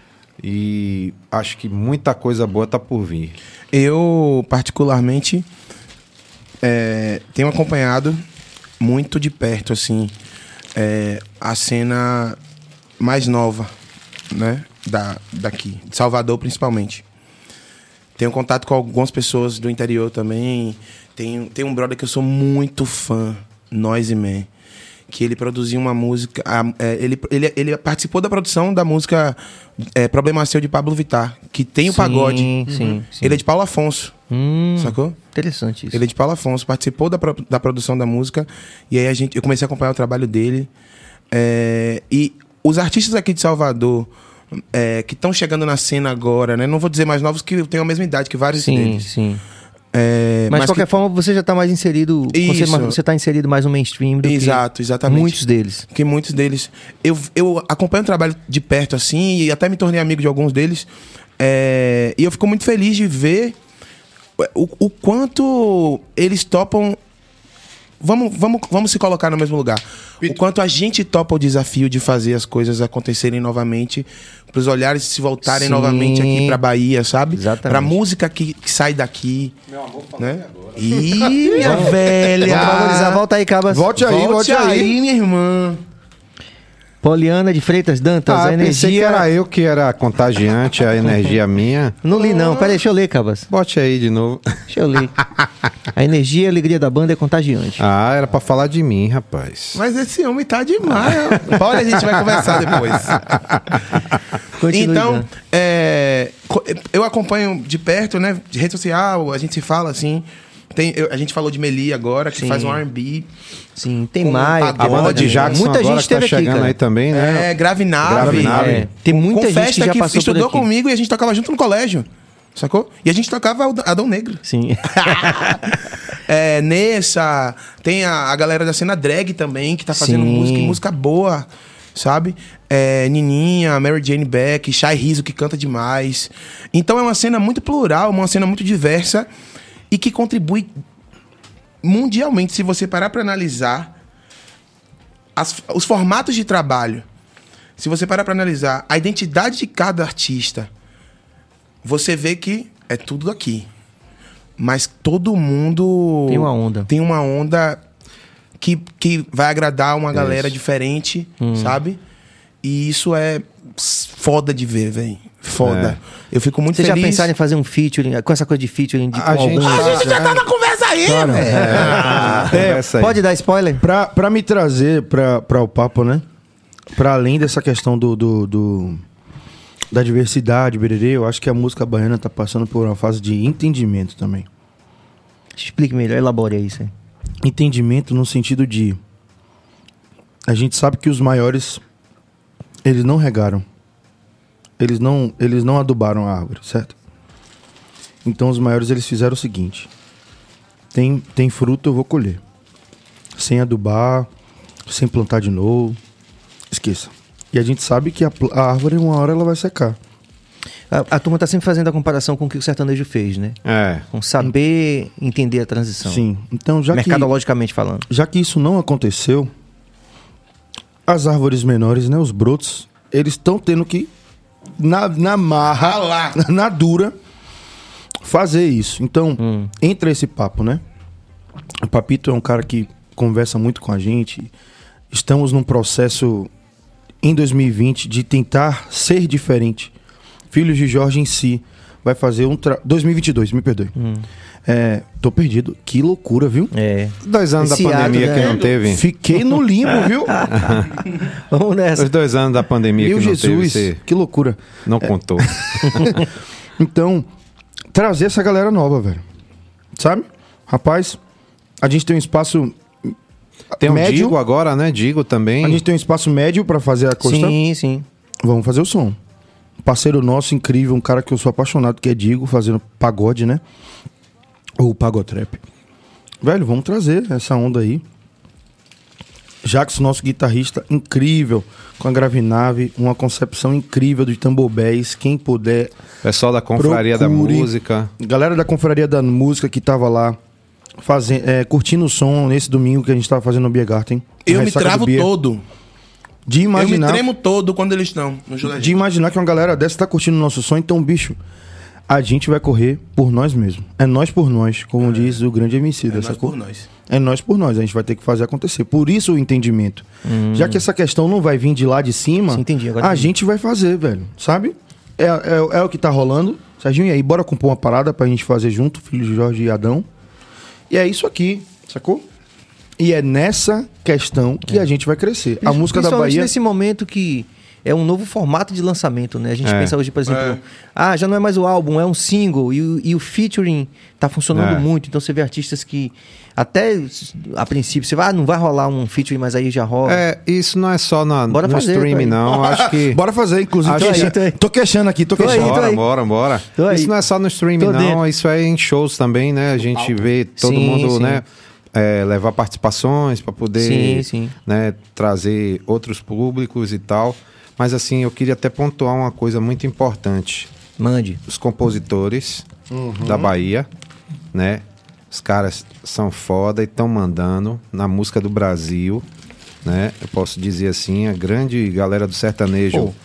E acho que muita coisa boa tá por vir. Eu, particularmente, tenho acompanhado muito de perto, assim, a cena mais nova, né? Daqui, de Salvador, principalmente. Tenho contato com algumas pessoas do interior também. Tem um brother que eu sou muito fã, Noise Man, que ele produziu uma música... Ele participou da produção da música Problema Seu, de Pablo Vittar, que tem o pagode. Sim. Ele é de Paulo Afonso, sacou? Interessante isso. Ele é de Paulo Afonso, participou da produção da música. E aí eu comecei a acompanhar o trabalho dele. E os artistas aqui de Salvador, que estão chegando na cena agora, né? Não vou dizer mais novos, que eu tenho a mesma idade que vários deles. Sim. Mas de qualquer forma, você já está mais inserido. Isso. Você está inserido mais no mainstream do Exatamente. que muitos deles. Porque muitos deles... Eu acompanho o trabalho de perto, assim, e até me tornei amigo de alguns deles. E eu fico muito feliz de ver o quanto eles topam... Vamos se colocar no mesmo lugar. O quanto a gente topa o desafio de fazer as coisas acontecerem novamente, para os olhares se voltarem Sim. novamente aqui pra Bahia, sabe? Exatamente. Pra música que sai daqui. Meu amor, né? Ih, minha velha! Vamos valorizar. Volta aí, Cabas. Volte aí. Minha irmã. Poliana de Freitas Dantas, a eu pensei que energia... era eu que era contagiante, a energia minha. Não li não, peraí, deixa eu ler, Cabas. Bote aí de novo. Deixa eu ler. A energia e a alegria da banda é contagiante. Ah, era pra falar de mim, rapaz. Mas esse homem tá demais. Olha, a gente vai conversar depois. Continue, Então, Dan. eu acompanho de perto, né? De rede social, a gente se fala assim. A gente falou de Meli agora, que Sim. faz um R&B. Sim, tem com mais. pagode, A banda de também. Jackson Muita agora gente que tá esteve aqui, chegando cara. aí também, né? Grave Nave. Grave Nave. Tem muita com gente festa que já passou por estudou aqui. comigo e a gente tocava junto no colégio. Sacou? E a gente tocava Adão Negro. Sim. Nessa, tem a galera da cena drag também, que tá fazendo Sim. música boa, sabe? Nininha, Mary Jane Beck, Shai Rizzo, que canta demais. Então é uma cena muito plural, uma cena muito diversa e que contribui mundialmente, se você parar pra analisar os formatos de trabalho, se você parar pra analisar a identidade de cada artista, você vê que é tudo aqui. Mas todo mundo... Tem uma onda que vai agradar uma galera diferente, sabe? E isso é foda de ver, velho. Foda. Eu fico muito feliz. Vocês já pensaram em fazer um featuring, com essa coisa de featuring com alguns... A gente já tá na conversa aí, velho. Pode dar spoiler? Pra me trazer pra o papo, né? Pra além dessa questão da diversidade, bererê, eu acho que a música baiana tá passando por uma fase de entendimento também. Explique melhor, elabore isso aí. Entendimento no sentido de... A gente sabe que os maiores, eles não regaram. Eles não adubaram a árvore, certo? Então os maiores, eles fizeram o seguinte. Tem fruto, eu vou colher. Sem adubar, sem plantar de novo. Esqueça. E a gente sabe que a árvore, uma hora, ela vai secar. A turma tá sempre fazendo a comparação com o que o sertanejo fez, né? Com saber entender a transição. Sim. Então, mercadologicamente falando. Já que isso não aconteceu, as árvores menores, né, os brotos, eles estão tendo que, na marra, na dura, fazer isso. Então, entra esse papo, né? O Papito é um cara que conversa muito com a gente. Estamos num processo, em 2020, de tentar ser diferente. Filhos de Jorge em si vai fazer 2022, me perdoe. Tô perdido. Que loucura, viu? 2 anos Esse da pandemia ato, que né? não teve. Fiquei no limbo, viu? Vamos nessa. Os 2 anos da pandemia Meu que não Jesus, teve, você que loucura. não contou. Então, trazer essa galera nova, velho. Sabe? Rapaz, a gente tem um espaço Tem um médio. Digo agora, né? Digo também. A gente tem um espaço médio pra fazer a costa. Sim. Vamos fazer o som. Parceiro nosso, incrível, um cara que eu sou apaixonado, que é Digo, fazendo pagode, né? Ou pagotrap. Velho, vamos trazer essa onda aí. Jackson, nosso guitarrista, incrível, com a Gravinave, uma concepção incrível de tambobés. Quem puder, Pessoal da Confraria da procure. Música. Galera da Confraria da Música que tava lá curtindo o som nesse domingo que a gente tava fazendo no Biergarten. Eu me Ressaca do travo Bier. todo. De Eu me imaginar, tremo todo quando eles estão no Júlio de imaginar que uma galera dessa tá curtindo o nosso som. Então, bicho, a gente vai correr por nós mesmos. É nós por nós, como diz o grande MC. É nós por nós. É nós por nós. A gente vai ter que fazer acontecer. Por isso o entendimento. Já que essa questão não vai vir de lá de cima, Sim, entendi, agora a entendi. gente vai fazer, velho. Sabe? É o que tá rolando. Serginho, e aí, bora compor uma parada pra gente fazer junto, filho de Jorge e Adão. E é isso aqui, sacou? E é nessa questão que a gente vai crescer. A música da Principalmente Bahia... nesse momento que é um novo formato de lançamento, né? A gente pensa hoje, por exemplo, já não é mais o álbum, é um single e o featuring tá funcionando muito. Então você vê artistas que até a princípio você vai, não vai rolar um featuring, mas aí já rola. Isso não é só Bora no fazer, streaming, tá aí. não. Acho que... Bora fazer, inclusive. Acho Tô queixando aqui, tô queixando. aí. Bora. Tô aí. Isso não é só no streaming, Tô não. dentro. Isso é em shows também, né? A gente vê todo Sim, mundo, sim. né? Levar participações para poder Sim. né, trazer outros públicos e tal. Mas assim, eu queria até pontuar uma coisa muito importante. Mande. Os compositores da Bahia, né? Os caras são foda e estão mandando na música do Brasil, né? Eu posso dizer assim, a grande galera do sertanejo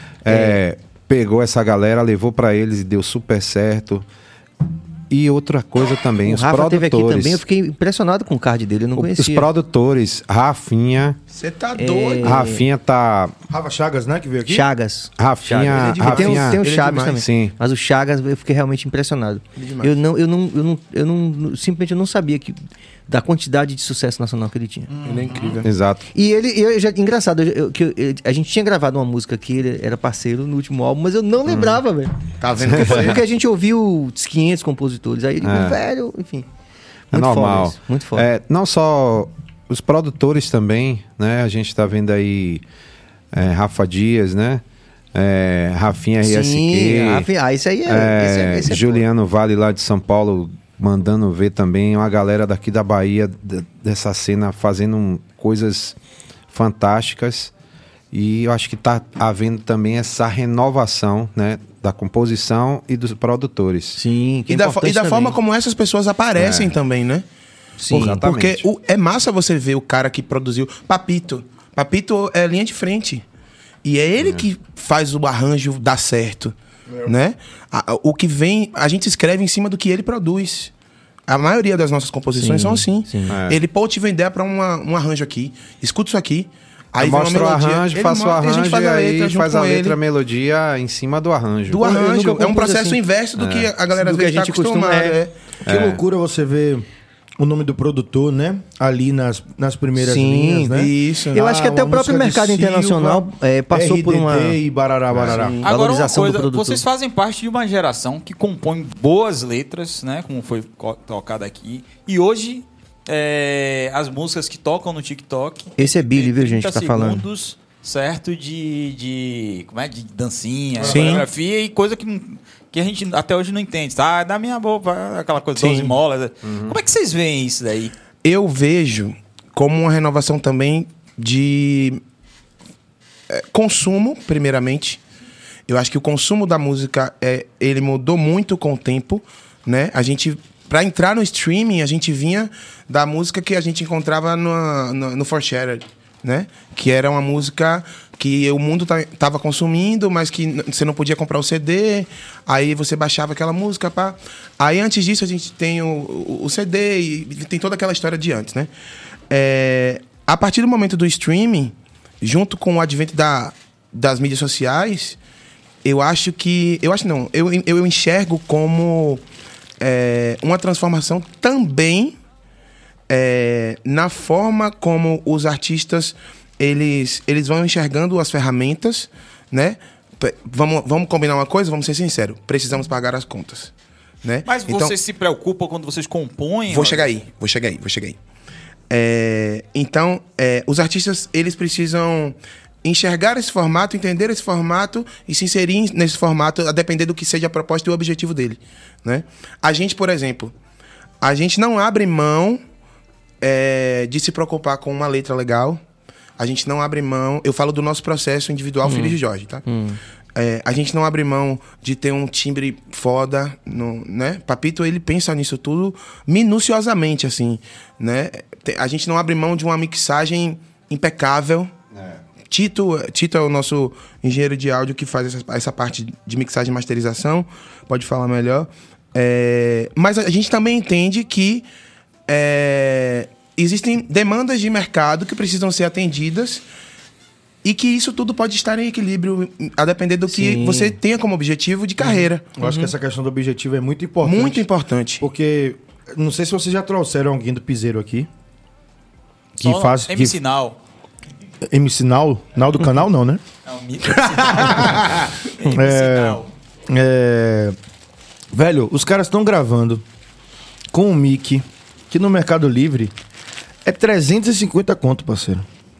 pegou essa galera, levou para eles e deu super certo. E outra coisa também, O os Rafa teve produtores. aqui também, eu fiquei impressionado com o card dele, eu não Os conhecia. produtores, Rafinha. Você tá doido. Rafinha tá. Rafa Chagas, né, que veio aqui? Chagas. Rafinha. E tem o ele é Chaves demais. também. Sim. Mas o Chagas eu fiquei realmente impressionado. Simplesmente eu não sabia da quantidade de sucesso nacional que ele tinha. Ele é incrível. Exato. E engraçado, a gente tinha gravado uma música que ele era parceiro no último álbum, mas eu não lembrava, velho. Tá vendo que Porque a gente ouviu os 500 compositores, aí ele, velho, enfim. É Muito normal. foda isso, muito foda. Não só os produtores também, né? A gente tá vendo aí Rafa Dias, né? Rafinha RSQ. Isso aí é. Esse é Juliano Vale lá de São Paulo mandando ver também. Uma galera daqui da Bahia, dessa cena, fazendo coisas fantásticas. E eu acho que tá havendo também essa renovação, né? Da composição e dos produtores. Sim, que E é da importante forma também. como essas pessoas aparecem também, né? Sim, porque é massa você ver o cara que produziu. Papito é linha de frente. E é ele que faz o arranjo dar certo, né? O que vem, a gente escreve em cima do que ele produz. A maioria das nossas composições são assim. Ele pode te vender para um arranjo aqui, escuta isso aqui. Aí mostra o arranjo, faça o arranjo a gente faz e a aí letra faz a letra, a ele. melodia em cima do arranjo. Do arranjo. É um processo assim. inverso do que a galera às Do que a vezes tá gente costuma- acostumada. Que loucura você ver o nome do produtor, né? Ali nas primeiras linhas, né? Isso. Eu acho que até o próprio mercado internacional passou por uma... RDT e barará. Agora, uma valorização do coisa, produtor. vocês fazem parte de uma geração que compõe boas letras, né? Como foi tocado aqui. E hoje, as músicas que tocam no TikTok... Esse é Billy, viu, gente, 30 tá falando. segundos, certo? Como é? De dancinha, Sim. coreografia e coisa que a gente até hoje não entende. Tá? Da minha boca, aquela coisa, Sim. 12 molas. Como é que vocês veem isso daí? Eu vejo como uma renovação também de consumo, primeiramente. Eu acho que o consumo da música ele mudou muito com o tempo, né? A gente, para entrar no streaming, a gente vinha da música que a gente encontrava no For Shared, né? Que era uma música que o mundo tava consumindo, mas que você não podia comprar o CD, aí você baixava aquela música, pá. Aí antes disso a gente tem o CD e tem toda aquela história de antes, né? A partir do momento do streaming, junto com o advento das mídias sociais, eu enxergo como uma transformação também na forma como os artistas eles vão enxergando as ferramentas, né? Vamos combinar uma coisa, vamos ser sinceros. Precisamos pagar as contas, né? Mas então, vocês se preocupam quando vocês compõem? Vou chegar aí. Então, os artistas, eles precisam enxergar esse formato, entender esse formato e se inserir nesse formato, a depender do que seja a proposta e o objetivo dele, né? A gente, por exemplo, a gente não abre mão de se preocupar com uma letra legal. A gente não abre mão... Eu falo do nosso processo individual Filhos de Jorge, tá? A gente não abre mão de ter um timbre foda, né? Papito, ele pensa nisso tudo minuciosamente, assim, né? A gente não abre mão de uma mixagem impecável. Tito é o nosso engenheiro de áudio que faz essa parte de mixagem e masterização. Pode falar melhor. Mas a gente também entende que existem demandas de mercado que precisam ser atendidas e que isso tudo pode estar em equilíbrio, a depender do que você tenha como objetivo de carreira. Eu acho que essa questão do objetivo é muito importante. Muito importante. Porque, não sei se vocês já trouxeram alguém do Piseiro aqui. Que Só faz... MC Nau. MC Nau? Nau do canal não, né? Não, MC Nau. Velho, os caras estão gravando com um mic que no Mercado Livre é 350 conto, parceiro.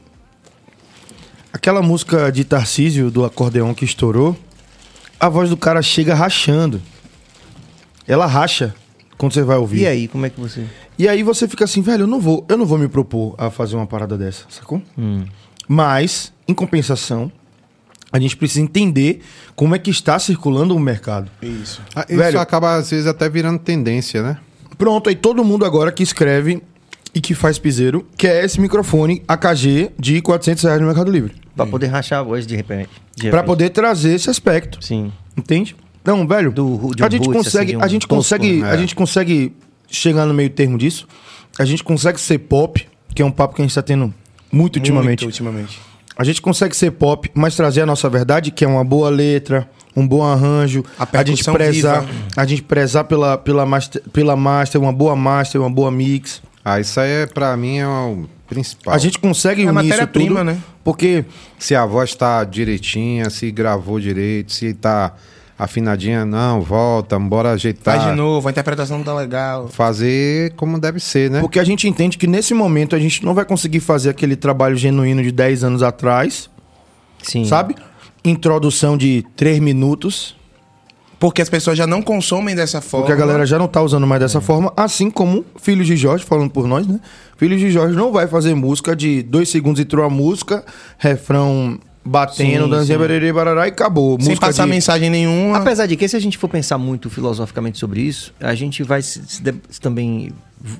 Aquela música de Tarcísio do acordeão que estourou, a voz do cara chega rachando. Ela racha quando você vai ouvir. E aí, como é que você... E aí você fica assim, velho, eu não vou me propor a fazer uma parada dessa, sacou? Mas, em compensação, a gente precisa entender como é que está circulando o mercado. Isso. Isso Velho, acaba, às vezes, até virando tendência, né? pronto, aí todo mundo agora que escreve e que faz piseiro quer esse microfone AKG de R$400 no Mercado Livre. Pra poder rachar a voz de repente. Pra poder trazer esse aspecto. Sim. Entende? Não, velho, De a gente roots, consegue, assim, de a gente tosco, consegue, né? a gente consegue chegar no meio termo disso. A gente consegue ser pop, que é um papo que a gente tá tendo muito ultimamente. A gente consegue ser pop, mas trazer a nossa verdade, que é uma boa letra, um bom arranjo, A percussão a gente prezar pela master, uma boa mix. Isso aí, pra mim, é o principal. A gente consegue É unir isso matéria-prima, tudo, né? Porque Se a voz tá direitinha, se gravou direito, se tá afinadinha, não, volta, bora ajeitar. Faz de novo, a interpretação não tá legal. Fazer como deve ser, né? Porque a gente entende que nesse momento a gente não vai conseguir fazer aquele trabalho genuíno de 10 anos atrás, Sim. sabe? Introdução de 3 minutos, Porque as pessoas já não consomem dessa forma. porque a galera já não tá usando mais dessa forma, assim como Filhos de Jorge, falando por nós, né? Filhos de Jorge não vai fazer música de 2 segundos entrou a música, refrão batendo, Sim, dancinha, sim. barará, barará, e acabou. Sem Música passar de... mensagem nenhuma. Apesar de que, se a gente for pensar muito filosoficamente sobre isso, a gente vai também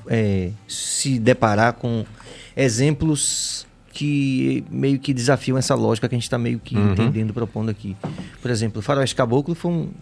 se deparar com exemplos que meio que desafiam essa lógica que a gente está meio que entendendo, propondo aqui. Por exemplo, o Faroeste Caboclo foi um...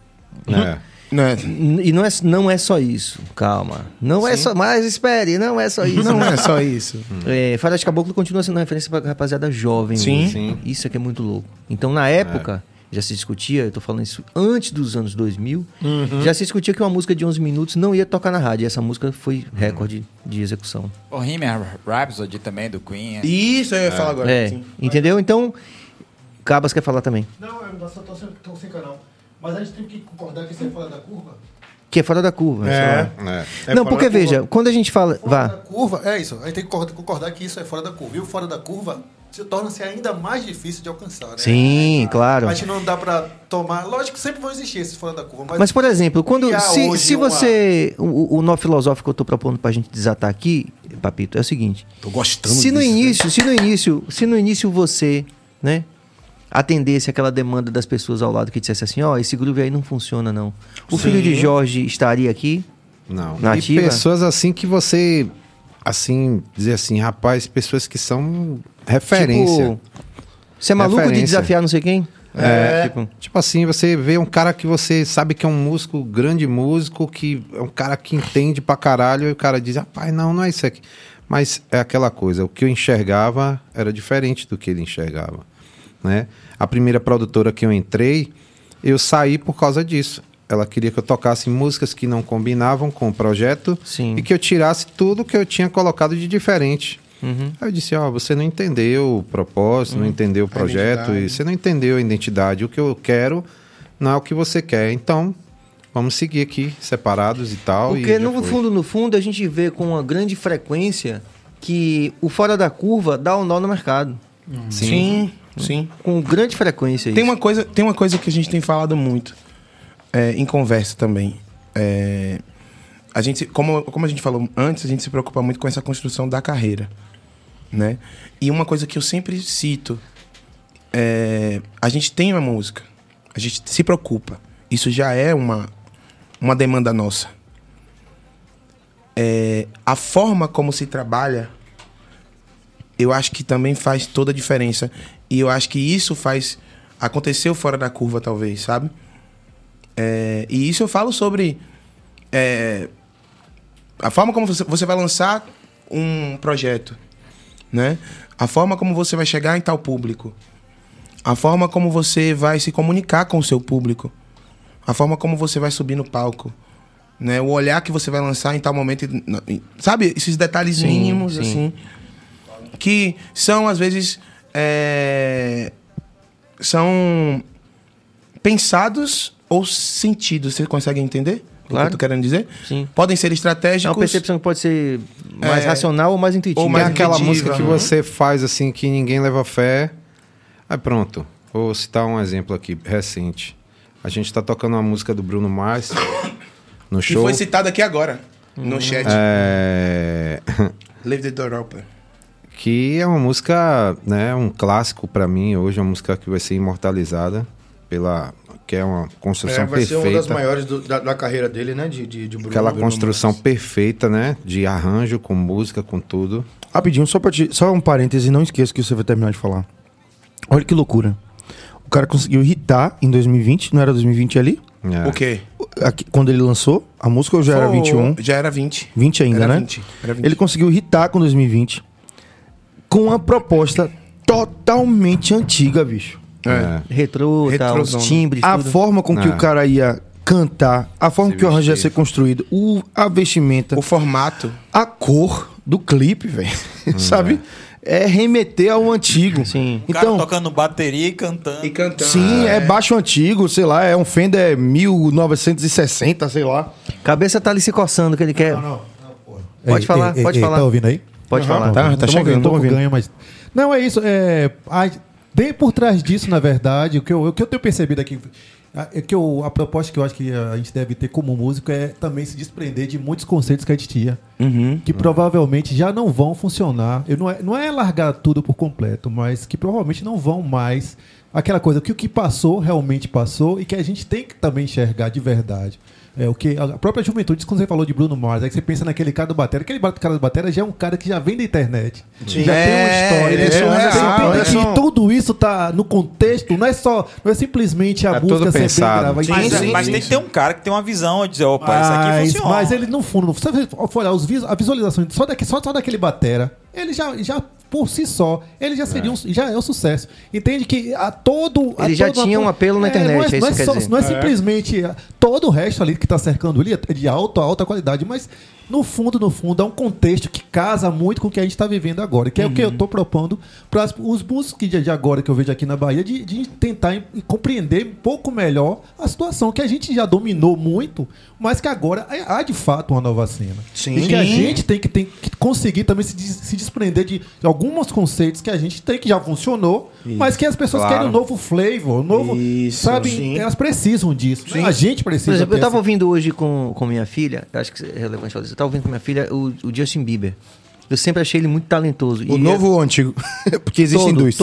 É. Né? E não é só isso, calma. Não é só... Mas espere, não é só isso. Não é só isso. Faroeste Caboclo continua sendo uma referência para rapaziada jovem. Sim. hoje. Sim. Isso é que é muito louco. Então, na época... Já se discutia, eu tô falando isso antes dos anos 2000, já se discutia que uma música de 11 minutos não ia tocar na rádio. E essa música foi recorde de execução. Bohemian Rhapsody também, do Queen. Isso, eu ia falar agora. É, Sim. entendeu? Então, Cabas quer falar também. Não, eu só tô sem canal. Mas a gente tem que concordar que isso é fora da curva. Que é fora da curva. É. sei lá. É. Não, fora porque da curva. veja, quando a gente fala... Fora da Vá. curva, é isso. A gente tem que concordar que isso é fora da curva. E o fora da curva torna-se ainda mais difícil de alcançar, né? Sim, claro. A gente não dá pra tomar... Lógico que sempre vão existir esses fora da curva. Mas, por exemplo, quando criar se hoje você... O nó filosófico que eu tô propondo pra gente desatar aqui, Papito, é o seguinte. Tô gostando Se no disso, início você, né, atendesse aquela demanda das pessoas ao lado que dissesse assim, ó, esse groove aí não funciona não. O filho de Jorge estaria aqui? Não. Nativa? E pessoas assim que você, assim, dizer assim, rapaz, pessoas que são referência. Tipo, você é maluco de Referência. desafiar não sei quem? Tipo assim, você vê um cara que você sabe que é um músico, grande músico, que é um cara que entende pra caralho, e o cara diz, rapaz, não é isso aqui. Mas é aquela coisa, o que eu enxergava era diferente do que ele enxergava, né? A primeira produtora que eu entrei, eu saí por causa disso. Ela queria que eu tocasse músicas que não combinavam com o projeto. Sim. E que eu tirasse tudo que eu tinha colocado de diferente. Aí eu disse, você não entendeu o propósito, não entendeu o projeto, e você não entendeu a identidade. O que eu quero não é o que você quer. Então, vamos seguir aqui, separados e tal. Porque e já no foi. fundo, a gente vê com uma grande frequência que o fora da curva dá um nó no mercado. Sim, sim. Com grande frequência isso. Tem uma coisa que a gente tem falado muito em conversa também. A gente, como a gente falou antes, a gente se preocupa muito com essa construção da carreira, né? E uma coisa que eu sempre cito a gente tem uma música, a gente se preocupa. Isso já é uma demanda nossa. A forma como se trabalha, eu acho que também faz toda a diferença. E eu acho que isso aconteceu fora da curva, talvez, sabe? E isso eu falo sobre a forma como você vai lançar um projeto, né? A forma como você vai chegar em tal público. A forma como você vai se comunicar com o seu público. A forma como você vai subir no palco. Né? O olhar que você vai lançar em tal momento. Sabe? Esses detalhes mínimos, assim. Que são, às vezes... são pensados ou sentidos. Você consegue entender o que eu tô querendo dizer? Sim. Podem ser É estratégicos. uma percepção que pode ser mais racional ou mais intuitiva. ou Tem mais aquela intuitiva, música que né? você faz assim, que ninguém leva fé. Aí pronto. Vou citar um exemplo aqui, recente. A gente tá tocando uma música do Bruno Mars no Que show. foi citado aqui agora, no chat. É... Leave the door open. que é uma música, né, um clássico pra mim hoje, uma música que vai ser imortalizada que é uma construção vai ser uma das perfeita. maiores da carreira dele, né? De Bruno. Aquela Bruno construção Mars. perfeita, né? De arranjo, com música, com tudo. Rapidinho, só um parêntese, não esqueça que você vai terminar de falar. Olha que loucura. O cara conseguiu hitar em 2020, não era 2020 ali? É. O quê? Quando ele lançou a música, ou já era 21? Já era 20. 20 ainda, Era né? 20, era 20. Ele conseguiu hitar com 2020 com uma proposta totalmente antiga, bicho. Retrô, tal, os Retrôzão. timbres, A tudo. forma com que o cara ia cantar, a forma Se que o arranjo ia vestir. ser construído, a vestimenta, O formato. a cor do clipe, velho. Sabe? É remeter ao antigo. Sim. O cara Então, tocando bateria e cantando. E cantando. sim, é baixo antigo, sei lá, é um Fender 1960, sei lá. Cabeça tá ali se coçando, que ele quer. Pode falar, pode falar. Tá ouvindo aí? Pode falar. Tá Tô chegando. ouvindo, tô ouvindo. Ganho, mas... Não, é isso. Bem por trás disso, na verdade, o que eu tenho percebido aqui, A proposta que eu acho que a gente deve ter como músico é também se desprender de muitos conceitos que a gente tinha, que provavelmente já não vão funcionar. Não é largar tudo por completo, mas que provavelmente não vão mais. Aquela coisa que o que passou realmente passou e que a gente tem que também enxergar de verdade. O que a própria juventude, quando você falou de Bruno Mars, aí você pensa naquele cara do batera. Aquele cara do batera já é um cara que já vem da internet. Sim. Já tem uma história. Ele é surreal, E tudo isso tá no contexto, não é simplesmente a Tá música tudo ser bem pensado. gravada. Mas tem que ter um cara que tem uma visão de dizer, opa, isso aqui funciona. Mas ele, no fundo, se você for olhar a visualização só daquele batera, ele já por si só, ele já seria já é um sucesso. Entende que Ele já tinha um apelo na internet, não é simplesmente todo o resto ali que está cercando ele é de alta qualidade, mas no fundo é um contexto que casa muito com o que a gente está vivendo agora, que é o que eu estou propondo para os músicos de agora que eu vejo aqui na Bahia, de tentar compreender um pouco melhor a situação que a gente já dominou muito, mas que agora há de fato uma nova cena. Sim. E que a gente tem que conseguir também se desprender de alguns conceitos que a gente tem, que já funcionou, mas que as pessoas querem um novo flavor, sabe? Sim. Elas precisam disso. A gente precisa. Por exemplo, eu ter estava ouvindo hoje com minha filha, eu acho que é relevante falar isso, eu estava ouvindo com minha filha o Justin Bieber. Eu sempre achei ele muito talentoso. O novo ou o antigo? Porque existem dois.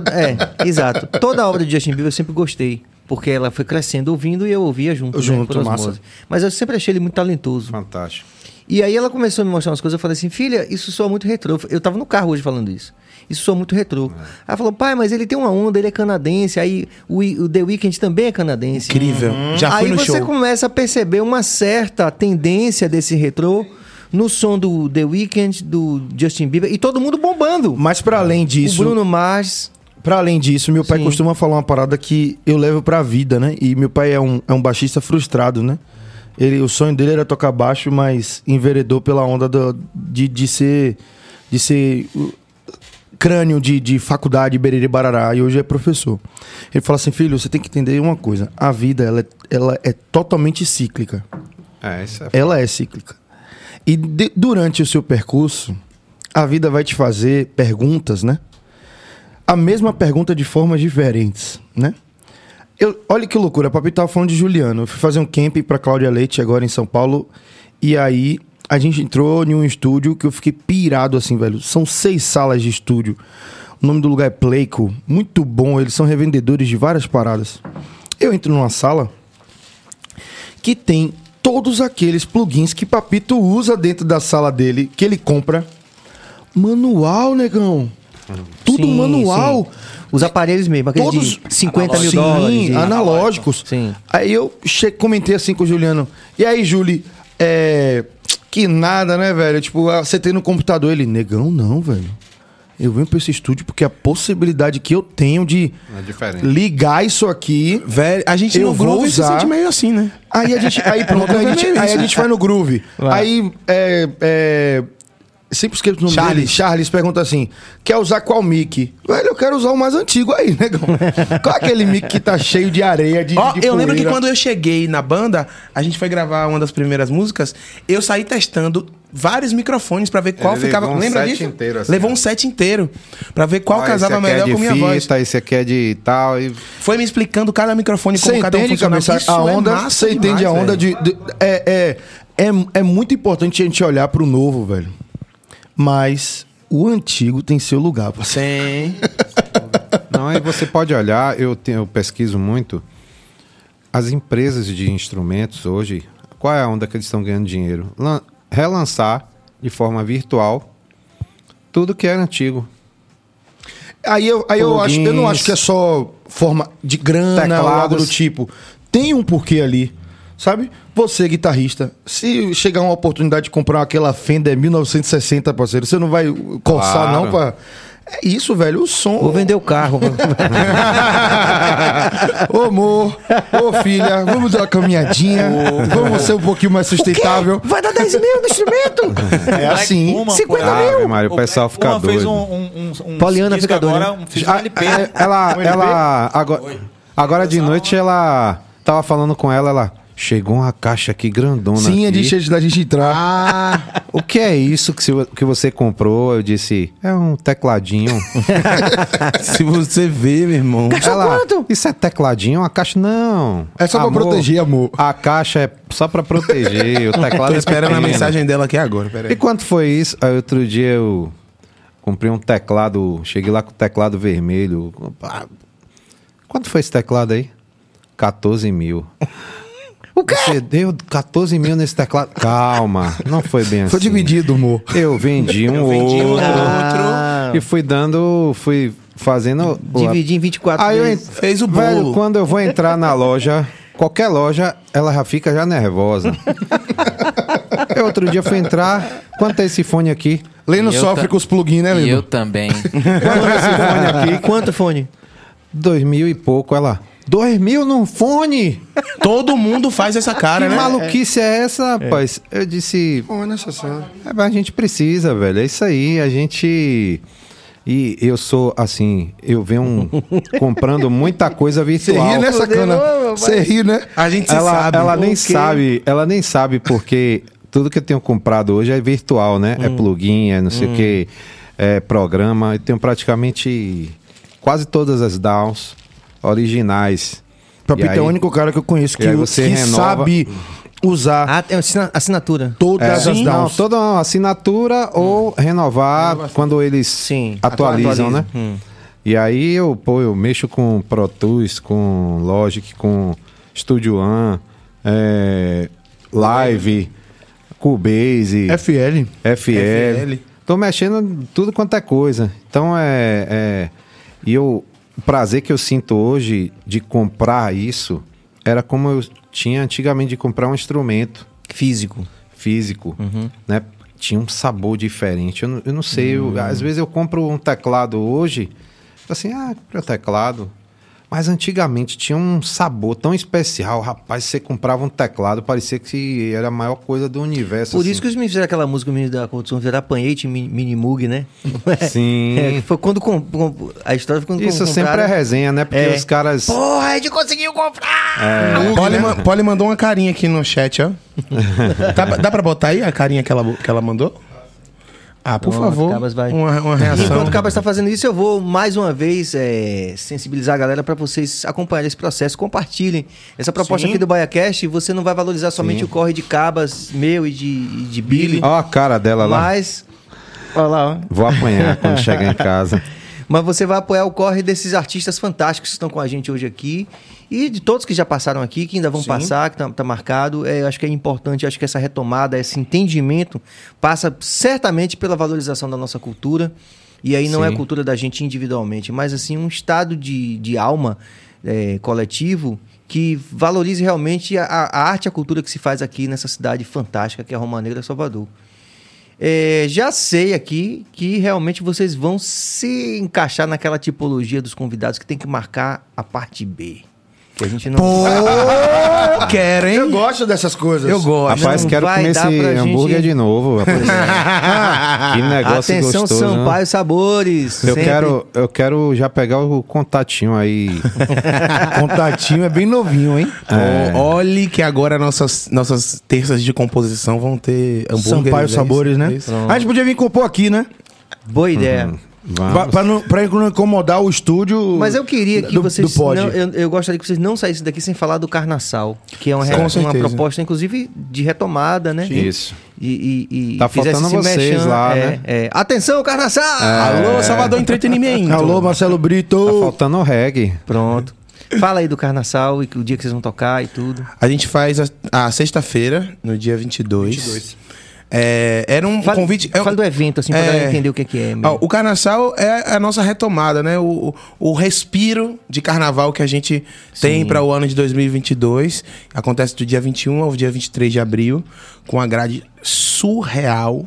Exato. Toda a obra de Justin Bieber eu sempre gostei. Porque ela foi crescendo ouvindo e eu ouvia junto. Por massa. osmose. Mas eu sempre achei ele muito talentoso. Fantástico. E aí ela começou a me mostrar umas coisas. Eu falei assim, filha, isso soa muito retrô. Eu tava no carro hoje falando isso. Isso soa muito retrô. Ela falou, pai, mas ele tem uma onda, ele é canadense. Aí o The Weeknd também é canadense. Incrível. Já fui aí no você show. começa a perceber uma certa tendência desse retrô no som do The Weeknd, do Justin Bieber. E todo mundo bombando. Mas para além disso... O Bruno Mars... Pra além disso, meu pai Sim. costuma falar uma parada que eu levo pra vida, né? E meu pai é um baixista frustrado, né? O sonho dele era tocar baixo, mas enveredou pela onda de ser crânio de faculdade, bererê barará, e hoje é professor. Ele fala assim, filho, você tem que entender uma coisa. A vida, ela é totalmente cíclica. Isso é Ela é cíclica. E durante o seu percurso, a vida vai te fazer perguntas, né? A mesma pergunta de formas diferentes, né? Olha que loucura, a Papi tava falando de Juliano. Eu fui fazer um camping pra Cláudia Leite agora em São Paulo. E aí a gente entrou em um estúdio que eu fiquei pirado assim, velho. São 6 salas de estúdio. O nome do lugar é Playco. Muito bom, eles são revendedores de várias paradas. Eu entro numa sala que tem todos aqueles plugins que Papito usa dentro da sala dele, que ele compra. Manual, negão. Tudo Sim, manual. sim. Os aparelhos mesmo, aqueles Todos de 50 mil sim, dólares. analógicos. Sim. Aí eu comentei assim com o Juliano. E aí, Juli, que nada, né, velho? Tipo, você tem no computador. Ele, negão, não, velho. Eu venho pra esse estúdio porque a possibilidade que eu tenho de ligar isso aqui... Velho, a gente eu no vou Groove se usar. sente meio assim, né? Aí pronto, a gente vai no Groove. Vai. Aí, sempre esqueço o nome dele. Charles pergunta assim, quer usar qual mic? Velho, eu quero usar o mais antigo aí, negão. Qual é aquele mic que tá cheio de areia, de Eu lembro que poeira? quando eu cheguei na banda, a gente foi gravar uma das primeiras músicas, eu saí testando vários microfones pra ver qual Ele ficava... levou um Lembra set disso? inteiro, assim, Levou né? um set inteiro pra ver qual casava esse aqui melhor é com de minha voz. fita, esse aqui é de tal. E... Foi me explicando cada microfone, como Você cada um entende, funcionava. cabeça? Isso A onda, é massa você entende demais, a onda velho. é muito importante a gente olhar pro novo, velho. Mas o antigo tem seu lugar, parceiro. Sim. Não, aí você pode olhar, eu pesquiso muito. As empresas de instrumentos hoje, qual é a onda que eles estão ganhando dinheiro? Relançar de forma virtual tudo que era antigo. Aí eu não acho que é só forma de grana ou algo Teclados. do tipo. Tem um porquê ali, sabe? Você, guitarrista, se chegar uma oportunidade de comprar aquela Fender 1960, parceiro, você não vai coçar, Claro. não, pra... É isso, velho, o som... Vou vender o carro. Ô, amor, ô, filha, vamos dar uma caminhadinha, vamos ser um pouquinho mais sustentável. Vai dar 10 mil no instrumento? É assim. Uma, 50 pô, mil. Ave Maria, o pessoal fica uma fez doido. um Poliana disco fica doida, agora, fez um LP. Ela agora de noite ela tava falando com ela, chegou uma caixa aqui grandona. Sim, aqui. da gente entrar. Ah, o que é isso que você comprou? Eu disse, é um tecladinho. Se você vê, meu irmão. Ela, isso é tecladinho? Uma caixa? Não. É só pra proteger, amor. A caixa é só pra proteger. O teclado Tô é esperando a pequeno. mensagem dela aqui agora, E peraí. quanto foi isso? Aí outro dia eu comprei um teclado, cheguei lá com o teclado vermelho. Ah, quanto foi esse teclado aí? 14 mil. O quê? Você deu 14 mil nesse teclado? Calma, não foi bem assim. Foi dividido, amor. Eu vendi um outro e fui fazendo... Dividir em 24 Aí eu vezes. Fez o bolo. Velho, quando eu vou entrar na loja, qualquer loja, ela já fica já nervosa. Eu outro dia fui entrar, quanto é esse fone aqui? Leno E eu sofre ta- com os plugins, né, E eu Leno? também. Quanto é esse fone aqui? Quanto fone? 2.000 e pouco, ela. 2.000 num fone? Todo mundo faz essa cara, Que né? maluquice é essa, rapaz? Eu disse, Não é necessário. a gente precisa, velho. É isso aí, a gente... E eu sou assim, eu venho comprando muita coisa Você virtual. ri, né, sacana? Você ri, né? A gente se Ela, sabe. ela nem O quê? sabe, ela nem sabe porque tudo que eu tenho comprado hoje é virtual, né? É plugin, é não sei o que, é programa. Eu tenho praticamente quase todas as DAWs originais. Papito E aí- é o único cara que eu conheço e aí você que renova- sabe usar Ah, tem assinatura. todas as Não, DAWs. toda uma assinatura ou renovar quando eles Sim, atualizam, né? atualiza. E aí eu mexo com Pro Tools, com Logic, com Studio One, Live, Cubase, FL. FL. Tô mexendo em tudo quanto é coisa. Então e o prazer que eu sinto hoje de comprar isso era como eu tinha antigamente de comprar um instrumento Físico. físico, né? Tinha um sabor diferente. Eu não sei, às vezes eu compro um teclado hoje, assim, comprei um teclado. Mas antigamente tinha um sabor tão especial. Rapaz, você comprava um teclado, parecia que era a maior coisa do universo. Por assim. isso que os meninos fizeram aquela música, o menino da Condição, fizeram Apanhei-te Minimug, né? Sim. Foi quando a história foi quando Isso sempre é compraram. resenha, né? Porque os caras... Porra, a gente conseguiu comprar! Polly mandou uma carinha aqui no chat, ó. Dá pra botar aí a carinha que ela mandou? Ah, por Pronto, favor. Cabas vai. Uma reação. Enquanto o Cabas está fazendo isso, eu vou mais uma vez sensibilizar a galera para vocês acompanharem esse processo, compartilhem essa proposta Sim. aqui do BaiaCast. Você não vai valorizar somente o corre de Cabas, meu e de Billy, Ó a cara dela lá. mas... Olha lá, ó. Vou apanhar quando chegar em casa. Mas você vai apoiar o corre desses artistas fantásticos que estão com a gente hoje aqui e de todos que já passaram aqui, que ainda vão passar, que tá marcado. Eu acho que é importante, acho que essa retomada, esse entendimento passa certamente pela valorização da nossa cultura. E aí não é a Sim. cultura da gente individualmente, mas assim um estado de alma coletivo que valorize realmente a arte e a cultura que se faz aqui nessa cidade fantástica que é a Roma Negra, Salvador. Já sei aqui que realmente vocês vão se encaixar naquela tipologia dos convidados que tem que marcar a parte B. Que a gente não... Querem? Eu gosto dessas coisas. Eu gosto. Rapaz, Não quero vai comer esse dar pra hambúrguer gente- de novo. Rapaz. Que negócio Atenção, gostoso. né? Sampaio Sabores. Eu sempre. quero já pegar o contatinho aí. Contatinho é bem novinho, hein? Olhe que agora nossas terças de composição vão ter hambúrgueres. Sampaio Sabores, né? Isso. A gente podia vir compor aqui, né? Boa ideia. Vamos. Pra não incomodar o estúdio. Mas eu queria que do vocês... pod. não, eu gostaria que vocês não saíssem daqui sem falar do Carnaçal, que é uma Com certeza. proposta, inclusive, de retomada, né? Isso. E Tá fizesse faltando esse vocês merchan, lá, né? Atenção, Carnaçal! Alô, Salvador Entretenimento. Alô, Marcelo Brito. Tá faltando o reggae. Pronto. Fala aí do Carnaçal e o dia que vocês vão tocar e tudo. A gente faz a sexta-feira, no dia 22. Era um convite... Fala do evento, assim, pra galera entender o que é. Ó, o Carnaval é a nossa retomada, né? O respiro de carnaval que a gente tem para o ano de 2022. Acontece do dia 21 ao dia 23 de abril, com a grade surreal.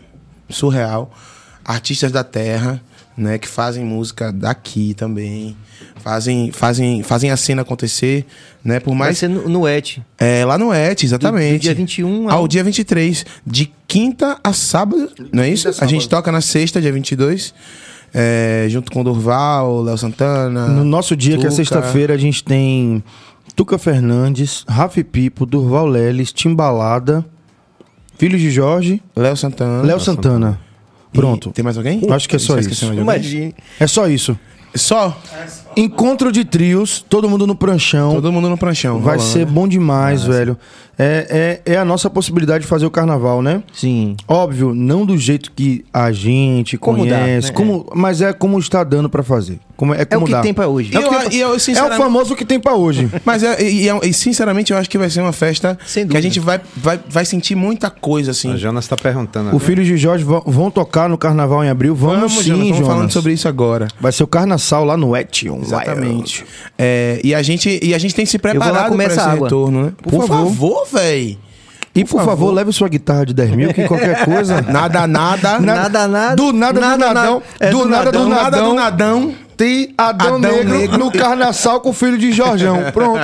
Artistas da terra, né? Que fazem música daqui também. Fazem a cena acontecer, né? Por Vai mais... ser no ET. Lá no ET, exatamente. Do dia 21 ao dia 23. De quinta a sábado, não é isso? A gente toca na sexta, dia 22. Junto com o Durval, Léo Santana. No nosso dia, que é Tuca. sexta-feira, a gente tem Tuca Fernandes, Rafi Pipo, Durval Leles, Timbalada, Filhos de Jorge, Léo Santana. Léo Santana. Pronto. E tem mais alguém? Acho que é só Você esqueceu isso. mais de alguém? Imagine. É só isso. Só? Encontro de trios, todo mundo no pranchão. Todo mundo no pranchão. Vai rolando, ser né? bom demais, velho. É a nossa possibilidade de fazer o carnaval, né? Sim. Óbvio, não do jeito que a gente Como dá, conhece, né? Mas é como está dando pra fazer. É o como que dá. tem pra hoje. E eu, É o sinceramente, famoso que tem pra hoje. Mas sinceramente eu acho que vai ser uma festa Sem que a dúvida. gente vai sentir muita coisa assim. A Jonas tá perguntando. O Filhos de Jorge vão tocar no carnaval em abril? Vamos sim, Jonas, Jonas. estamos falando sobre isso agora. Vai ser o Carnaçal lá no Etion. Exatamente. E a gente tem se Eu vou lá preparado comer para essa esse água. retorno, né? Por favor, velho. E por favor, leve sua guitarra de 10 mil, que qualquer coisa... Nada. Nada. Do nada do nadão. É Do nada do nadão. nadão. Tem Adão Adão Negro Negro. no Carnaçal com o filho de Jorjão. Pronto.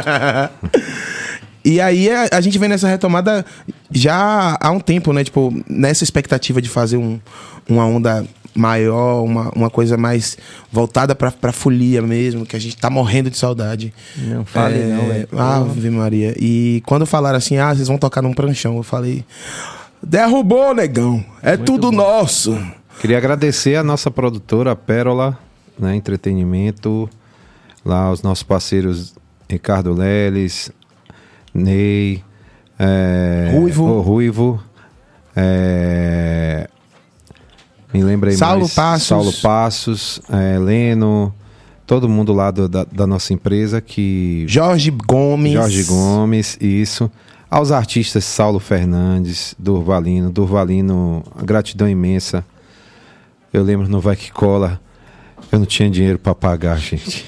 E aí a gente vem nessa retomada já há um tempo, né? Tipo, nessa expectativa de fazer uma onda maior, uma coisa mais voltada pra folia mesmo, que a gente tá morrendo de saudade. Não fale não, velho. Ave Maria. E quando falaram assim, vocês vão tocar num pranchão, eu falei, derrubou, negão. É tudo nosso. Queria agradecer a nossa produtora, a Pérola, né, Entretenimento, lá os nossos parceiros Ricardo Leles, Ney, Ruivo. o Ruivo, me lembrei Saulo mais. Passos. Saulo Passos, Leno, todo mundo lá da nossa empresa que... Jorge Gomes, isso. Aos artistas Saulo Fernandes, Durvalino, gratidão imensa. Eu lembro no Vai Que Cola, eu não tinha dinheiro pra pagar, gente.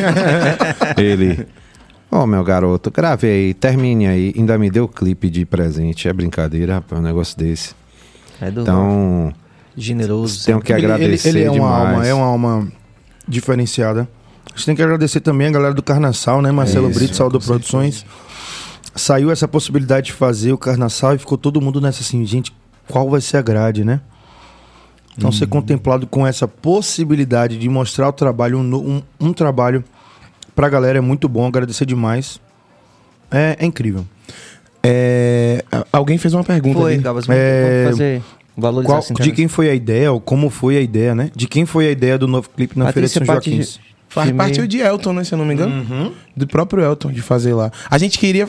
Ele, meu garoto, grave aí, termine aí. Ainda me deu clipe de presente. É brincadeira, rapaz, um negócio desse. É do Então, generoso. tenho que agradecer Ele é uma demais. alma, diferenciada. A gente tem que agradecer também a galera do Carnaçal, né? Marcelo Isso, Brito, Saúde Produções. Saiu essa possibilidade de fazer o Carnaçal e ficou todo mundo nessa assim, gente, qual vai ser a grade, né? Então ser contemplado com essa possibilidade de mostrar o trabalho, um trabalho pra galera é muito bom, agradecer demais. É incrível. Alguém fez uma pergunta Foi, ali. Gabas, vamos fazer valorizar essa De internet. quem foi a ideia, ou como foi a ideia, né? De quem foi a ideia do novo clipe na Feira de São Joaquim? Faz parte de Elton, né? Se eu não me engano. Do próprio Elton, de fazer lá. A gente queria...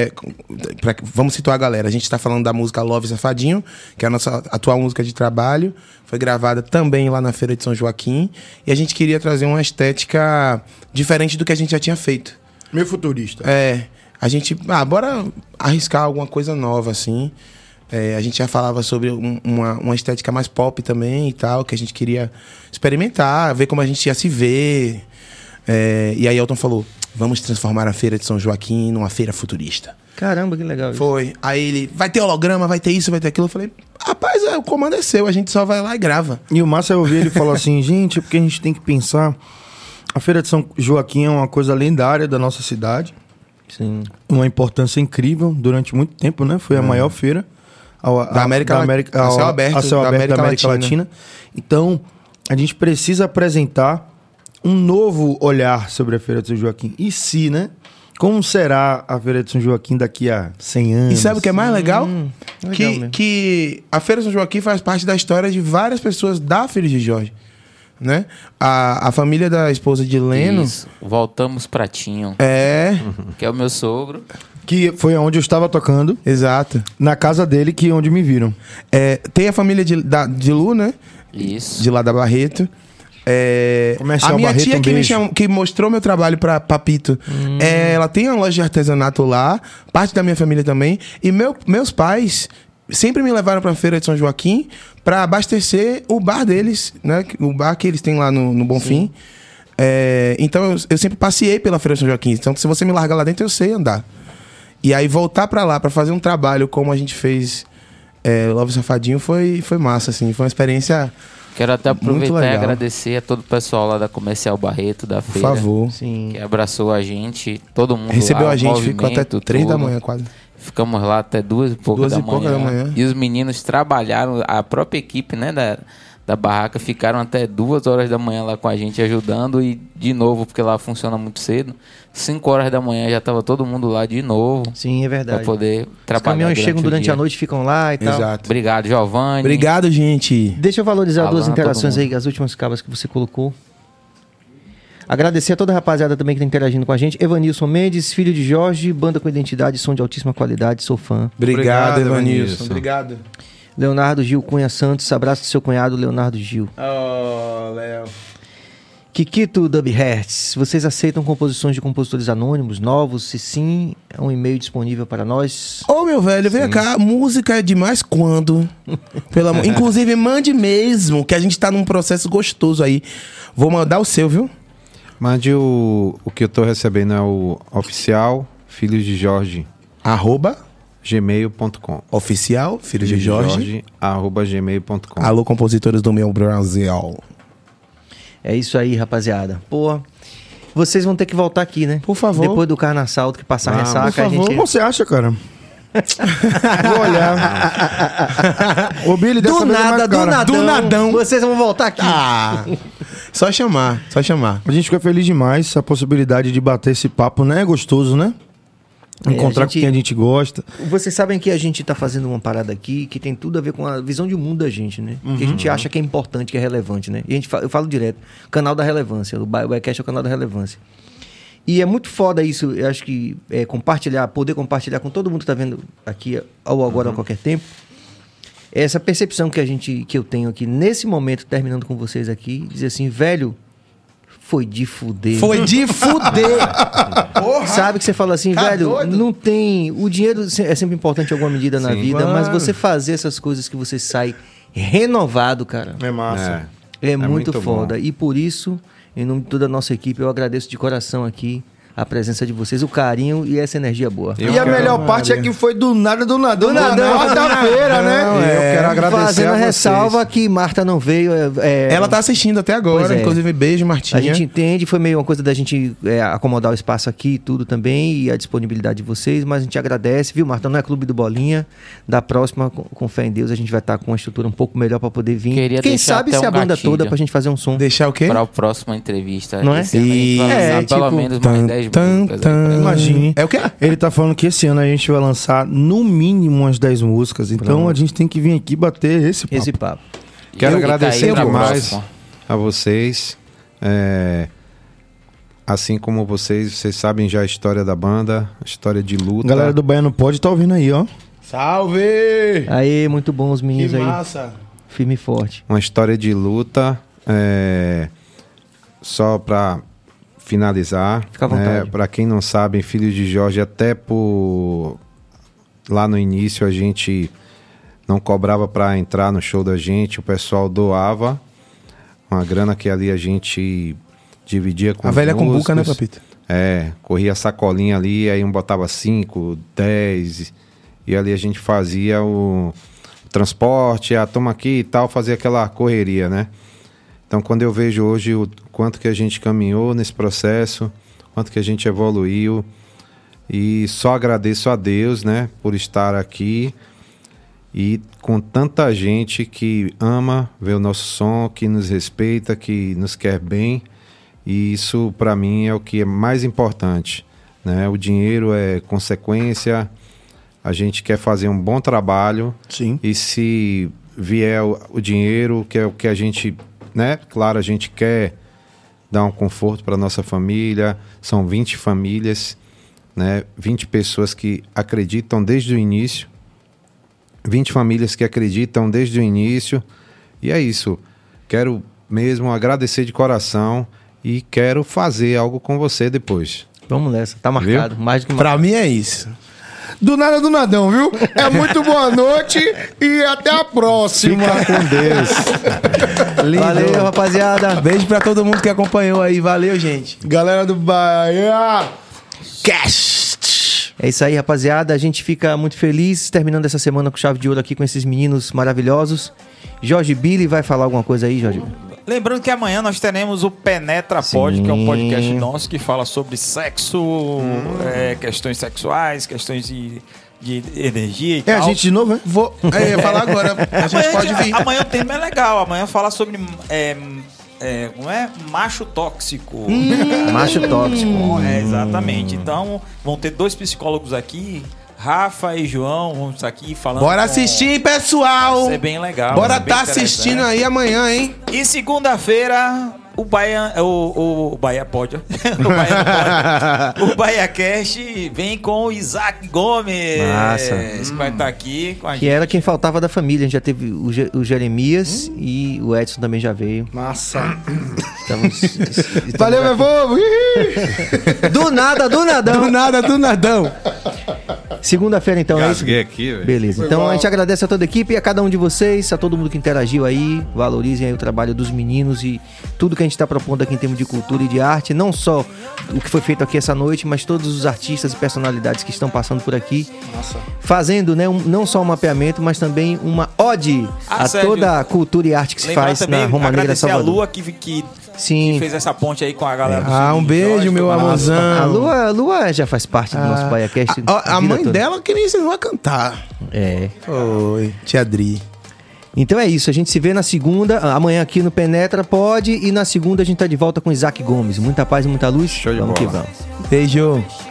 vamos situar a galera. A gente tá falando da música Love Safadinho, que é a nossa atual música de trabalho. Foi gravada também lá na Feira de São Joaquim. E a gente queria trazer uma estética diferente do que a gente já tinha feito. Meio futurista. A gente... bora arriscar alguma coisa nova, assim. A gente já falava sobre uma estética mais pop também e tal, que a gente queria experimentar, ver como a gente ia se ver. E aí Elton falou, vamos transformar a Feira de São Joaquim numa feira futurista. Caramba, que legal. Foi. Aí ele, vai ter holograma, vai ter isso, vai ter aquilo. Eu falei, rapaz, o comando é seu, a gente só vai lá e grava. E o Massa, eu ouvi ele falar assim, gente, é porque a gente tem que pensar... A Feira de São Joaquim é uma coisa lendária da nossa cidade. Sim. Uma importância incrível durante muito tempo, né? Foi a maior feira Da América Latina. a céu aberto da da América Latina. Então, a gente precisa apresentar um novo olhar sobre a Feira de São Joaquim. E se, né? Como será a Feira de São Joaquim daqui a 100 anos? E sabe o que é mais legal? legal mesmo. Que a Feira de São Joaquim faz parte da história de várias pessoas da Feira de Jorge. Né? A família da esposa de Leno... Isso. Voltamos Pratinho, que é o meu sogro. Que foi onde eu estava tocando, Exato. na casa dele, que onde me viram. Tem a família de Lu, né? Isso. De lá da Barreto. Comercial A minha Barreto, tia um que, beijo. que mostrou meu trabalho pra Papito, ela tem uma loja de artesanato lá, parte da minha família também. E meus pais sempre me levaram pra Feira de São Joaquim pra abastecer o bar deles, né? O bar que eles têm lá no Bonfim. Então eu sempre passei pela Feira de São Joaquim. Então se você me largar lá dentro, eu sei andar. E aí voltar pra lá pra fazer um trabalho como a gente fez Love Safadinho foi massa, assim. Foi uma experiência... Quero até Muito aproveitar e legal. agradecer a todo o pessoal lá da Comercial Barreto, da Por feira. favor. Sim. Que abraçou a gente, todo mundo Recebeu lá, a o gente, ficou até movimento, 3 da tudo. manhã quase. Ficamos lá até 2 e pouca, 2 da, e pouca da manhã. E os meninos trabalharam, a própria equipe, né, da barraca ficaram até 2 horas da manhã lá com a gente ajudando e de novo, porque lá funciona muito cedo, 5 horas da manhã já estava todo mundo lá de novo. Sim, é verdade. Para poder Os trabalhar. caminhões chegam durante dia. a noite, ficam lá e tal. Exato. Obrigado, Giovanni. Obrigado, gente. Deixa eu valorizar Alan, duas todo interações mundo. aí, as últimas cabas que você colocou. Agradecer a toda a rapaziada também que está interagindo com a gente. Evanilson Mendes, filho de Jorge, banda com identidade, som de altíssima qualidade, sou fã. Obrigado, Obrigado, Evanilson. Evanilson. Obrigado. Leonardo Gil Cunha Santos, abraço do seu cunhado, Leonardo Gil. Oh, Léo. Kikito Dubhertz, vocês aceitam composições de compositores anônimos, novos? Se sim, é um e-mail disponível para nós. Ô, meu velho, vem cá. Música é demais quando? Inclusive, mande mesmo, que a gente tá num processo gostoso aí. Vou mandar o seu, viu? Mande o que eu tô recebendo é o oficial filhos de Jorge Arroba gmail.com. oficial, filho de Jorge. arroba gmail.com. Alô, compositores do meu Brasil. É isso aí, rapaziada. Pô, vocês vão ter que voltar aqui, né? Por favor. Depois do Carnaçal, que passar Vamos, ressaca, Por favor, a gente... como você acha, cara? Vou olhar. Ô, Billy, dessa Do vez é mais nada, do cara. nadão, Do nadão. vocês vão voltar aqui. Ah, só chamar, só chamar. A gente fica feliz demais a possibilidade de bater esse papo, né? É gostoso, né? Encontrar a gente- com quem a gente gosta. Vocês sabem que a gente tá fazendo uma parada aqui que tem tudo a ver com a visão de mundo da gente, né? Que a gente acha que é importante, que é relevante, né? E eu falo direto, canal da relevância. O Biocast é o canal da relevância. E é muito foda isso, eu acho que poder compartilhar com todo mundo que tá vendo aqui, ou agora, a qualquer tempo. Essa percepção que eu tenho aqui, nesse momento, terminando com vocês aqui, dizer assim, velho, foi de fuder. Foi de fuder. Porra. Sabe que você fala assim, Tá velho, doido? não tem... O dinheiro é sempre importante em alguma medida na Sim, vida, claro. mas você fazer essas coisas que você sai renovado, cara, É massa. é muito muito foda. bom. E por isso, em nome de toda a nossa equipe, eu agradeço de coração aqui a presença de vocês, o carinho e essa energia boa. Eu E a quero- melhor parte é que foi do nada, do nada. Do nada, quarta-feira, né? Eu quero agradecer Fazendo a a vocês. ressalva que Marta não veio. Ela tá assistindo até agora, Pois é. inclusive beijo, Martinha. A gente entende, foi meio uma coisa da gente acomodar o espaço aqui e tudo também, e a disponibilidade de vocês, mas a gente agradece, viu, Marta? Não é Clube do Bolinha. Da próxima, com fé em Deus, a gente vai estar com uma estrutura um pouco melhor para poder vir. Queria Quem deixar sabe até se um a banda gatilho. toda pra gente fazer um som. Deixar o quê? Para a próxima entrevista. Não é? Esse ano a gente vai lançar É, pelo tipo, menos mais 10 músicas. aí pra Imagine. É o quê? Ele tá falando que esse ano a gente vai lançar no mínimo umas 10 músicas. Então a gente tem que vir aqui bater esse papo. Esse papo. Quero Eu- agradecer Itaí, demais próximo. a vocês. Assim como vocês sabem já a história da banda, a história de luta. A galera do Baiano Pode tá ouvindo aí, ó. Salve! Aê, muito bom os Que meninos aí. massa. Firme e forte. Uma história de luta. Só para finalizar, Fica à vontade. para quem não sabe, Filhos de Jorge, até por lá no início a gente não cobrava para entrar no show da gente, o pessoal doava uma grana que ali a gente dividia com A os velha cumbuca, né, músicos. Papito? Corria a sacolinha ali, aí um botava 5, 10, e ali a gente fazia o transporte, toma aqui e tal, fazia aquela correria, né? Então, quando eu vejo hoje o quanto que a gente caminhou nesse processo, quanto que a gente evoluiu, e só agradeço a Deus, né, por estar aqui e com tanta gente que ama ver o nosso som, que nos respeita, que nos quer bem, e isso para mim é o que é mais importante, né? O dinheiro é consequência, a gente quer fazer um bom trabalho. Sim. E se vier o dinheiro, que é o que a gente, né? Claro, a gente quer dar um conforto para nossa família. São 20 famílias, né? 20 pessoas que acreditam desde o início. 20 famílias que acreditam desde o início. E é isso. Quero mesmo agradecer de coração e quero fazer algo com você depois. Vamos nessa, tá marcado. Mais do que Pra mim é isso. Do nada, do nadão, viu? É muito boa noite e até a próxima. Fica com Deus. Valeu, rapaziada. Beijo pra todo mundo que acompanhou aí. Valeu, gente. Galera do Bahia. Cast. É isso aí, rapaziada. A gente fica muito feliz terminando essa semana com chave de ouro aqui com esses meninos maravilhosos. Jorge Billy vai falar alguma coisa aí, Jorge? Lembrando que amanhã nós teremos o Penetra Pod, que é um podcast nosso que fala sobre sexo, questões sexuais, questões de de energia e É tal. a gente de novo, né? Eu ia falar agora. A gente pode vir. Amanhã o tema é legal. Amanhã fala sobre como é? Macho tóxico. Macho tóxico. Exatamente. Então, vão ter 2 psicólogos aqui, Rafa e João, vão estar aqui falando. Bora assistir, pessoal. Vai ser bem legal. Bora bem tá assistindo interessante. aí amanhã, hein? E segunda-feira, o Bahia pode. O Bahia Cast vem com o Isaac Gomes. Massa. Que vai estar aqui com a Que gente. era quem faltava da família. A gente já teve o Jeremias e o Edson também já veio. Massa. Estamos Valeu, meu povo! Do nada, do nadão. Do nada, do nadão. Segunda-feira, então, é isso? Gasguei aqui, velho. Beleza. Então a gente agradece a toda a equipe e a cada um de vocês, a todo mundo que interagiu aí. Valorizem aí o trabalho dos meninos e tudo que a gente está propondo aqui em termos de cultura e de arte. Não só o que foi feito aqui essa noite, mas todos os artistas e personalidades que estão passando por aqui. Nossa. Fazendo, né, não só um mapeamento, mas também uma ode a Sérgio, toda a cultura e arte que se Lembrar faz também, na Roma Negra agradecer a Salvador. Lua que Sim. fez essa ponte aí com a galera do Ah, um Sul, beijo, Jorge, meu Tomás. amorzão. A Lua já faz parte do nosso BaiaCast. A vida mãe toda. dela queria ensinar a cantar. É. Oi, tia Adri. Então é isso, a gente se vê na segunda, amanhã aqui no Penetra Pode, e na segunda a gente tá de volta com Isaac Gomes. Muita paz e muita luz. Show de vamos bola. que vamos. Beijo.